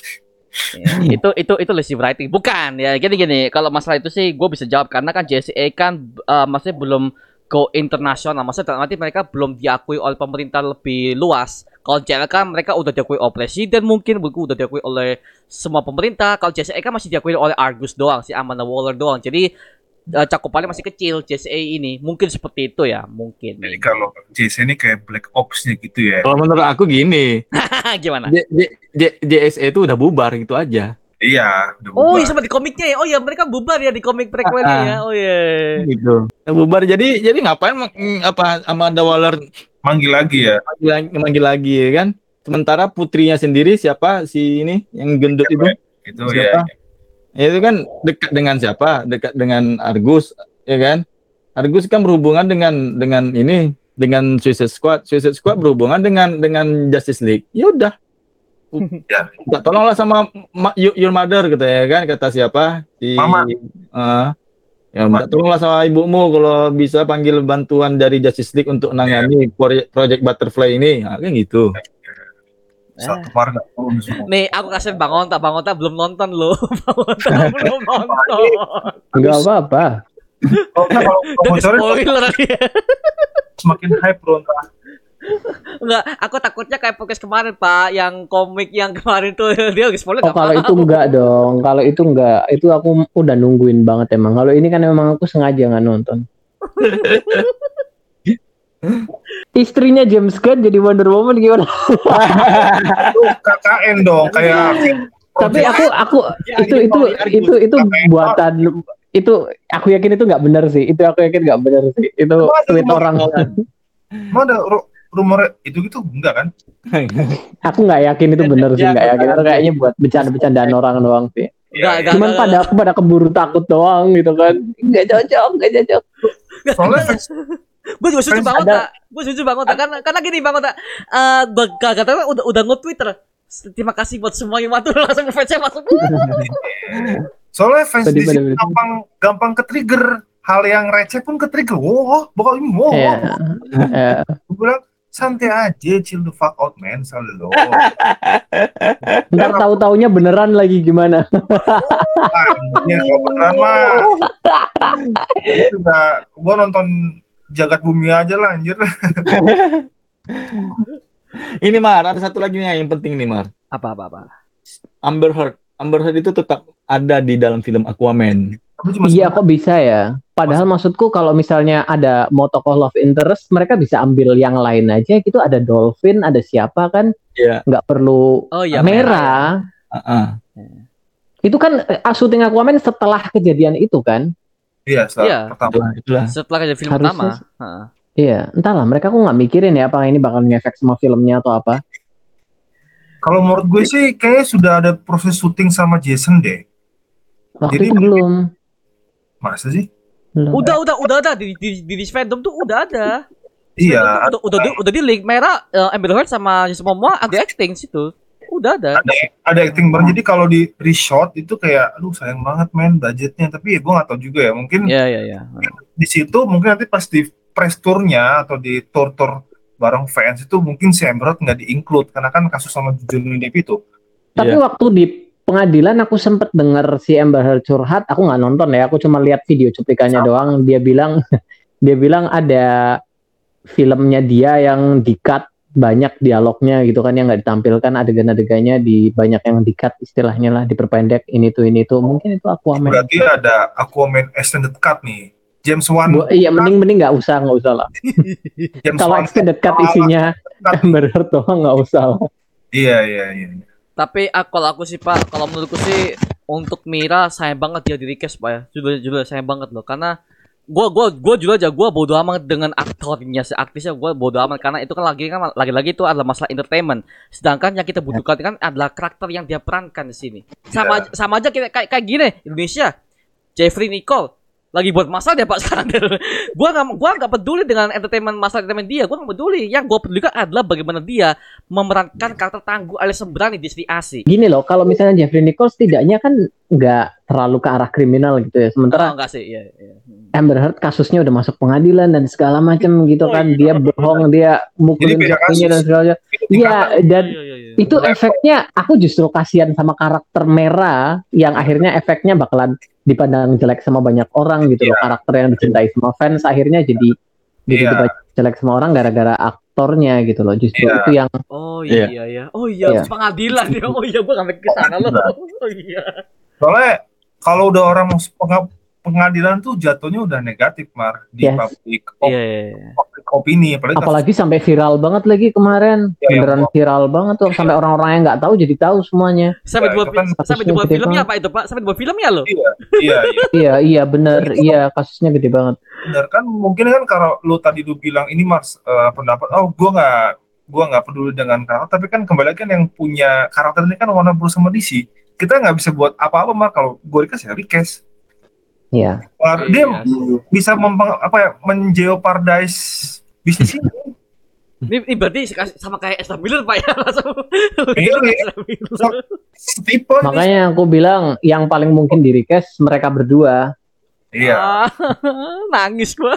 ya, itu itu itu lesson writing. Bukan ya, gini gini. Kalau masalah itu sih gue bisa jawab karena kan J S A kan uh, maksudnya belum go internasional. Maksudnya nanti mereka belum diakui oleh pemerintah lebih luas. Kalau J L kan mereka udah diakui oleh presiden, mungkin buku udah diakui oleh semua pemerintah. Kalau J S A kan masih diakui oleh Argus doang, si Amanda Waller doang. Jadi uh, cakupannya masih kecil J S A ini. Mungkin seperti itu ya, mungkin. Jadi kalau J S A ini kayak Black Ops-nya gitu ya. Kalau menurut aku gini, Gimana? J, J, J, J S A itu udah bubar gitu aja. Iya, udah Oh, bubar. iya sama di komiknya ya. Oh iya, mereka bubar ya di komik prequelnya ya. Oh iya. Gitu. Udah bubar, jadi jadi ngapain mm, apa Amanda Waller Manggil lagi ya. manggil lagi, manggil lagi ya kan? Sementara putrinya sendiri siapa si ini yang gendut itu? Itu Siapa? ya. Ya, itu kan dekat dengan siapa? Dekat dengan Argus, ya kan? Argus kan berhubungan dengan dengan ini, dengan Suicide Squad. Suicide Squad berhubungan dengan dengan Justice League. Ya udah. Ya. Minta tolonglah sama ma- your your mother gitu ya kan, kata siapa? Si Mama. eh, ya minta tolonglah sama ibumu kalau bisa panggil bantuan dari Justice League untuk nangani proyek Project Butterfly ini. Nah, kan gitu. Satu par nggak turun semua. Nih, aku kasih Bang Onta. Bang Onta belum nonton loh. Bang Onta belum nonton. Enggak apa-apa. Oh, nah, kalau kalau Udah bocorin spoiler ya. semakin hype bro. Entah. Enggak, aku takutnya kayak podcast kemarin, Pak, yang komik yang kemarin tuh dia lagi spoiler Oh, nggak kalau mau. itu enggak dong. Kalau itu enggak. Itu aku udah nungguin banget emang. Kalau ini kan memang aku sengaja nggak nonton. Istrinya James Gunn jadi Wonder Woman gimana? Itu K K N dong, kayak Tapi aku aku Ya, itu ini itu Argus. itu itu buatan itu aku yakin itu nggak benar sih. Itu aku yakin nggak benar sih. Itu Masa tweet rumor- orang. Emang ada ru- rumor itu gitu enggak kan? Aku nggak yakin itu benar sih. Ya, Nggak yakin. Itu kayaknya buat bercanda-bercandaan orang doang sih. Enggak, enggak. Cuman pada aku pada keburu takut doang gitu kan. Nggak cocok, nggak cocok. Soalnya fans Gue juga setuju Fans banget, ada- Pak. Gue setuju banget, Pak. Karena karena gini, Bang Onta. Eh, gue kata udah udah nge-Twitter. Terima kasih buat semua yang bantu langsung fansnya masuk. soalnya fans Tadi di sini pada- gampang gampang ke-trigger. Hal yang receh pun ke-trigger. Wow, bakal ini wow. Iya. Iya. Gue bilang santai aja, chill the fuck out man, selalu. Ntar tahu-taunya beneran lagi gimana? Ya, kalau beneran mah. Gua juga, gua nonton Jagat Bumi aja lah anjir. Ini Mar, ada satu lagi nih yang penting nih Mar. Apa apa apa. Amber Heard. Amber Heard itu tetap ada di dalam film Aquaman. Tapi cuma Iya kok bisa ya? Padahal maksudku kalau misalnya ada mau tokoh love interest, mereka bisa ambil yang lain aja gitu. Ada Dolphin, ada siapa kan? Iya. Nggak perlu Oh iya, merah. Heeh. Itu kan eh, syuting Aquaman setelah kejadian itu kan? Iya, setelah Iya. pertama. Itulah, itulah. Setelah kejadian film Harusnya pertama. sih. Heeh. Iya, entahlah mereka kok nggak mikirin ya apakah ini bakal ngefek sama filmnya atau apa. Kalau menurut gue sih kayaknya sudah ada proses syuting sama Jason deh. Waktu Jadi itu belum. Masa sih? Belum. Udah, udah, udah ada di di di, di fandom tuh udah ada. Iya. Udah, udah, udah, udah di link merah uh, Amber Heard sama Jason Momoa ada acting situ. Udah ada. Ada, ada acting bareng. Jadi kalau di reshoot itu kayak, aduh sayang banget men budgetnya. Tapi ya gue nggak tahu juga ya. Mungkin Iya, iya, iya. di situ mungkin nanti pas di press tournya atau di tour-tour bareng fans itu mungkin si Amber Heard nggak di-include karena kan kasus sama Johnny Depp itu. Tapi Iya. waktu di pengadilan aku sempet denger si Amber Heard curhat, aku nggak nonton ya, aku cuma lihat video cuplikannya doang. Dia bilang, dia bilang ada filmnya dia yang di-cut banyak dialognya gitu kan yang nggak ditampilkan adegan-adegannya di banyak yang di-cut istilahnya lah diperpendek ini tuh ini tuh mungkin itu Aquaman. Berarti ada Aquaman extended cut nih. James Wan. Bu, iya mending mending nggak usah nggak usah lah. James Kalau Wan. extended cut isinya Amber Heard doang nggak usah lah. Iya iya iya. Tapi ah, kalau aku sih Pak, kalau menurutku sih untuk Mira sayang banget dia di request Pak ya. Jujur jujur sayang banget loh karena gua gua gua jujur aja gua bodo amat dengan aktornya si aktrisnya gua bodo amat karena itu kan lagi kan lagi-lagi itu adalah masalah entertainment. Sedangkan yang kita butuhkan kan adalah karakter yang dia perankan di sini. Sama sama aja kita kayak kayak gini Indonesia. Jeffrey Nicole lagi buat masalah dia Pak sekarang. gua nggak gua nggak peduli dengan entertainment masalah entertainment dia, gua nggak peduli. Yang gua pedulikan adalah bagaimana dia memerankan karakter tangguh alias sembrani di Disney Asi. Gini loh, kalau misalnya Jeffrey Nicole setidaknya kan nggak terlalu ke arah kriminal gitu ya. Sementara Oh, enggak sih, iya, iya. Amber Heard kasusnya udah masuk pengadilan dan segala macam gitu Oh, kan. iya. Dia bohong, dia mukulin Jadi beda suaminya kasus. dan segala macam. Iya, Tingkatan. dan Iya, iya, iya. itu efeknya aku justru kasihan sama karakter Merah yang akhirnya efeknya bakalan dipandang jelek sama banyak orang gitu loh. Karakter yang dicintai sama fans akhirnya jadi jadi Iya. dipandang jelek sama orang gara-gara aktornya gitu loh. Justru Iya. itu yang Oh Iya. iya iya. Oh iya, Iya. pengadilan ya. Oh iya, gua sampai ke sana loh. Oh iya. Soalnya kalau udah orang masuk peng- pengadilan tuh jatuhnya udah negatif Mar di Yes. public, op- Iya, iya, iya. public opini apalagi, apalagi sampai viral banget lagi kemarin. Iya, Beneran yang- viral banget tuh sampai orang-orang yang nggak tahu jadi tahu semuanya. Sampai Ya, dibuat itu kan sampai kasusnya dibuat gede filmnya banget. apa itu, Pak? Sampai dibuat filmnya loh. iya iya iya Iya, iya bener. Iya, kasusnya gede banget. benar kan mungkin kan kalau lu tadi lu bilang ini Mars eh, pendapat oh gua nggak gua nggak peduli dengan karakter tapi kan kembali kan yang punya karakter ini kan Warner Bros sama D C kita nggak bisa buat apa-apa Mar kalau gue request ya request. Iya. Mar, Iya, dia iya. bisa mempeng, apa ya menjeopardize bisnis ini. Ini, ini berarti sama kayak Ezra Miller, Pak ya. Langsung. Iya, iya. Ezra Miller. Setipe ini. Makanya aku bilang yang paling mungkin di request mereka berdua. Iya. Ah, nangis gua.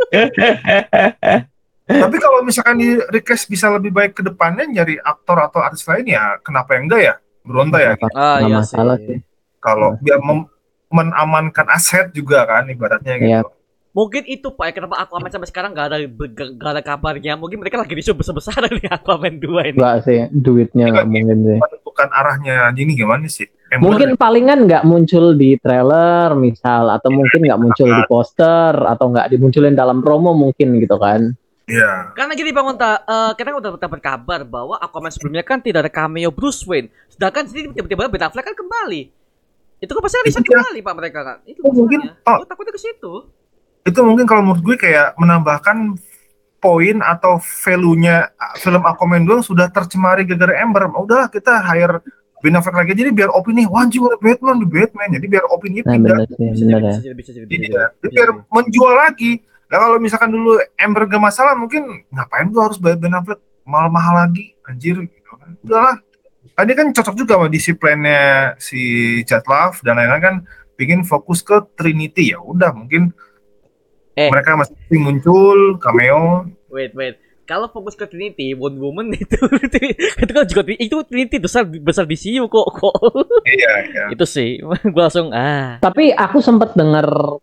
Tapi kalau misalkan di request bisa lebih baik ke depannya nyari aktor atau artis lain ya kenapa yang enggak ya? Berontak ya. Ah, Nggak iya masalah sih. sih. Kalau biar mem- menamankan aset juga kan ibaratnya Iya. gitu. Mungkin itu Pak ya, kenapa Aquaman sampai sekarang gak ada gak ada kabarnya. Mungkin mereka lagi risu besar-besaran nih Aquaman dua ini. Enggak sih, duitnya nggak mungkin sih. Menentukan arahnya ini gimana sih? Ember Mungkin palingan nggak muncul di trailer misal, atau mungkin nggak muncul di poster, atau nggak dimunculin dalam promo mungkin gitu kan. ya. Karena gini Bang Onta, eh, kita udah dapat kabar bahwa Aquaman sebelumnya kan tidak ada cameo Bruce Wayne. Sedangkan sini tiba-tiba Ben Affleck kan kembali. Itu kan pasti riset Iya. kembali Pak mereka kan. Itu Oh, mungkin- masalahnya. oh. Gua takutnya ke situ. Itu mungkin kalau menurut gue kayak menambahkan poin atau value-nya film Aquaman dua sudah tercemari gara-gara Amber. Udah kita hire Ben Affleck lagi jadi biar opini wah anjing ada Batman di Batman. Jadi biar opini Nah pindah. bener sih, Bisa bener jadi, ya. bisa jadi, bisa jadi, bisa Iya, jadi. jadi Bisa biar jadi. menjual lagi. Nah kalau misalkan dulu Amber gak masalah, mungkin ngapain gua harus bayar Ben Affleck mahal-mahal lagi, anjir. Gitu kan. Udahlah. Tadi kan cocok juga sama disiplinnya si Chad Love dan lain-lain kan, bikin fokus ke Trinity ya. Udah mungkin Eh. mereka masih muncul cameo. Wait, wait. Kalau fokus ke Trinity, Wonder Woman itu itu kan juga itu Trinity besar besar di C U kok kok. Iya, iya. Itu sih. Gua langsung ah. Tapi aku sempat dengar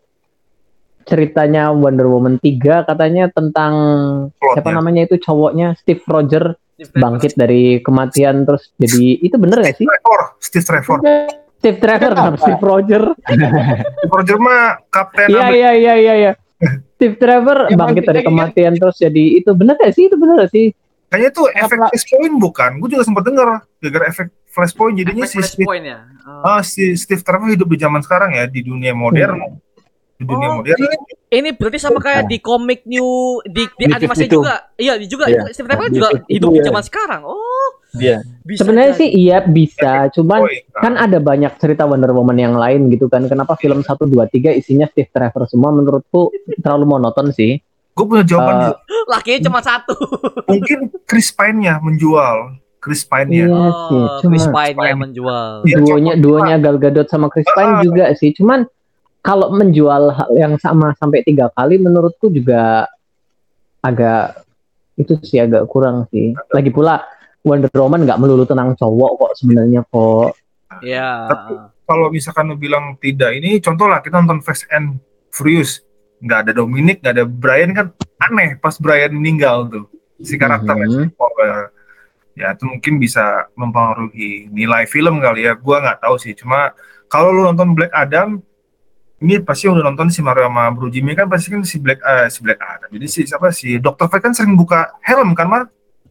ceritanya Wonder Woman tiga katanya tentang siapa Plotnya. namanya itu cowoknya Steve Rogers bangkit dari kematian terus jadi itu bener gak sih? Trevor, Steve Trevor. Steve Trevor sama Steve Rogers. Steve Rogers mah Kapten Iya Amerika. iya iya iya iya. Steve Trevor bangkit dari kematian terus jadi itu bener gak sih? Itu bener gak sih? Kayaknya itu efek Apa- flashpoint bukan? Gue juga sempat dengar gara-gara efek flashpoint jadinya si Flash Steve, point ya. Oh. ah, si Steve Trevor hidup di zaman sekarang ya di dunia modern. Di dunia Oh, modern. Ini berarti sama kayak di komik new di, di Di animasi T V itu. juga. Iya, di juga Iya. Steve Trevor Di juga T V itu, hidup di ya. zaman sekarang. Oh, Dia. Bisa Sebenarnya jadi. sih iya bisa, cuman Boy, kan ada banyak cerita Wonder Woman yang lain gitu kan. Kenapa film satu dua tiga isinya Steve Trevor semua, menurutku terlalu monoton sih. gue punya jawaban Eh, juga. Lakinya cuma satu. Mungkin Chris Pine-nya menjual. Chris Pine-nya. Iya sih, Oh, Chris cuma Pine-nya menjual. Iya, duonya cuma- duonya Gal Gadot sama Chris Pine Ah. juga sih. Cuman kalau menjual hal yang sama sampai tiga kali menurutku juga agak itu sih agak kurang sih. Lagi pula Wonder Woman nggak melulu tentang cowok kok sebenarnya kok. Iya. Tapi kalau misalkan lu bilang tidak, ini contoh lah kita nonton Fast and Furious, nggak ada Dominic, nggak ada Brian, kan aneh pas Brian meninggal tuh si karakternya. Mhm. Oh, eh, ya itu mungkin bisa mempengaruhi nilai film kali ya, gua nggak tahu sih. Cuma kalau lu nonton Black Adam, ini pasti udah nonton si Mario sama Bro Jimmy kan, pasti kan si Black eh, si Black Adam. Jadi si siapa si dokter Fate kan sering buka helm kan, Mar?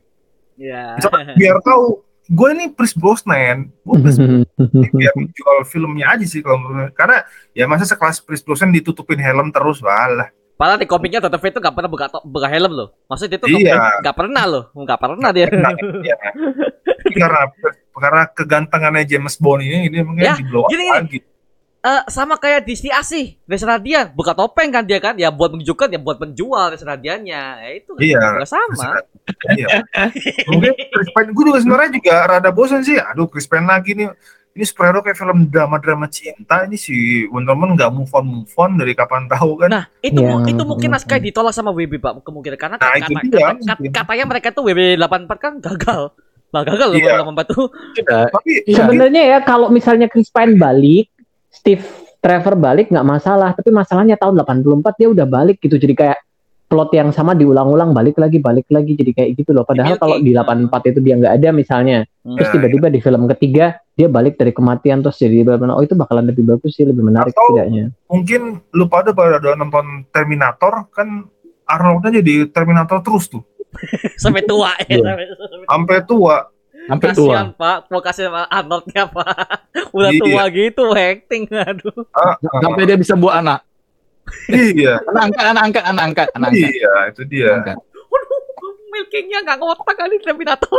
Iya. Misalkan biar tahu gue ini Pierce Brosnan, gue Pierce Brosnan, biar menjual filmnya aja sih kalau menurut gue. Karena ya masa sekelas Pierce Brosnan ditutupin helm terus, walah. Padahal di komiknya Doctor Fate tuh gak pernah buka, to- buka helm loh. Maksudnya dia tuh Iya. gak pernah loh. Gak pernah dia. Nah, ya. karena karena kegantengannya James Bond ini ini mungkin Ya, di blow up gini, gini. lagi. Eh, sama kayak Disney Asih, Reza Radian buka topeng kan dia kan, ya buat menunjukkan, ya buat menjual Reza Radiannya, ya itu kan Iya. juga sama. Iya. Mungkin Chris Pine, gue juga sebenarnya juga rada bosan sih. Aduh, Chris Pine lagi nih. Ini superhero kayak film drama-drama cinta. Ini si Wonder Woman nggak move on move on dari kapan tahu kan? Nah itu Iya. mu- itu mungkin naskah ditolak sama W B Pak kemungkinan karena Nah, kata, itu kata- dia, kata- mungkin. katanya mereka tuh W B delapan puluh empat kan gagal, lah gagal loh Iya. W B delapan puluh empat tuh. Tidak. Tapi Iya. Sebenarnya ya kalau misalnya Chris Pine balik, Steve Trevor balik nggak masalah, tapi masalahnya tahun delapan puluh empat dia udah balik gitu, jadi kayak plot yang sama diulang-ulang, balik lagi, balik lagi, jadi kayak gitu loh. Padahal Dimiliki. kalau di delapan puluh empat itu dia nggak ada misalnya, terus Nah, tiba-tiba di film ketiga dia balik dari kematian terus jadi oh itu bakalan lebih bagus sih, lebih menarik Atau- setidaknya. mungkin lu pada pada udah nonton Terminator kan, Arnoldnya jadi Terminator terus tuh Sampai tua ya. Iya. Sampai, sampai sampai tua. Sampai tua. kasihan Pak, mau kasih sama Arnoldnya Pak. Udah Iya. tua gitu acting, aduh. Ah, ah, Sampai dia bisa buat anak. iya, Anak angkat, anak angkat, anak angkat, anak angkat. iya itu dia. Anak angkat. Waduh, milkingnya nggak ngotak kali Terminator.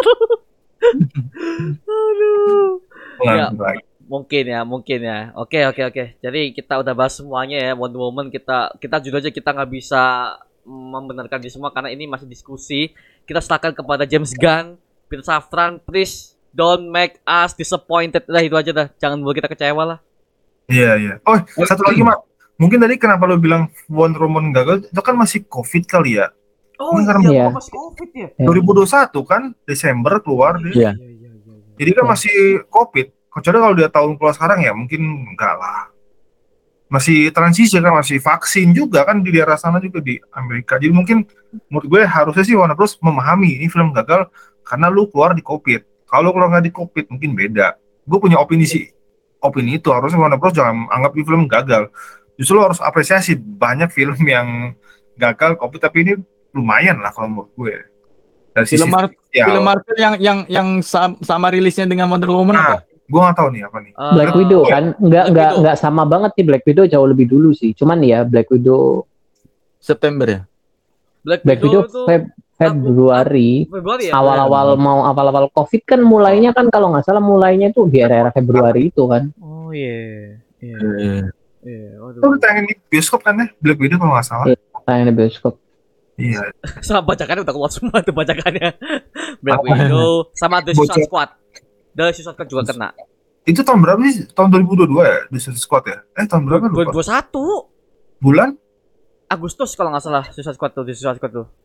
Aduh. Ya. Baik. Mungkin ya, mungkin ya. Oke, oke, oke. Jadi kita udah bahas semuanya ya Wonder Woman. Kita kita jujur aja kita nggak bisa membenarkan di semua karena ini masih diskusi. Kita serahkan kepada James Gunn, Peter Safran, please don't make us disappointed. Udah itu aja dah. Jangan buat kita kecewa lah. Iya, iya. Oh, satu lagi, Mak. Mungkin tadi kenapa lu bilang Wonder Woman gagal, itu kan masih COVID kali ya. Oh Ini karena iya. pas Covid ya. Ya. dua ribu dua puluh satu kan, Desember keluar dia. Iya. Jadi kan Iya. masih COVID. Kecuali kalau dia tahun keluar sekarang ya mungkin enggak lah. Masih transisi kan, masih vaksin juga kan di daerah sana juga di Amerika. Jadi mungkin menurut gue harusnya sih Warner Bros memahami ini film gagal karena lu keluar di COVID. Kalau keluar nggak di COVID mungkin beda. Gue punya opini sih, opini itu harusnya Warner Bros jangan anggap ini film gagal. Justru lu harus apresiasi banyak film yang gagal COVID, tapi ini lumayan lah kalau menurut gue. Dari Film Mar- ya, Film Marvel yang yang yang sam- sama rilisnya dengan Wonder Woman Nah, apa? gue nggak tahu nih apa nih. Eh, Black Widow kan nggak Black nggak Widow. nggak sama banget sih, Black Widow jauh lebih dulu sih. Cuman ya Black Widow September ya. Black, Black Widow, Widow itu Feb- Februari. Februari ya. Awal-awal mau awal-awal COVID kan mulainya kan kalau nggak salah mulainya tuh di era-era Februari itu kan. Oh iya. Iya. Eh, Iya. Itu Waduh. ditayangin di bioskop kan ya, Black Widow kalau nggak salah. Iya. Tayang di bioskop. Iya. Sama bacakannya udah keluar semua tuh bacakannya. Black Widow sama The Suicide Bocor. Squad. The Suicide Squad juga kena. Itu tahun berapa sih? Tahun dua ribu dua puluh dua ya? The Suicide Squad ya? Eh tahun berapa dua ribu lupa? dua puluh satu Bulan? Agustus kalau nggak salah Suicide Squad tuh, The Suicide Squad tuh.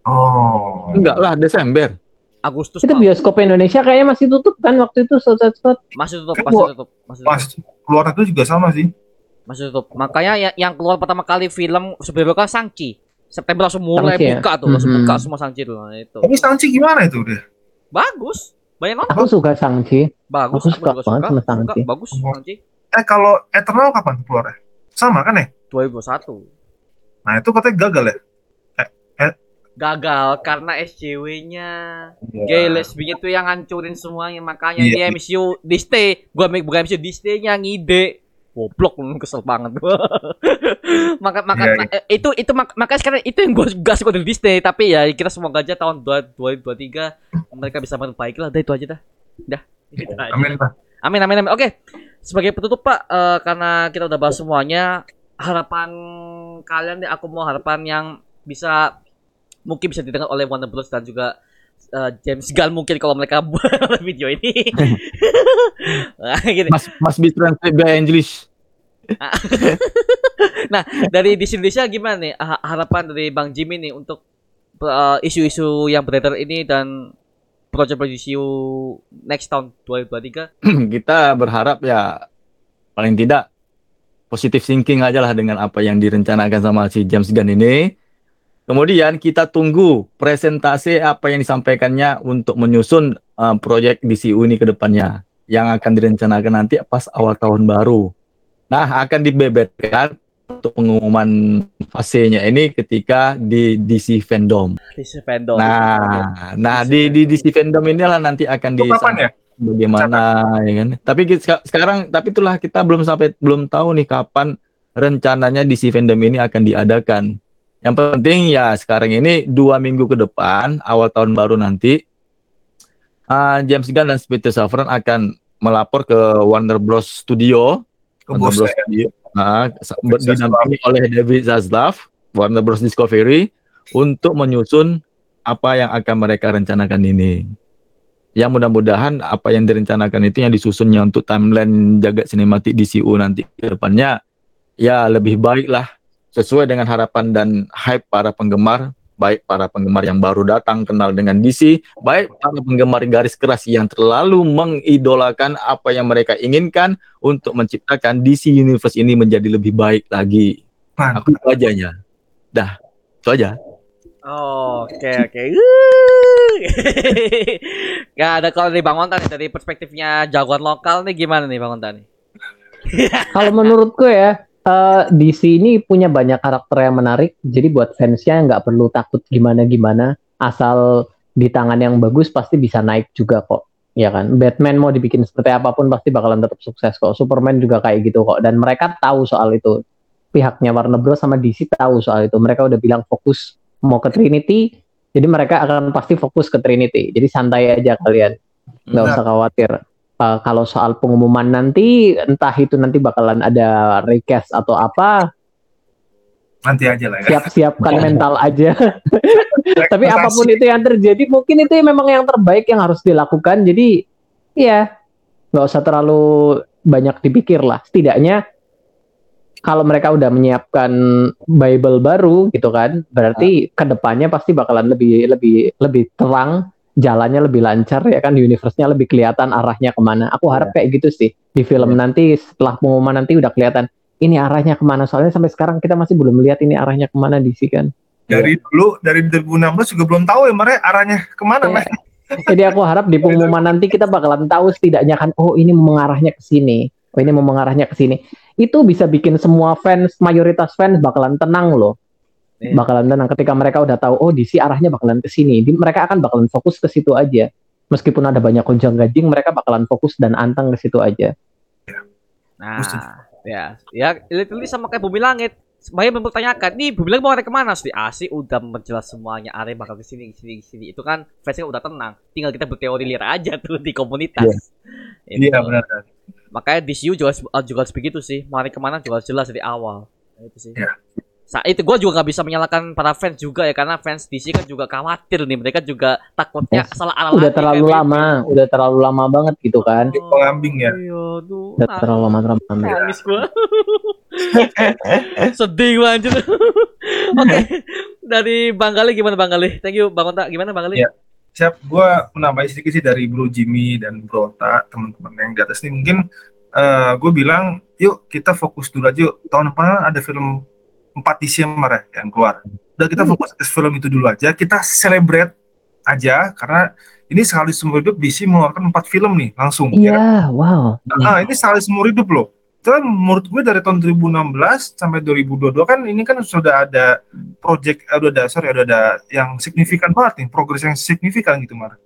Oh. enggak lah, Desember. Agustus Itu Pak. bioskop Indonesia kayaknya masih tutup kan waktu itu Suicide Squad. Masih tutup, Kan masih gua- tutup, masih Pas tutup. keluar itu juga sama sih. Masih tutup. Makanya yang, yang keluar pertama kali film superhero kan Shang-Chi. September langsung mulai Shang-Chi ya? buka tuh, langsung Mhm. buka semua Shang-Chi tuh. Nah, itu. Tapi Shang-Chi gimana itu deh? Bagus. Banyak nonton. Aku suka Shang-Chi. Bagus. aku suka juga banget sama Shang-Chi. Suka, bagus Oh. Shang-Chi. Eh kalau Eternal kapan keluarnya? Sama kan ya? dua ribu dua puluh satu. Nah itu katanya gagal ya? Gagal karena S J W-nya Iya. gay lesbian itu yang hancurin semuanya, makanya Iya. di M C U Disney, gua make bukan M C U Disney yang ngide goblok, kesel banget gue. maka maka Iya, ma- eh, itu itu mak- makanya sekarang itu yang gue gak suka dari Disney, tapi ya kita semoga aja tahun dua ribu dua puluh tiga mereka bisa memperbaiki lah. Udah itu aja dah. Dah. Gitu aja. Amin Pak. Amin amin amin. Oke. Sebagai penutup Pak, eh, karena kita udah bahas semuanya, harapan kalian nih, aku mau harapan yang bisa mungkin bisa didengar oleh Warner Bros dan juga eh, James Gunn mungkin kalau mereka buat video ini. Nah, gini. Mas Mas be translate by English. Nah, dari di Indonesia gimana nih ha- harapan dari Bang Jimmy nih untuk eh, isu-isu yang beredar ini dan project-project isu next tahun dua ribu dua puluh tiga? Kita berharap ya paling tidak positive thinking aja lah dengan apa yang direncanakan sama si James Gunn ini. Kemudian kita tunggu presentasi apa yang disampaikannya untuk menyusun uh, proyek D C U ini ke depannya yang akan direncanakan nanti pas awal tahun baru. Nah, akan dibeberkan untuk pengumuman fasenya ini ketika di D C Fandom. D C Fandom. Nah, nah D C di di D C Fandom inilah nanti akan Itu kapan ya? disampaikan bagaimana ya kan. Tapi kita, sekarang tapi itulah kita belum sampai belum tahu nih kapan rencananya D C Fandom ini akan diadakan. Yang penting ya sekarang ini dua minggu ke depan awal tahun baru nanti uh, James Gunn dan Peter Safran akan melapor ke Warner Bros Studio. Ke Warner bos Bros saya. Studio. Nah, didampingi oleh David Zaslav, Warner Bros Discovery untuk menyusun apa yang akan mereka rencanakan ini. Ya mudah-mudahan apa yang direncanakan itu yang disusunnya untuk timeline jagat sinematik D C U nanti ke depannya ya lebih baik lah sesuai dengan harapan dan hype para penggemar, baik para penggemar yang baru datang kenal dengan D C, baik para penggemar garis keras yang terlalu mengidolakan apa yang mereka inginkan untuk menciptakan D C Universe ini menjadi lebih baik lagi. Mantap. Aku itu ajanya. Dah, itu aja. Oh, oke oke. Gak ada kalau dari Bang Onta nih, dari perspektifnya jagoan lokal nih gimana nih Bang Onta nih? Kalau menurutku ya, eh, D C ini punya banyak karakter yang menarik. Jadi buat fansnya nggak perlu takut gimana-gimana. Asal di tangan yang bagus pasti bisa naik juga kok. Ya kan? Batman mau dibikin seperti apapun pasti bakalan tetap sukses kok. Superman juga kayak gitu kok. Dan mereka tahu soal itu. Pihaknya Warner Bros sama D C tahu soal itu. Mereka udah bilang fokus mau ke Trinity. Jadi mereka akan pasti fokus ke Trinity. Jadi santai aja kalian. Nggak Benar. usah khawatir. Uh, kalau soal pengumuman nanti, entah itu nanti bakalan ada recast atau apa, Nanti aja lah ya. siap-siapkan mental aja. Tapi apapun itu yang terjadi, mungkin itu memang yang terbaik yang harus dilakukan. Jadi, ya nggak usah terlalu banyak dipikir lah. Setidaknya kalau mereka udah menyiapkan Bible baru gitu kan, berarti kedepannya pasti bakalan lebih lebih lebih terang. Jalannya lebih lancar ya kan, universe-nya lebih kelihatan arahnya kemana. Aku harap kayak gitu sih di film nanti setelah pengumuman nanti udah kelihatan ini arahnya kemana. Soalnya sampai sekarang kita masih belum lihat ini arahnya kemana D C kan. Dari dulu, dari dua ribu enam belas juga belum tahu ya mereka arahnya kemana. Iya. Mas. Jadi aku harap di pengumuman nanti kita bakalan tahu setidaknya kan, oh ini mau mengarahnya ke sini, oh ini mau mengarahnya ke sini. Itu bisa bikin semua fans, mayoritas fans bakalan tenang loh. Iya. Bakalan tenang ketika mereka udah tahu oh D C arahnya bakalan ke sini. Di- Mereka akan bakalan fokus ke situ aja. Meskipun ada banyak gonjang-ganjing, mereka bakalan fokus dan anteng ke situ aja. Nah, ya, ya, literally sama kayak Bumi Langit. Banyak mempertanyakan, nih Bumi Langit mau arah kemana? Si A C udah menjelas semuanya, Are bakal kesini, kesini, kesini. Itu kan fansnya udah tenang. Tinggal kita berteori liar aja tuh di komunitas. Itu. Iya benar. Makanya D C U juga juga harus begitu sih. Mau arah kemana juga harus jelas dari awal. Itu sih. Iya. Saat itu gue juga nggak bisa menyalahkan para fans juga ya, karena fans D C kan juga khawatir nih, mereka juga takutnya Yes. salah arah Udah lagi terlalu kayak lama, udah terlalu lama banget gitu kan. gitu. Pengambing ya. Iya, aduh. Udah terlalu lama terlalu lama. Nangis gua. Sedih gua anjir. Oke. Dari Bang Gali gimana Bang Gali? Thank you Bang Onta. Gimana Bang Gali? Iya. Siap, gue menambahin sedikit sih dari Bro Jimmy dan Bro Ota, teman-teman yang di atas nih. Mungkin uh, gue bilang, yuk kita fokus dulu aja. Yuk. Tahun depan ada film empat Desember ya yang keluar. Udah kita fokus ke film itu dulu aja. Kita celebrate aja, karena ini sekali seumur hidup D C mengeluarkan empat film nih langsung. Ya kan? Iya, wow. Ah, ini sekali seumur hidup loh. Itu kan menurut gue dari tahun dua ribu enam belas sampai dua ribu dua puluh dua kan ini kan sudah ada project, eh, udah ada sorry, udah ada yang signifikan banget nih, progres yang signifikan gitu Mar.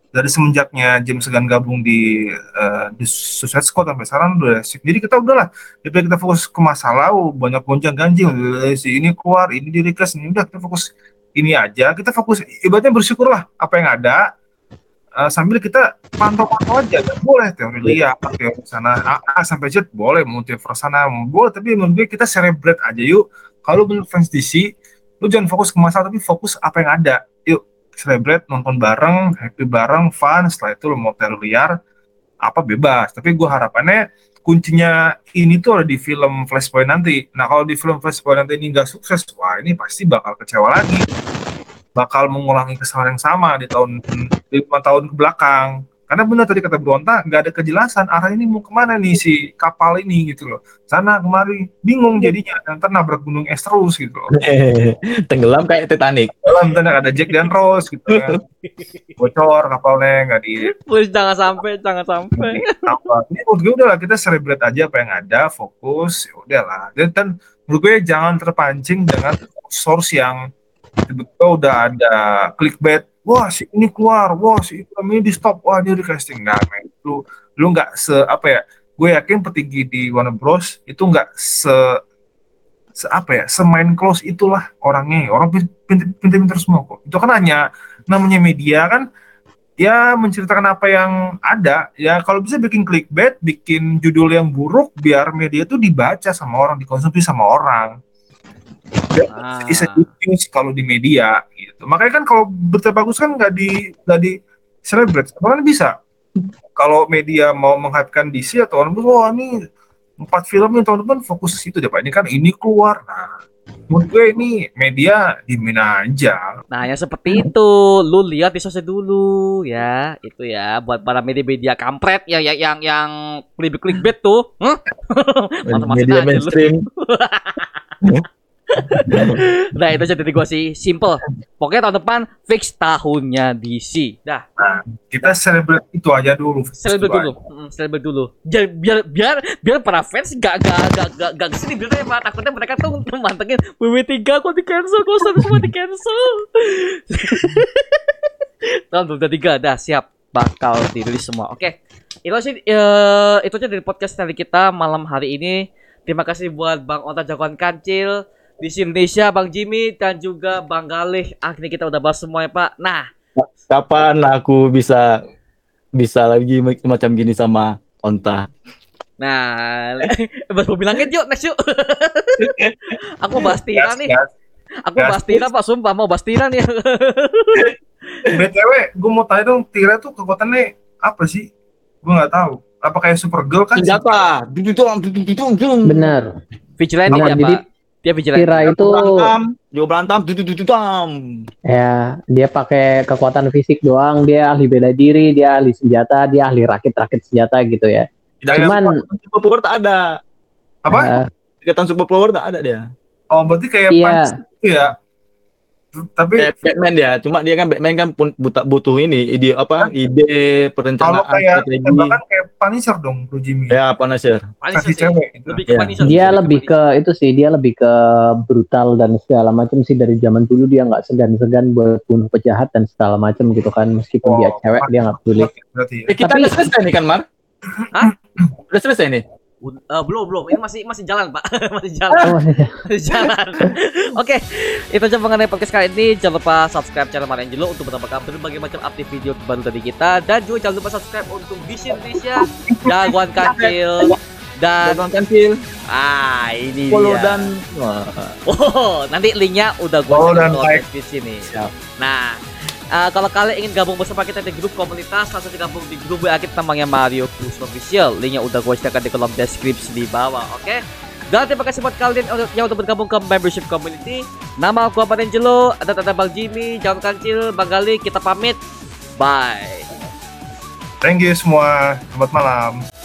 dari semenjaknya James Gunn gabung di uh, di Suicide Squad sampai sekarang udah sip. Jadi kita udahlah, daripada kita fokus ke masalah, oh, banyak gonjang ganjing, si ini keluar, ini di request, ini udah kita fokus ini aja, kita fokus ibaratnya bersyukurlah apa yang ada. Uh, sambil kita pantau-pantau aja, gak boleh teori liar, teori sana A, A sampai Z boleh, multiverse sana boleh, tapi menurut gue kita celebrate aja yuk. Kalau bener fans D C, lu jangan fokus ke masalah, tapi fokus apa yang ada. Yuk, celebrate, nonton bareng, happy bareng, fun. Setelah itu lu mau teori liar, apa bebas. Tapi gue harapannya kuncinya ini tuh ada di film Flashpoint nanti. Nah kalau di film Flashpoint nanti ini nggak sukses, wah ini pasti bakal kecewa lagi. Bakal mengulangi kesalahan yang sama di tahun lima tahun ke belakang. Karena benar tadi kata Bronta, nggak ada kejelasan arah ini mau kemana nih si kapal ini gitu loh. Sana kemari bingung jadinya, ntar nabrak gunung es terus gitu loh. Tenggelam kayak Titanic. Dalam tanda ada Jack dan Rose gitu kan. Bocor kapalnya nggak di. Please jangan sampai, jangan sampai. Apa? Ini menurut gue udahlah kita celebrate aja apa yang ada, fokus, ya udahlah. Dan, dan menurut gue jangan terpancing dengan source yang tiba-tiba udah ada clickbait, wah si ini keluar, wah si ini di stop, wah dia di casting. Nah, man, lu lu nggak se apa ya? Gue yakin petinggi di Warner Bros itu nggak se se apa ya? Semain close itulah orangnya, orang pintar-pintar semua kok. Itu kan hanya namanya media kan, ya menceritakan apa yang ada. Ya kalau bisa bikin clickbait, bikin judul yang buruk, biar media tuh dibaca sama orang, dikonsumsi sama orang. Ah. Bisa news kalau di media gitu. Makanya kan kalau berita bagus kan nggak di nggak di celebrate. Kan bisa. Kalau media mau menghypekan D C atau orang bilang, wah ini empat film yang tahun depan fokus ke situ deh Pak. Ini kan ini keluar. Nah, menurut gue ini media dimin aja. Nah, yang seperti itu, lu lihat di sosial dulu ya, itu ya buat para media-media kampret yang yang yang, yang clickbait tuh. Huh? Media mainstream. Nah itu jadi gue sih simple. Pokoknya tahun depan fix tahunnya D C. Dah. Nah, kita celebrate itu aja dulu. Celebrate dulu. Mm, celebrate dulu. Biar biar biar biar para fans gak gak gak gak gak kesini biar apa takutnya mereka tuh mantengin W W tiga kok di cancel, kok satu semua di cancel. Tahun dua ribu tiga dah siap bakal dirilis semua. Oke. Itu sih uh, itu aja dari podcast dari kita malam hari ini. Terima kasih buat Bang Ota Jagoan Kancil di Indonesia, Bang Jimmy dan juga Bang Galih. Akhirnya kita udah bahas semua ya Pak. Nah, kapan aku bisa bisa lagi macam gini sama Onta? Nah, baru bilang yuk next yuk. Aku bahas Tira nih. Aku bahas Tira Pak, sumpah mau bahas Tira nih. B T W, gue mau tanya dong, Tira tuh kekuatannya apa sih? Gue nggak tahu. Apa kayak Supergirl kan? Senjata. Benar. Vigilante Benar, ya jadi Pak. Dia vigilante. Tira itu Dia berantem, tututututam. ya dia pakai kekuatan fisik doang, dia ahli bela diri, dia ahli senjata, dia ahli rakit-rakit senjata gitu ya. Cuman Super power tak ada. Apa? uh, Ikatan super power tak ada dia. Oh, berarti kayak Iya. Punch gitu ya. Tapi Kayak Batman dia, cuma dia kan Batman kan pun buta butuh ini ide apa? Ide kalau perencanaan kayak strategi. tembakan kayak Punisher dong, Bro Jimmy. Ya, Punisher. Punisher Kasih sih. cewek gitu. Lebih ke Iya. Punisher. dia sih, lebih ke itu sih, dia lebih ke brutal dan segala macam sih. Dari zaman dulu dia nggak segan-segan buat bunuh pejahat dan segala macam gitu kan, meskipun dia Oh, cewek dia nggak peduli. Berarti ya. Eh, kita Tapi- udah selesai nih kan, Mar? Hah? Udah selesai nih. Uh, belum belum ini masih masih jalan Pak. Masih jalan. Oh, Masih jalan. Oke, itu aja mengenai podcast kali ini. Jangan lupa subscribe channel Marangelo untuk mendapatkan berbagai macam update video terbaru dari kita, dan juga jangan lupa subscribe untuk Vision Indonesia, Jagoan Kancil dan Jagoan Kancil, ah ini follow dia. dan wah. Oh, nanti linknya udah gue Follow share dan di like. di sini. Siap. Nah, uh, kalau kalian ingin gabung bersama kita di grup komunitas, langsung gabung di grup W A kita namanya Mario Plus Official. Linknya udah gue sediakan di kolom deskripsi di bawah. Oke. Dan terima kasih buat kalian yang udah bergabung ke membership community. Nama aku Marangelo, ada ada Bang Jimmy, Jagoan Kancil, Bang Gali. Kita pamit. Bye. Thank you semua. Selamat malam.